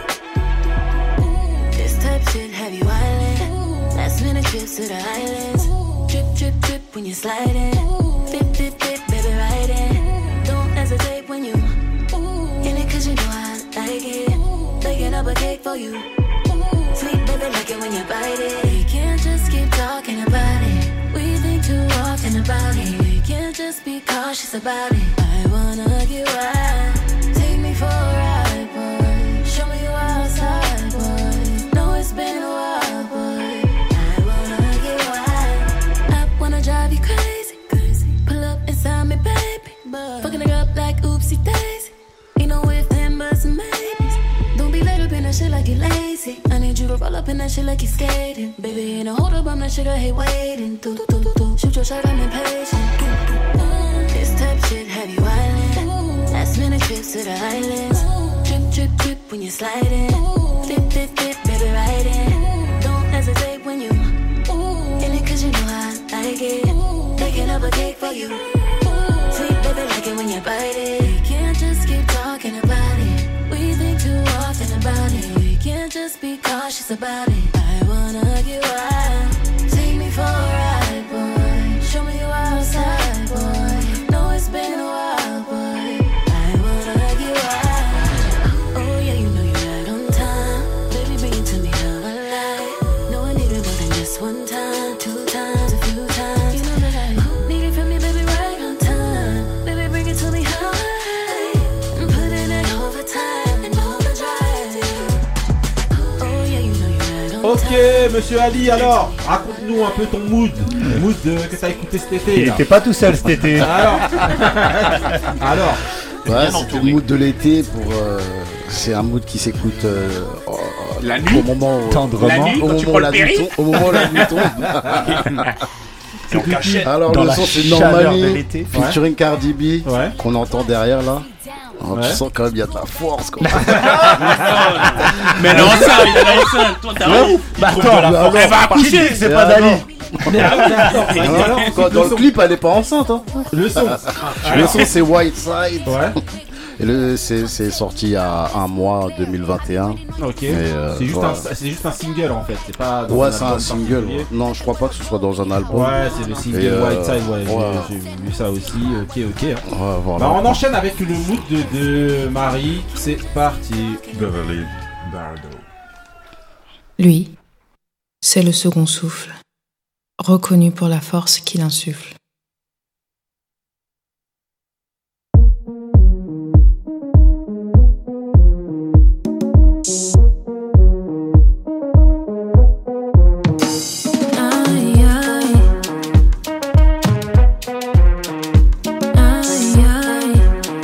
This type shit have you island. Last minute trips to the islands. Drip, drip, drip when you're sliding. Dip, dip, dip, baby, ride it. Don't hesitate when you in it cause you know I like it. Baking up a cake for you. Sweet baby, like it when you bite it. We can't just keep talking about it. We think too often about it. We can't just be cautious about it. I wanna get wild. Take me for a ride, boy. Show me you outside, boy. Know it's been a while, boy. I wanna get wild. I wanna drive you crazy, crazy. Pull up inside me, baby. Fucking it up like oopsie daisy. Ain't no if, then, but some maybes. Don't be late up in that shit like you're lazy. I need you to roll up in that shit like you're skating. Baby, ain't no hold up, I'm that shit I hate waiting. Do, do, do, do. Shoot your shot, I'm impatient. Do, do, do. This type shit have you island. Last minute trips to the islands. Drip, drip, drip when you're sliding. Dip, dip, dip, baby, ride it. Don't hesitate when you in it cause you know I like it. Baking up a cake for you. Sweet baby, like it when you bite it. We can't just keep talking about it. We think too often about it. We can't just be cautious about it. I wanna get wild. Take me for a ride, boy. Show me you outside, boy. Know it's been a while, boy. I wanna get wild. Oh yeah, you know you're right on time. Baby, bring it to me how I like. No, I need it more than just one time, two times, a few times. You know that I need it from me, baby, right on time. Baby, bring it to me how I like. And put in that overtime. And Ok, monsieur Ali, alors, raconte-nous un peu ton mood. Mood euh, que t'as écouté cet été. Il là. était pas tout seul cet été. Alors, alors. Ouais, c'était le mood de l'été pour. Euh, c'est un mood qui s'écoute euh, oh, la nuit, au moment où, tendrement, la nuit, au, moment où la nuit tombe, au moment où la nuit tombe. C'est en cachette. Alors dans le la son c'est chaleur de Normani l'été. featuring Cardi B Ouais. qu'on entend derrière là. Oh, Ouais. Tu sens quand même il y a de la force quoi. mais elle est enceinte, elle est enceinte, toi t'as Ouais. Bah attends, attends, mais alors, elle va accoucher. c'est Mais pas alors, Dali. Mais alors, attends, mais alors, alors, ensuite, quand- dans le le son. clip elle est pas enceinte hein. Le son. Le son c'est White Side. Ouais. Et le c'est c'est sorti il y a un mois deux mille vingt et un. Ok. euh, c'est juste ouais. un, c'est juste un single en fait. C'est pas. Dans Ouais un c'est un album single. particulier. Ouais. Non je crois pas que ce soit dans un album. Ouais, c'est le single Et, euh, White Side. Ouais, j'ai- ouais. j'ai vu ça aussi. Ok, ok. Ouais, voilà. Bah, on enchaîne avec le mood de, de Marie. C'est parti. Beverly Bardo. Lui, c'est le second souffle, reconnu pour la force qu'il insuffle. Aïe, aïe. Aïe, aïe.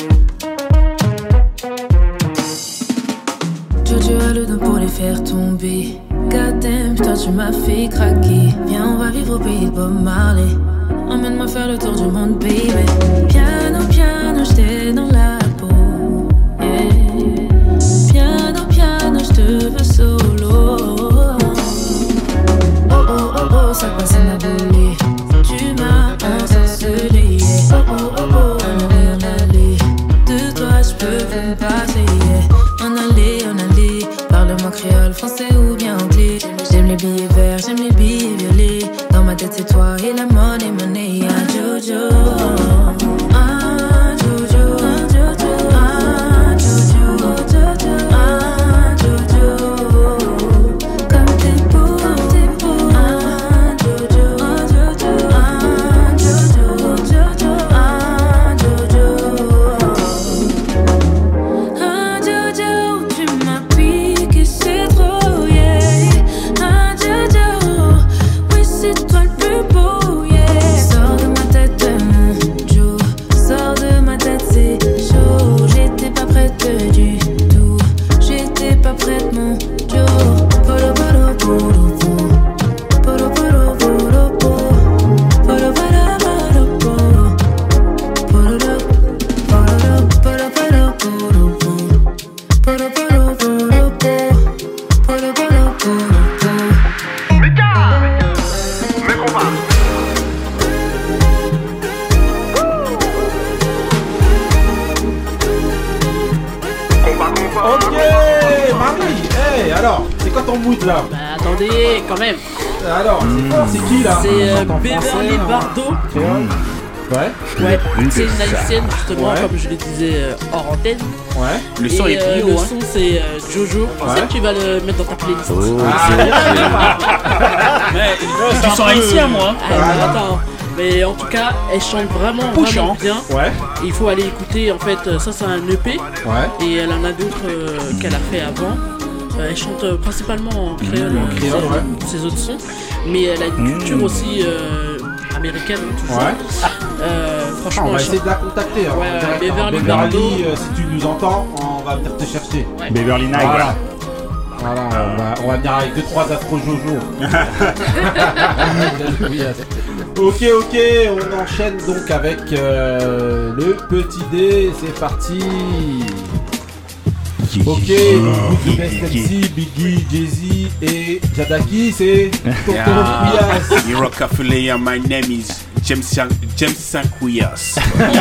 Jojo a le don pour les faire tomber. Goddamn, putain, tu m'as fait craquer. Viens, on va vivre au pays de Bob Marley. Emmène-moi faire le tour du monde, baby. Piano, piano, j'étais dans la peau. Yeah. Piano, piano, j'te veux solo. Oh, oh, oh, oh, ça passe à ma boulée. Tu m'as ensorcelé. Oh, oh, oh, oh, on a rien allé. De toi, j'peux plus me passer. On allait, on allait. Parle-moi créole, français ou bien anglais. J'aime les billets verts, j'aime les billets violets. Dans ma tête, c'est toi et la money, money. Ah, Jojo. Ah, Jojo. Ah, Jojo. Ah, Jojo. Ah, Jojo. Comme t'es beau, t'es beau. Ah, Jojo. Ah, Jojo. Ah, Jojo. Jojo. Ah, Jojo. Ah, Jojo, tu m'as piqué, c'est trop, yeah. Ah, Jojo, oui, c'est toi le plus beau, yeah. Sors de ma tête, mon Joe. Sors de ma tête, c'est chaud. J'étais pas prête du tout. J'étais pas prête, mon Joe. Polo, polo, polo, polo. Polo, polo, polo, polo. Polo, polo, polo, polo. Polo, polo, polo, polo, polo, polo, polo. Polo, polo, polo, polo. Polo, polo, polo, polo. Ok, Marie. Hey, alors, c'est quoi ton mood là? Bah attendez, quand même. Alors, c'est fort, c'est qui là? C'est euh, Chante en Beverly français, hein. Bardo. Créole. Ouais. Ouais, c'est une haïtienne justement, Ouais. comme je le disais euh, hors antenne. Ouais. Le son Et est euh, bio, le hein. son c'est euh, Jojo. Ouais. C'est que tu vas le mettre dans ta playlist. Oh, Mais tu sens haïtien, moi. Ah, mais attends. Mais en tout cas, elle chante vraiment, vraiment Pouchant. bien. Ouais. Il faut aller écouter. En fait, euh, ça c'est un E P. Ouais. Et elle en a d'autres euh, qu'elle a fait avant. Euh, elle chante euh, principalement en créole, en créole, ses, ouais. ses autres sons. Mais elle a une culture aussi euh, américaine, toujours. Ouais. Euh, Ah, franchement, on va elle essayer chante- de la contacter. hein, Ouais, en direct, Beverly hein. Bardo. euh, si tu nous entends, on va venir te chercher. Beverly Night. Voilà. Voilà, on va, on va venir avec deux trois afro Jojo. Ok, ok, on enchaîne donc avec euh, le petit dé, c'est parti. Ok, donc de Best M C, Biggie, Jay-Z et Jadaki, c'est Tonton Couillasse. You Rockefeller, my name is James James Sankouias.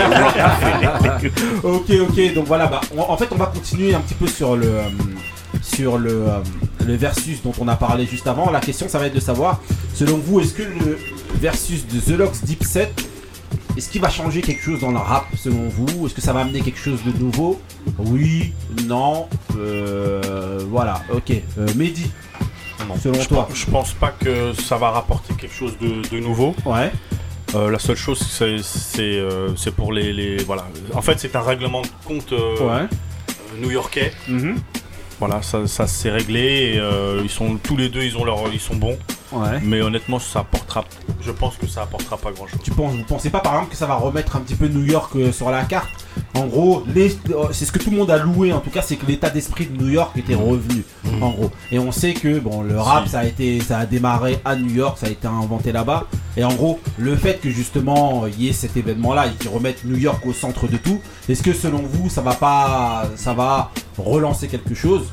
Ok, ok, donc voilà, bah, on- en fait on va continuer un petit peu sur le, euh, sur le, euh, le versus dont on a parlé juste avant. La question ça va être de savoir, selon vous, est-ce que le versus de The Lox Dipset, est-ce qu'il va changer quelque chose dans le rap selon vous? Est-ce que ça va amener quelque chose de nouveau? Oui, non, euh, voilà, ok. Euh, Mehdi, selon je toi? pense, je pense pas que ça va rapporter quelque chose de, de nouveau. Ouais. Euh, la seule chose, c'est c'est euh, c'est pour les, les voilà. En fait, c'est un règlement de compte euh, Ouais. euh, new-yorkais. Mhm. Voilà, ça, ça s'est réglé. Et, euh, ils sont tous les deux, ils ont leur, ils sont bons. Ouais. Mais honnêtement, ça apportera. Je pense que ça apportera pas grand chose. Tu penses, vous pensez pas par exemple que ça va remettre un petit peu New York euh, sur la carte? En gros, les, euh, c'est ce que tout le monde a loué. En tout cas, c'est que l'état d'esprit de New York était revenu. Mmh. En gros, et on sait que bon, le rap, si. ça a été, ça a démarré à New York, ça a été inventé là-bas. Et en gros, le fait que justement il y ait cet événement-là et qu'ils remettent New York au centre de tout, est-ce que selon vous, ça va pas, ça va relancer quelque chose?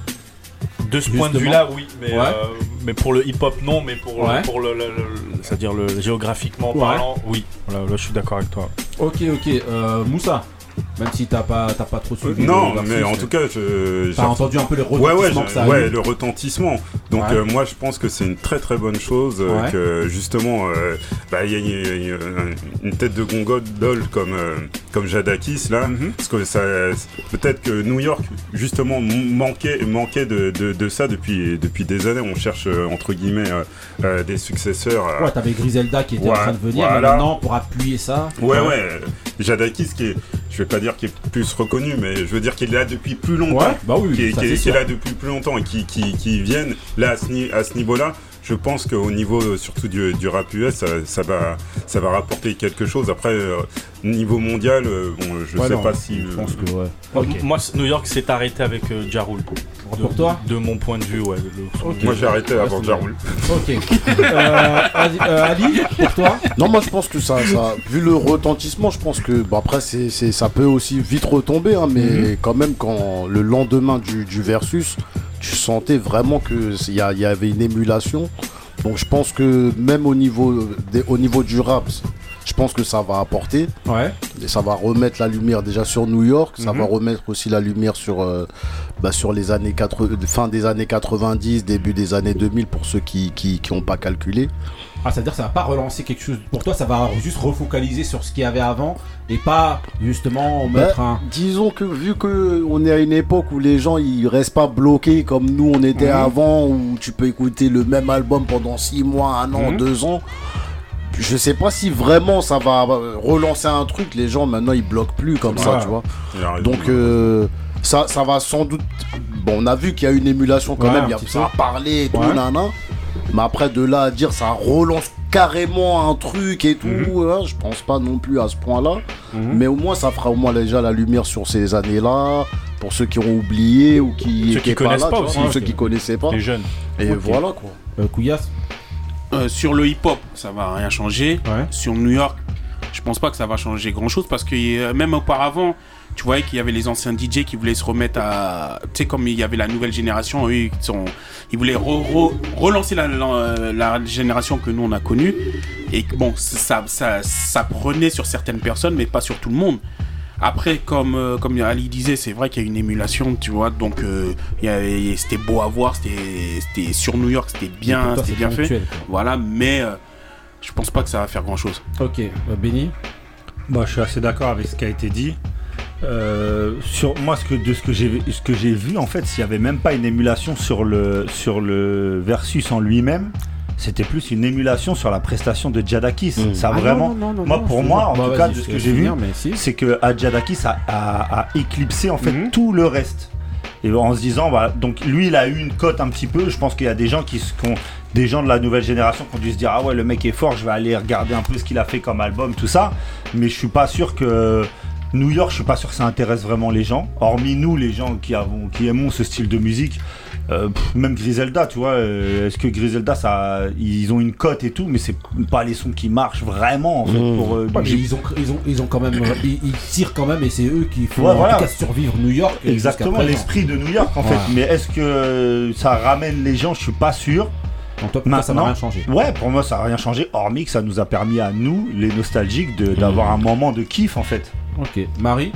De ce point de vue-là, oui, mais, ouais. euh, mais pour le hip-hop, non, mais pour, ouais. pour le, le, le c'est-à-dire le géographiquement ouais. parlant, oui. Voilà, là, je suis d'accord avec toi. Ok, ok. Euh, Moussa, même si t'as pas, t'as pas trop suivi. Non, mais en tout cas, je. T'as entendu un peu les retentissements ouais, ouais, que ça a ouais, eu. le retentissement. Donc ouais. euh, moi, je pense que c'est une très très bonne chose euh, ouais. que justement, il euh, bah, y, y, y a une tête de gondole comme euh, comme Jadakis là, mm-hmm. parce que ça, peut-être que New York justement manquait manquait de, de, de ça depuis depuis des années. On cherche euh, entre guillemets euh, euh, des successeurs. Euh, ouais, t'avais Griselda qui était ouais, en train de venir, voilà. mais maintenant pour appuyer ça. Ouais, ouais. ouais. Jadakis qui est, je vais pas dire qu'il est plus reconnu, mais je veux dire qu'il est là depuis plus longtemps. Ouais, bah oui, qui est, ça, qui est, c'est qui est là depuis plus longtemps et qui, qui, qui viennent là à ce, à ce niveau-là. Je pense qu'au niveau surtout du, du rap U S, ça, ça, va, ça va rapporter quelque chose. Après, euh, niveau mondial, euh, bon, je ouais, sais non, pas si. Je pense que ouais. Okay. Moi, New York s'est arrêté avec euh, Ja Rule. Pour toi de, de mon point de vue, ouais. De, okay. Moi, j'ai arrêté ouais, avant Ja Rule. Ok. euh, Ali, pour toi? Non, moi, je pense que ça, ça, vu le retentissement, je pense que, bon, après, c'est, c'est, ça peut aussi vite retomber, hein, mais mm-hmm. quand même, quand le lendemain du, du versus, tu sentais vraiment qu'il y, y avait une émulation. Donc je pense que même au niveau, des, au niveau du rap, je pense que ça va apporter. Ouais. Et ça va remettre la lumière déjà sur New York. Ça mm-hmm. va remettre aussi la lumière sur, euh, bah, sur les années quatre-vingts, fin des années quatre-vingt-dix, début des années deux mille pour ceux qui qui, qui ont pas calculé. Ah, c'est-à-dire que ça va pas relancer quelque chose. Pour toi, ça va juste refocaliser sur ce qu'il y avait avant et pas justement mettre bah, un. Disons que vu que on est à une époque où les gens ils restent pas bloqués comme nous on était mmh. avant, où tu peux écouter le même album pendant six mois, un an, mmh. deux ans. Je sais pas si vraiment ça va relancer un truc. Les gens maintenant ils bloquent plus comme ouais. ça, tu vois. Donc euh, ça, ça va sans doute. Bon, on a vu qu'il y a une émulation quand ouais, même. Il y a ça à parler et tout, ouais. nana. Mais après de là à dire ça relance carrément un truc et tout, mmh. hein, je pense pas non plus à ce point-là. Mmh. Mais au moins ça fera au moins déjà la lumière sur ces années-là, pour ceux qui ont oublié ou qui ceux qui connaissent pas, pas aussi, vois, ceux qui connaissaient pas. Les jeunes. Et okay. voilà quoi. Euh, Couillasse. Euh, sur le hip-hop, ça va rien changer. Ouais. Sur New York, je pense pas que ça va changer grand-chose parce que euh, même auparavant, tu voyais qu'il y avait les anciens D J qui voulaient se remettre à... Tu sais, comme il y avait la nouvelle génération, eux, ils, sont... ils voulaient re- re- relancer la, la, la génération que nous, on a connue. Et bon, ça, ça, ça prenait sur certaines personnes, mais pas sur tout le monde. Après, comme, euh, comme Ali disait, c'est vrai qu'il y a une émulation, tu vois. Donc, euh, y a, y a, c'était beau à voir. C'était, c'était sur New York, c'était bien, toi, c'était bien fait. Quoi. Voilà, mais euh, je pense pas que ça va faire grand-chose. Ok, euh, Benny. Moi, je suis assez d'accord avec ce qui a été dit. Euh, sur moi, ce que, de ce que j'ai, ce que j'ai vu, en fait, s'il y avait même pas une émulation sur le sur le versus en lui-même, c'était plus une émulation sur la prestation de Jadakis. Mmh. Ça ah vraiment, non, non, non, moi, pour moi, en bah, tout cas, de ce que j'ai vu, si. c'est que Jadakis a, a, a éclipsé en fait mmh. tout le reste. Et en se disant, voilà, donc lui, il a eu une cote un petit peu. Je pense qu'il y a des gens qui, qui ont, des gens de la nouvelle génération qui ont dû se dire, ah ouais, le mec est fort, je vais aller regarder un peu ce qu'il a fait comme album, tout ça. Mais je suis pas sûr que New York, je suis pas sûr que ça intéresse vraiment les gens. Hormis nous, les gens qui avons, qui aimons ce style de musique. Euh, pff, même Griselda, tu vois, euh, est-ce que Griselda, ça, ils ont une cote et tout, mais c'est pas les sons qui marchent vraiment en fait. Mmh. Pour, euh, ouais, mais ils ont, ils ont, ils ont quand même, ils, ils tirent quand même et c'est eux qui font ouais, voilà. en tout cas survivre New York. Exactement, l'esprit de New York en ouais. fait. Mais est-ce que ça ramène les gens? Je suis pas sûr. Donc toi, pour toi, ça n'a rien changé. Ouais, pour moi, ça n'a rien changé, hormis que ça nous a permis à nous, les nostalgiques, de, d'avoir mmh. un moment de kiff en fait. Ok, Marie.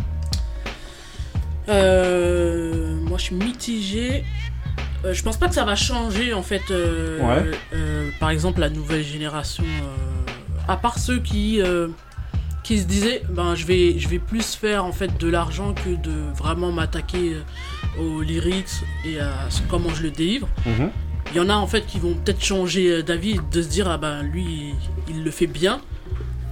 Euh, moi, je suis mitigée. Euh, je pense pas que ça va changer en fait. Euh, ouais. euh, par exemple, la nouvelle génération, euh, à part ceux qui euh, qui se disaient, ben je vais je vais plus faire en fait de l'argent que de vraiment m'attaquer aux lyrics et à comment je le délivre. Mm-hmm. Il y en a en fait qui vont peut-être changer d'avis, de se dire ah ben lui il, il le fait bien.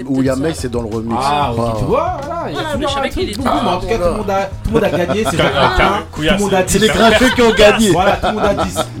où il y a May, c'est dans le remix. Ah, ok, tu vois, voilà. Il y a Voilà, tout mais je savais tout- qu'il était- tout- tout- En tout cas, tout le monde a- tout le monde a gagné. C'est Car- genre car- un, tout couillasse, le monde a c'est dix. les grincheux qui ont gagné. Voilà, tout le monde a dix.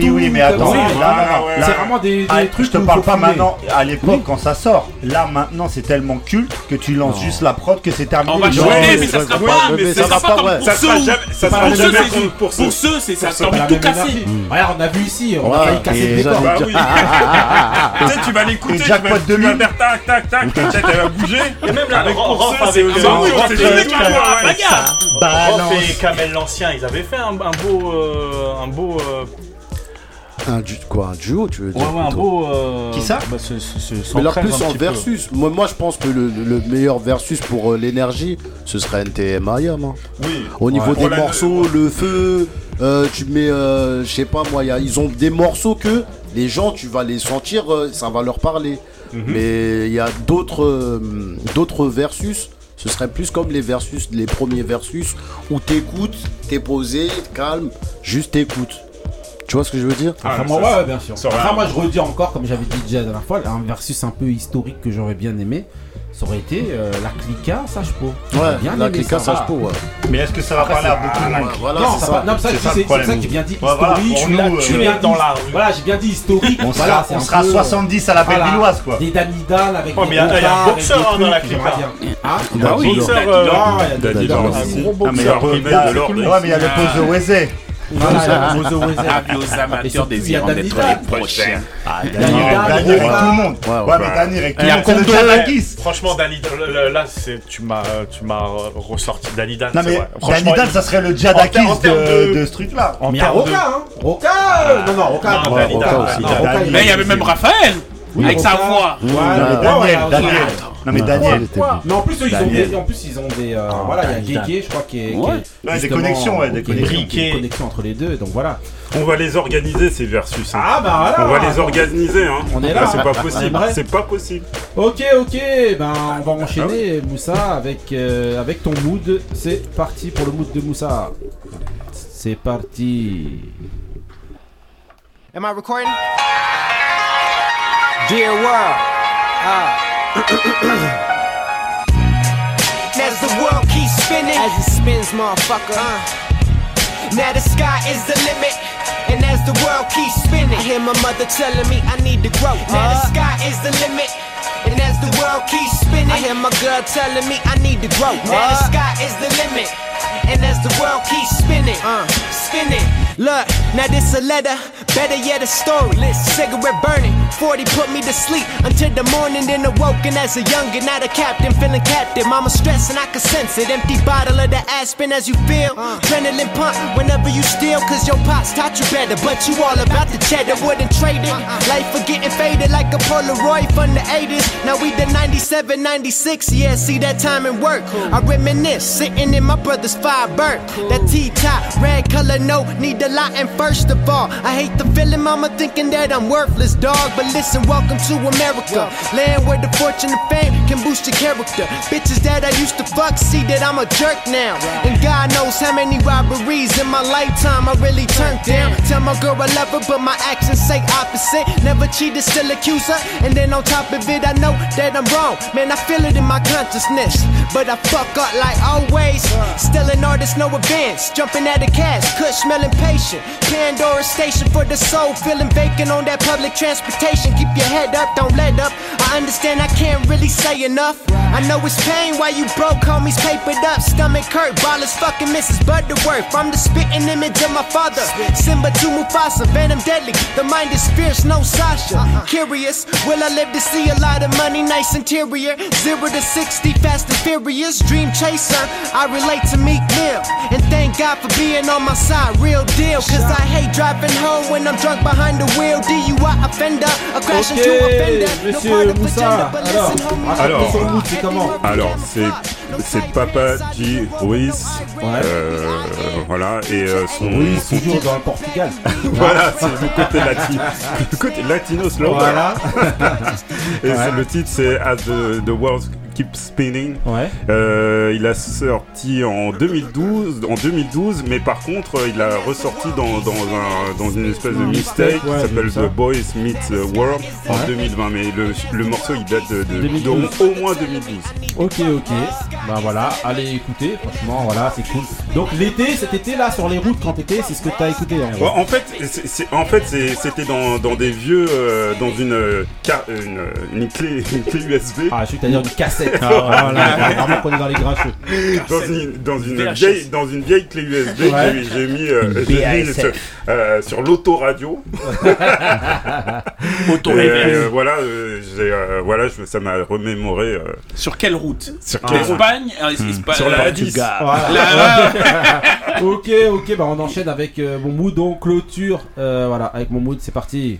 oui, oui, mais comme attends, ça. là, Voilà, là, ouais. là, C'est vraiment des, des ah, trucs. je te où parle faut pas fouiller. maintenant, à l'époque Oui. quand ça sort. Là maintenant c'est tellement culte que tu lances Non. juste la prod que c'est terminé. On va Les changer, gens- mais ça sera ouais, pas. mais Mais ça ça va sera pas, pas ouais. comme Ça pour sera ceux. jamais, ça pas sera la Pour même ceux, jamais c'est pour, pour ceux. pour ceux, c'est ça. C'est T'as pas envie la de tout même casser. énergie. Regarde, on a vu ici, on Ouais, a failli casser et le décor. Bah oui. Tu sais, tu vas l'écouter, Et tu Jackpot vas, tu deux mille. vas faire tac, tac, tac, ta tête elle va bouger. Et même là, Avec Ro- pour Rof ceux, avec c'est le- c'est Rof autre chose, c'est avec jamais le- tout le temps, ouais. Rof Balance. et Kamel l'ancien, ils avaient fait un, un beau, euh, un beau, euh, Un, du... quoi, un duo, tu veux dire? Ouais, ouais, un beau. Euh... Qui ça bah, c'est, c'est, c'est Mais là, plus en versus. Moi, moi, je pense que le, le meilleur versus pour euh, l'énergie, ce serait N T M Ayam. Hein. Oui. Au niveau ouais. des morceaux, le feu, euh, tu mets, euh, je sais pas moi, y a, ils ont des morceaux que les gens, tu vas les sentir, euh, ça va leur parler. Mm-hmm. Mais il y a d'autres, euh, d'autres versus. Ce serait plus comme les versus, les premiers versus où t'écoutes, t'es posé, calme, juste t'écoutes. Tu vois ce que je veux dire? ah, Enfin, moi, ouais, ouais, bien sûr. Enfin, moi, je redis encore, comme j'avais dit déjà la dernière fois, un versus un peu historique que j'aurais bien aimé, ça aurait été euh, la Clica Sage-Po. Ouais, bien la Clica Sage-Po, ouais. Mais est-ce que ça va parler à beaucoup de monde? Voilà, non, ça va, non, ça, c'est, c'est, c'est, c'est ça que j'ai bien dit, ouais, historique. Voilà, nous, tu euh, viens dans la rue. Voilà, j'ai bien dit historique. On voilà, sera, on sera peu, soixante-dix à la belle voilà, villoise, quoi. Des Danidal avec oh, des mais il y a un boxeur dans la Clica. Ah, il y a un boxeur. Danidal aussi. Ah, mais il y a le pose de Wezé. Voilà, avis aux amateurs désirant d'être les prochains. Ah, Danir avec tout le monde. Ouais, ouais, mais Danir avec tout le monde, c'est le Tchattakis. Franchement, Danidal, là, c'est, tu m'as, tu m'as ressorti Danidal. Non, mais Danidal, ça serait le Tchattakis de, de ce truc-là. Mais il y a Roca, hein. Roca, non, non, Roca, Roca. Mais il y avait même Raphaël. Oui, avec sa voix. Oui, ouais, Daniel, Daniel. Non mais Daniel. Mais en plus ils ont des, en plus ils ont des, euh, oh, voilà, il y a Guégué, je crois, qui est, ouais. qui est ouais, des connexions, ouais, des connexions, des connexions entre les deux. Donc voilà. On va les organiser ces versus. Hein. Ah bah voilà. On va les organiser, hein. On est là. C'est pas possible. C'est pas possible. Ok, ok. Ben on va enchaîner, ah, Moussa, avec euh, avec ton mood. C'est parti pour le mood de Moussa. C'est parti. Am I recording? Dear world, uh. as the world keeps spinning, as it spins, motherfucker. Uh. Now the sky is the limit, and as the world keeps spinning, I hear my mother telling me I need to grow. Uh. Now the sky is the limit, and as the world keeps spinning, I hear my girl telling me I need to grow. Uh. Now the sky is the limit, and as the world keeps spinning, uh, spinning. Look, now this a letter, better yet a story. Cigarette burning, forty put me to sleep until the morning, then awoken as a youngin', not a captain, feeling captive. Mama stressing, I can sense it. Empty bottle of the Aspen as you feel. Uh. Adrenaline pump whenever you steal, cause your pops taught you better. But you all about the cheddar, wouldn't trade it. Uh-uh. Life for getting faded like a Polaroid from the eighties. Now we the ninety-seven, ninety-six, yeah, see that time and work. Cool. I reminisce, sitting in my brother's Firebird. Cool. That T-top, red color, no, need the lot. And first of all, I hate the feeling, mama thinking that I'm worthless, dog. But listen, welcome to America, land where the fortune and fame can boost your character. Bitches that I used to fuck, see that I'm a jerk now. And God knows how many robberies in my lifetime I really turned down. Tell my girl I love her, but my actions say opposite. Never cheated, still accuse her. And then on top of it, I know that I'm wrong. Man, I feel it in my consciousness, but I fuck up like always. Still an artist, no advance. Jumping at the cash, kush smelling patient. Pandora station for the soul, feeling vacant on that public transportation. Keep your head up, don't let up. I understand I can't really say enough. I know it's pain while you broke, homies papered up. Stomach hurt, ballers fucking Missus Butterworth. I'm the spitting image of my father. Simba to Mufasa, Venom deadly. The mind is fierce, no Sasha. Curious, will I live to see a lot of money, nice interior? Zero to sixty, fast and furious. Dream chaser, I relate to Meek Mill. And thank God for being on my side, real deal. Cause I hate driving home when I'm drunk behind the wheel. D U I offender, a crash into a fender. Monsieur Moussa, alors, alors, c'est comment? Alors, c'est, c'est Papa G. Ruiz. Ouais. Euh, voilà, et euh, son. Ruiz, son toujours dans le Portugal. Voilà, c'est le côté latino. Le côté latinos, là. Voilà. Et ouais. C'est, le titre, c'est As the, the World Keep Spinning. Ouais. Euh, il a sorti en deux mille douze, en deux mille douze, mais par contre, il a ressorti dans, dans, un, dans une espèce de mixtape ouais, qui s'appelle The Boys Meet the World en ouais. deux mille vingt. Mais le, le morceau, il date de, de, de au moins deux mille douze. Ok, ok. Ben voilà, allez écouter. Franchement, voilà, c'est cool. Donc l'été, cet été là, sur les routes quand t'étais, c'est ce que t'as écouté. Hein, ouais, en fait, c'est, c'est, en fait, c'est, c'était dans, dans des vieux, euh, dans une, euh, une, une clé, une clé U S B. Ah, je suis c'est-à-dire une cassette. Ah, voilà, vraiment qu'on est dans les grincheux. Dans une, dans une vieille, dans une vieille clé U S B, ouais. j'ai, j'ai mis, euh, j'ai mis sur, euh, sur l'autoradio. Auto euh, Voilà, euh, j'ai, euh, voilà, je, ça m'a remémoré. Euh, sur quelle route? Sur quelle Espagne, route Espagne, Sur la dix. Voilà. Ok, ok, bah on enchaîne avec euh, mon mood, donc clôture. Euh, voilà, avec mon mood, c'est parti.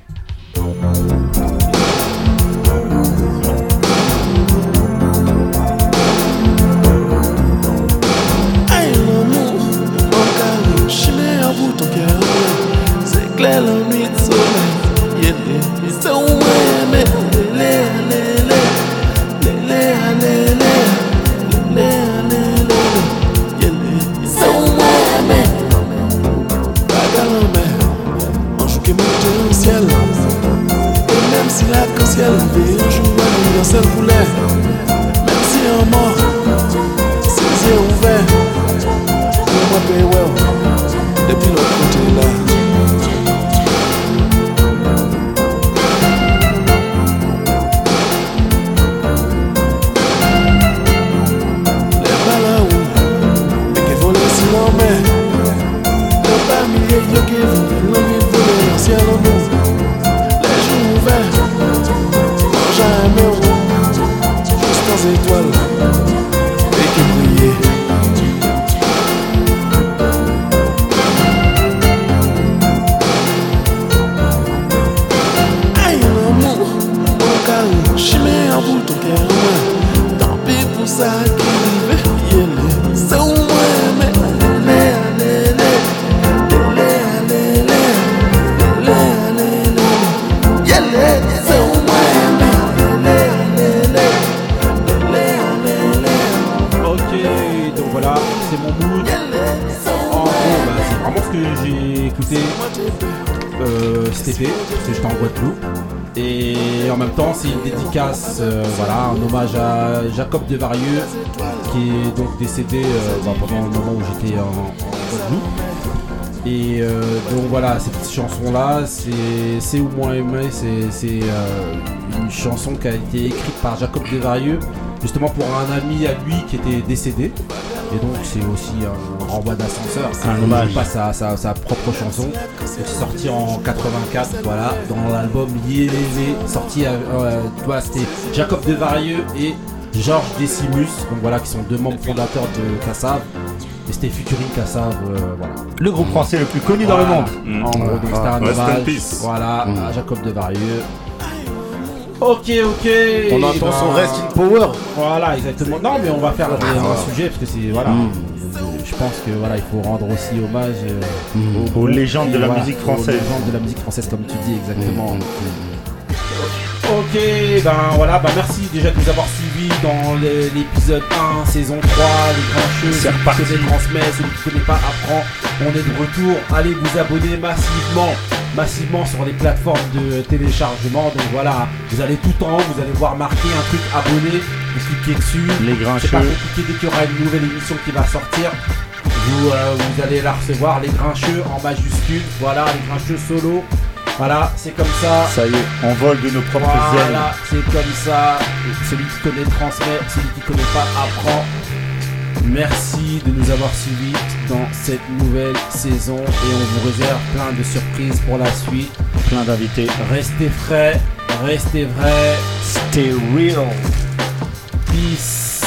Aïe l'amour, mon carré, chimé à bout ton cœur. C'est clair la nuit de soleil. Yeah, yeah, c'est où moi aimer. Lélé, lélé, lélé, lélé, lélé, lélé. Yeah, yeah, c'est où moi aimer. Bagarre en mer, ange qui monte au ciel. Et même si l'arc-en-ciel veut un jour un universel couleur. Même si un mort, ses yeux ouverts. Moi paye well, depuis l'autre côté là. Les balaous, mais qui volent si l'on met. Le bas millier yo qui vont, l'on qui volent dans ciel en nous. Les jours ouverts, mange à un mur, juste aux étoiles, et qui brillent. Chimé en bout ton cœur, ouais. Tant pis pour ça qui vive, yeah, c'est où moi mais lé, lé, lé, lé, lé, lé, lé, yeah, c'est où moi mais lé, lé, lé, lé. Ok, donc voilà, c'est mon mood. En gros, bah, c'est vraiment ce que j'ai écouté euh, cet été, parce que j'étais en Guadeloupe. Et en même temps, c'est une dédicace, euh, voilà, un hommage à Jacob Devarieux, qui est donc décédé euh, bah, pendant le moment où j'étais en, en Guadeloupe. Et euh, donc voilà, cette chanson-là, c'est, c'est Où moi aimé, c'est, c'est euh, une chanson qui a été écrite par Jacob Devarieux, justement pour un ami à lui qui était décédé. Et donc c'est aussi un renvoi d'ascenseur, c'est un hommage pas sa, sa, sa propre chanson. C'est sorti en quatre-vingt-quatre, voilà, dans l'album Yélélé, sorti euh, euh, voilà, c'était Jacob Devarieux et Georges Décimus, donc voilà, qui sont deux membres fondateurs de Kassav. Et c'était Futuring Kassav, euh, voilà. Le groupe français le plus connu voilà, dans le monde. En gros, donc c'était un hommage, voilà, mmh. à Jacob Devarieux. Ok, ok. On attend bah, son Rest in Power. Voilà, exactement. Non, mais on va faire ah, un, un sujet parce que c'est voilà. Mm. Je pense que voilà, il faut rendre aussi hommage euh, mm. aux, aux légendes de la voilà, musique française. Aux légendes de la musique française, comme tu dis exactement. Mm. Ok, ben voilà, ben merci déjà de nous avoir suivis dans l'épisode un, saison trois, les grincheux. C'est reparti. Celui qui connaît transmet, celui qui ne connaît pas apprend. On est de retour. Allez vous abonner massivement. massivement sur les plateformes de téléchargement. Donc voilà, vous allez tout en haut, vous allez voir marquer un truc abonné, vous cliquez dessus. Les grincheux. C'est pas compliqué, dès qu'il y aura une nouvelle émission qui va sortir, vous, euh, vous allez la recevoir. Les grincheux en majuscule, voilà, les grincheux solo. Voilà, c'est comme ça. Ça y est, on vole de nos propres voilà, ailes. Voilà, c'est comme ça. Celui qui connaît transmet, celui qui connaît pas apprend. Merci de nous avoir suivis dans cette nouvelle saison et on vous réserve plein de surprises pour la suite. Plein d'invités. Restez frais, restez vrais. Stay real. Peace.